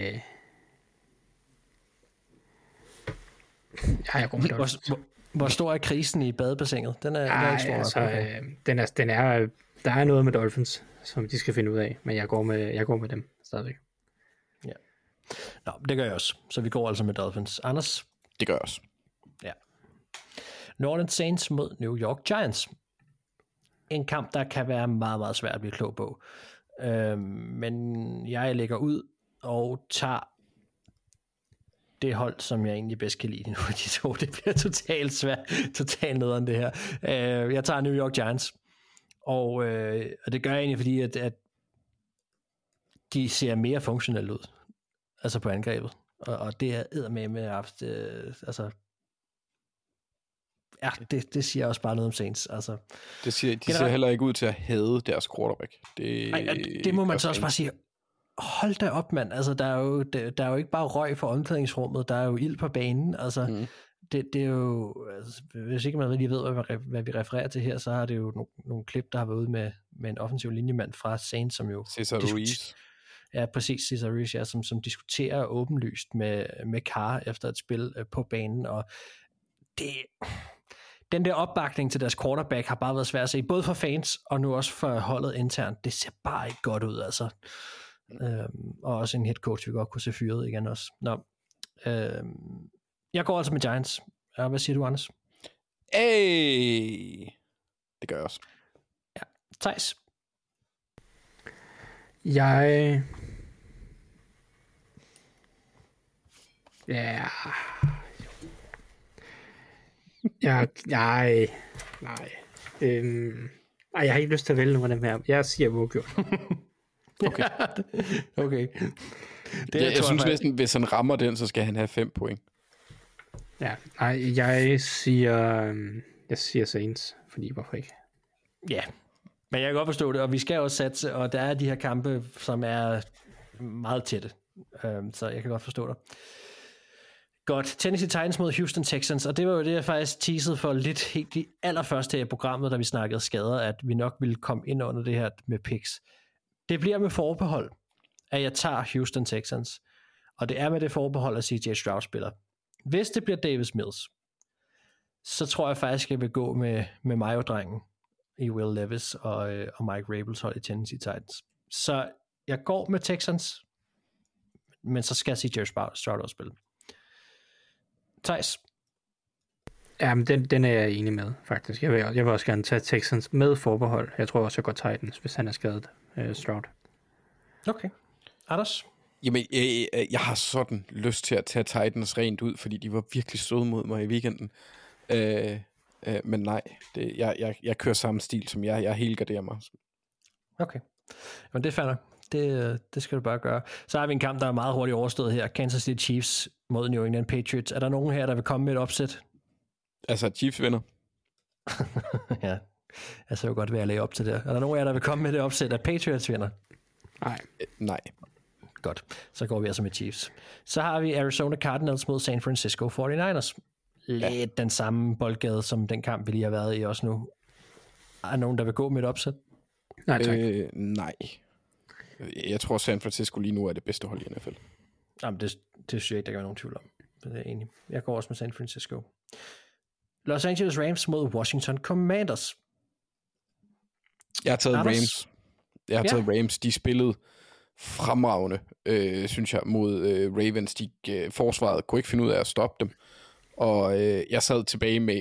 jeg går med Dolphins. Hvor stor er krisen i badebassinet? Den er ikke stor. Altså, der er noget med Dolphins, som de skal finde ud af, men jeg går med dem stadigvæk. Ja. Nå, det gør jeg også. Så vi går altså med Dolphins. Anders? Det gør jeg også. Ja. New Orleans Saints mod New York Giants. En kamp, der kan være meget, meget svært at blive klog på. Men jeg lægger ud og tager det hold, som jeg egentlig bedst kan lide nu, de to. Det bliver totalt svært, totalt nederen det her. Jeg tager New York Giants, og det gør jeg egentlig, fordi at de ser mere funktionelle ud, altså på angrebet, og det er eddermame haft, det siger også bare noget om Saints. Altså, de ser heller ikke ud til at hade deres quarterback. Det må man så også bare sige. Hold da op, mand. Altså, der er jo ikke bare røg for omklædningsrummet, der er jo ild på banen. Altså, det er jo... Altså, hvis ikke man lige ved, hvad vi refererer til her, så har det jo nogle klip, der har været ude med en offensiv linjemand fra Saints, som jo... Cesar Ruiz. Ja, præcis, Cesar Ruiz, ja, som diskuterer åbenlyst med Carr efter et spil på banen, og den der opbakning til deres quarterback har bare været svært at se, både for fans og nu også for holdet internt. Det ser bare ikke godt ud, altså. Og også en head coach, vi godt kunne se fyret igen også. Jeg går altså med Giants. Hvad siger du, Anders? Det gør jeg også. Ja. Thijs? Nej. Jeg har ikke lyst til at vælge nogen af dem her. Jeg siger uafgjort. Okay. Jeg synes næsten, hvis han rammer den, så skal han have 5 point. Ja, nej, jeg siger Saints, fordi hvorfor ikke? Ja, men jeg kan godt forstå det, og vi skal også satse, og der er de her kampe, som er meget tætte, så jeg kan godt forstå det. Godt, Tennessee Titans mod Houston Texans, og det var jo det, jeg faktisk teasede for lidt helt i allerførste af programmet, da vi snakkede skader, at vi nok ville komme ind under det her med picks. Det bliver med forbehold, at jeg tager Houston Texans, og det er med det forbehold, at CJ Stroud spiller. Hvis det bliver Davis Mills, så tror jeg faktisk, at jeg vil gå med Mayo-drengen i Will Levis og Mike Rabels hold i Tennessee Titans. Så jeg går med Texans, men så skal CJ Stroud også spille. Thijs? Ja, men den er jeg enig med, faktisk. Jeg vil også gerne tage Texans med forbehold. Jeg tror også, jeg går Titans, hvis han er skadet, Stroud. Okay. Anders? Jamen, jeg har sådan lyst til at tage Titans rent ud, fordi de var virkelig søde mod mig i weekenden. Men nej, jeg kører samme stil som jeg helgarderer mig. Okay. Men det er fair nok. Det skal du bare gøre. Så har vi en kamp, der er meget hurtigt overstået her. Kansas City Chiefs mod New England Patriots. Er der nogen her, der vil komme med et opsæt? Altså, Chiefs vinder. Ja, jeg så jo godt, hvad jeg lagde op til der. Er der nogen af jer, der vil komme med det opsæt, at Patriots vinder? Nej. Godt, så går vi altså med Chiefs. Så har vi Arizona Cardinals mod San Francisco 49ers. Lidt den samme boldgade, som den kamp, vi lige har været i også nu. Er der nogen, der vil gå med et opsæt? Nej, tak. Nej. Jeg tror, San Francisco lige nu er det bedste hold i NFL. Jamen, det synes jeg ikke, der kan være nogen tvivl om. Det er jeg enig. Jeg går også med San Francisco. Los Angeles Rams mod Washington Commanders. Jeg har taget Anders? Rams. Rams. De spillede fremragende, synes jeg, mod Ravens. Forsvaret kunne ikke finde ud af at stoppe dem. Og jeg sad tilbage med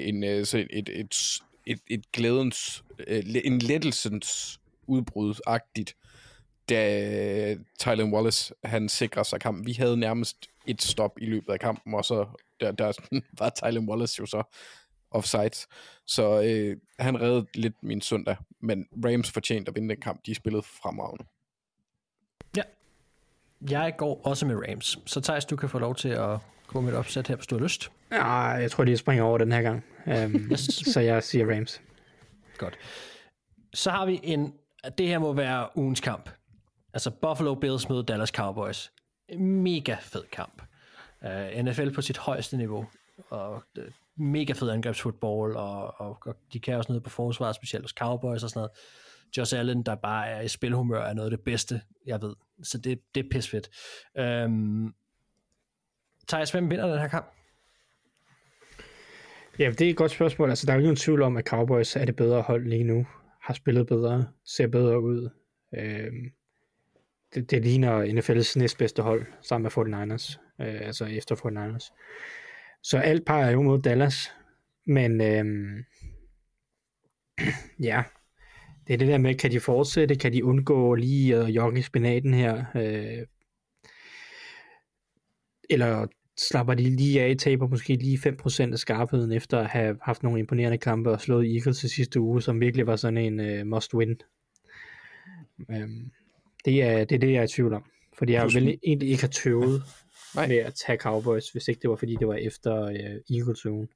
et glædens, en lettelsens udbrud-agtigt, da Tylan Wallace, han sikrer sig kampen. Vi havde nærmest et stop i løbet af kampen, og så der var Tylan Wallace jo så offsides. Så han reddede lidt min søndag, men Rams fortjente at vinde den kamp. De spillede fremragende. Ja. Jeg går også med Rams. Så Thijs, du kan få lov til at gå med et opsæt her, hvis du har lyst. Ja, jeg tror, de springer over den her gang. Så jeg siger Rams. Godt. Så har vi det her må være ugens kamp. Altså Buffalo Bills mod Dallas Cowboys. Mega fed kamp. NFL på sit højeste niveau. Og mega fed angrebsfodbold, og de kan også noget på forsvaret, specielt hos Cowboys og sådan noget. Josh Allen, der bare er i spilhumør, er noget af det bedste, jeg ved. Så det er pissfedt. Thijs, hvem vinder den her kamp? Ja, det er et godt spørgsmål. Altså, der er jo ingen tvivl om, at Cowboys er det bedre hold lige nu. Har spillet bedre, ser bedre ud. Det ligner NFL's næstbedste hold, sammen med 49ers. Altså efter 49ers. Så alt peger jo mod Dallas. Men ja, det er det der med, kan de fortsætte? Kan de undgå lige at jogge i spinaten her? Eller slapper de lige af, taber måske lige 5% af skarpheden, efter at have haft nogle imponerende kampe og slået Eagles til sidste uge, som virkelig var sådan en must-win. Det er det, jeg er i tvivl om. Fordi jeg vel egentlig ikke har tøvet med at tage Cowboys, hvis ikke det var, fordi det var efter Eagles-ugen.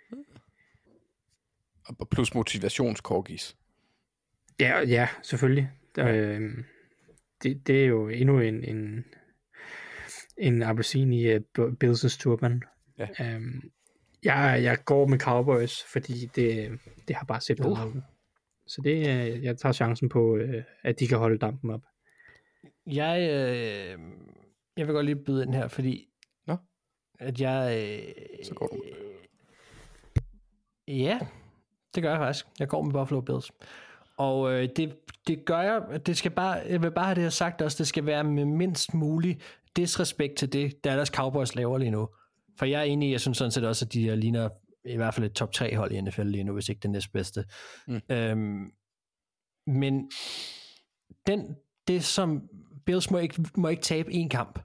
Og plus motivationskorgis. Ja, selvfølgelig. Det er jo endnu en appelsin i Bills' turban. Ja. Jeg går med Cowboys, fordi det har bare set bedre ud. Så jeg tager chancen på, at de kan holde dampen op. Jeg vil godt lige byde ind her, fordi at jeg... Så går du. Ja, det gør jeg faktisk. Jeg går med Buffalo Bills. Og det gør jeg. Jeg vil bare have det her sagt også, det skal være med mindst mulig disrespekt til det, Dallas Cowboys laver lige nu. For jeg er enig, jeg synes sådan set også, at de ligner i hvert fald et top 3 hold i NFL lige nu, hvis ikke det næstbedste. Men det som Bills må ikke tabe en kamp.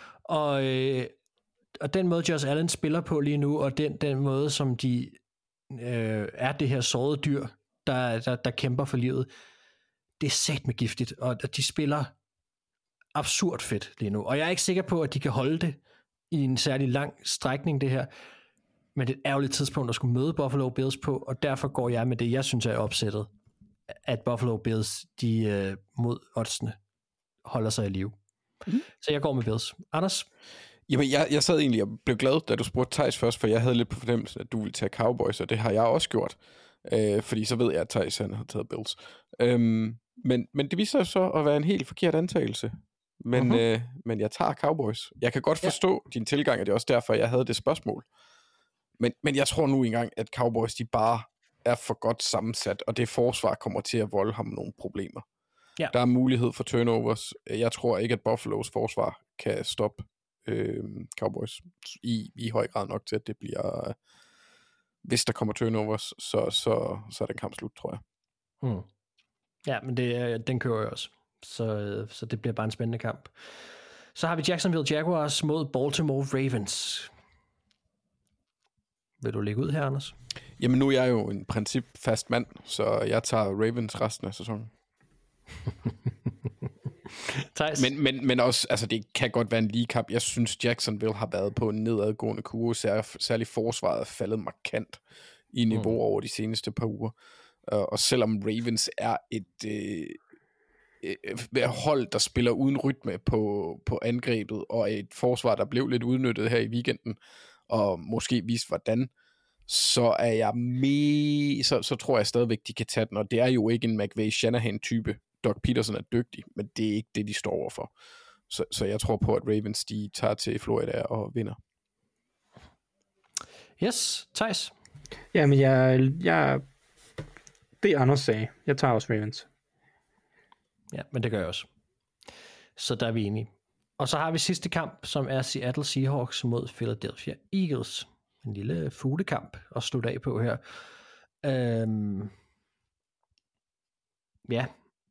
Og den måde Josh Allen spiller på lige nu, og den måde som de er det her sårede dyr, der kæmper for livet, det er sat med giftigt, og de spiller absurd fedt lige nu. Og jeg er ikke sikker på, at de kan holde det i en særlig lang strækning, det her. Men det er et ærgerligt tidspunkt at skulle møde Buffalo Bills på, og derfor går jeg med det, jeg synes er opsættet, at Buffalo Bills, de mod oddsene, holder sig i live. Så jeg går med Bills. Anders? Jamen, jeg sad egentlig og blev glad, da du spurgte Thijs først, for jeg havde lidt på fornemmelsen, at du ville tage Cowboys, og det har jeg også gjort. Fordi så ved jeg, at Thijs han har taget Bills. Men det viser så at være en helt forkert antagelse. Men jeg tager Cowboys. Jeg kan godt forstå din tilgang, og det er også derfor, jeg havde det spørgsmål. Men jeg tror nu engang, at Cowboys, de bare er for godt sammensat, og det forsvar kommer til at volde ham nogle problemer. Ja. Der er mulighed for turnovers. Jeg tror ikke, at Buffalo's forsvar kan stoppe Cowboys i høj grad nok til, at det bliver... Hvis der kommer turnovers, så er den kamp slut, tror jeg. Ja, men den kører jeg også. Så det bliver bare en spændende kamp. Så har vi Jacksonville Jaguars mod Baltimore Ravens. Vil du lægge ud her, Anders? Jamen, nu er jeg jo en principfast mand, så jeg tager Ravens resten af sæsonen. men også, altså det kan godt være en lige kamp. Jeg synes, Jacksonville har været på en nedadgående kurve, særligt forsvaret er faldet markant i niveau over de seneste par uger. Og selvom Ravens er et hold, der spiller uden rytme på angrebet, og et forsvar, der blev lidt udnyttet her i weekenden, og måske vist hvordan, så er jeg så tror jeg stadigvæk, de kan tage den, og det er jo ikke en McVay-Shanahan-type. Doug Peterson er dygtig, men det er ikke det, de står overfor. Så jeg tror på, at Ravens, de tager til Florida og vinder. Yes, Thijs? Jamen, det Anders sagde. Jeg tager også Ravens. Ja, men det gør jeg også. Så der er vi enige. Og så har vi sidste kamp, som er Seattle Seahawks mod Philadelphia Eagles. En lille fuglekamp at slutte af på her. Ja.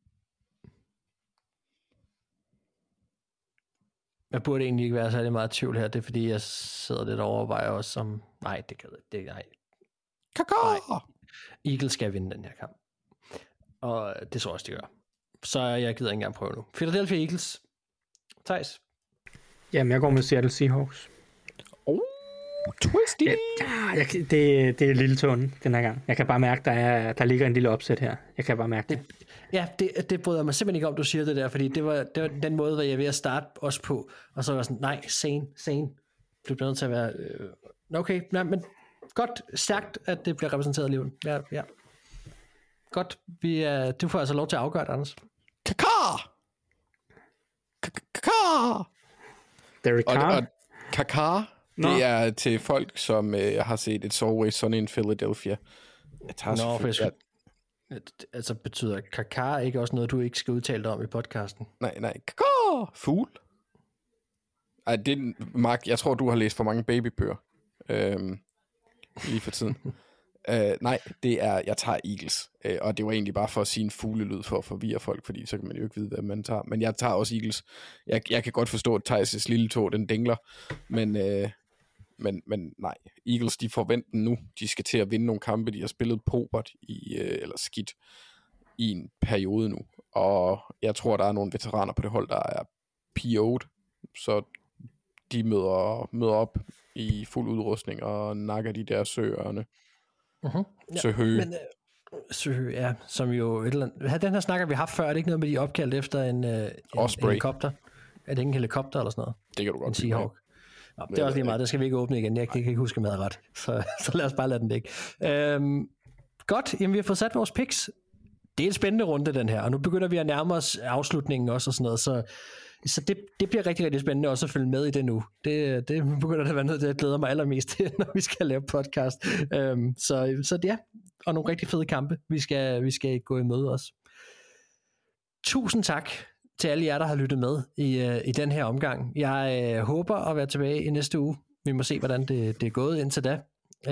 Jeg burde egentlig ikke være særlig meget i tvivl her. Det er fordi, jeg sidder lidt og overvejer også som... Nej, det kan jeg ikke. Nej. Kaka! Eagles skal vinde den her kamp. Og det tror jeg også, de gør. Så jeg gider ikke engang prøve nu. Philadelphia Eagles. Thijs? Jamen, jeg går med Seattle Seahawks. Twisty! Det er lille tårne den her gang. Jeg kan bare mærke, der ligger en lille opsæt her. Jeg kan bare mærke det. Ja, det bryder jeg mig simpelthen ikke om, du siger det der, fordi det var den måde, hvor jeg er ved at starte også på, og så var jeg sådan, nej, sane. Du bliver nødt til at være, okay, nej, men godt, stærkt, at det bliver repræsenteret alligevel. Ja. Godt, du får altså lov til at afgøre det, Anders. Kaka! Derek Carr. Og Kaka, det er til folk, som har set et Always Sunny in Philadelphia. Jeg tager altså betyder Kaka ikke også noget, du ikke skal udtale dig om i podcasten? Nej, Kaka! Fugl? Ej, det Mark, jeg tror, du har læst for mange babybøger. Lige for tiden. Nej, det er, jeg tager Eagles. Og det var egentlig bare for at sige en fuglelyd for at forvirre folk, fordi så kan man jo ikke vide, hvad man tager. Men jeg tager også Eagles. Jeg kan godt forstå, at Thijs' lille tog, den dingler. Men nej, Eagles, de forventer nu. De skal til at vinde nogle kampe. De har spillet pobert eller skidt i en periode nu. Og jeg tror, der er nogle veteraner på det hold, der er PO'd. Så de møder op i fuld udrustning og nakker de der søerne. Ja, Søhøge. Men Søhøge, ja, som jo den her snakker vi har haft før. Er det ikke noget med, de er opkaldt efter en helikopter? Er det ikke en helikopter eller sådan noget? Det kan du godt. En Seahawk. Nå, det er også lige meget, det skal vi ikke åbne igen. Jeg kan ikke huske, om jeg havde ret. Så lad os bare lade den ligge. Godt, jamen vi har fået sat vores picks. Det er en spændende runde, den her. Og nu begynder vi at nærme os afslutningen også og sådan noget. Så det bliver rigtig, rigtig spændende også at følge med i det nu. Det begynder at være noget, det glæder mig allermest til, når vi skal lave podcast. Så ja, og nogle rigtig fede kampe, vi skal gå i møde også. Tusind tak til alle jer, der har lyttet med i den her omgang. Jeg håber at være tilbage i næste uge. Vi må se, hvordan det er gået indtil da.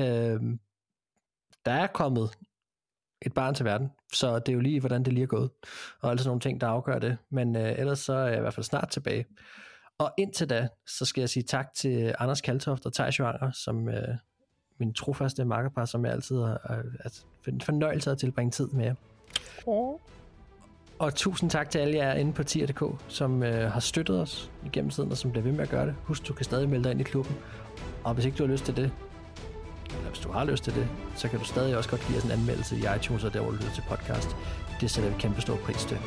Der er kommet et barn til verden, så det er jo lige, hvordan det lige er gået, og alle sådan nogle ting, der afgør det, men ellers så er jeg i hvert fald snart tilbage. Og indtil da, så skal jeg sige tak til Anders Kaltoft og Thijs Joanger, som min trofaste makkerpar, som jeg altid har en fornøjelse at tilbringe tid med jer. Og tusind tak til alle jer inde på tier.dk, som har støttet os igennem tiden, og som bliver ved med at gøre det. Husk, du kan stadig melde dig ind i klubben, og hvis ikke du har lyst til det, eller hvis du har lyst til det, så kan du stadig også godt give os en anmeldelse i iTunes, og der hvor du lytter til podcast. Det sætter vi kæmpe stor pris til.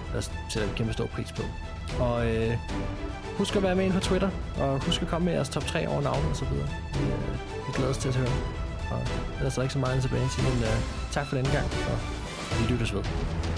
Og husk at være med ind på Twitter, og husk at komme med jeres top 3 over navnet og så videre. Vi glæder os til at høre. Og ellers er der ikke så meget tilbage til, men tak for denne gang, og vi lyttes ved.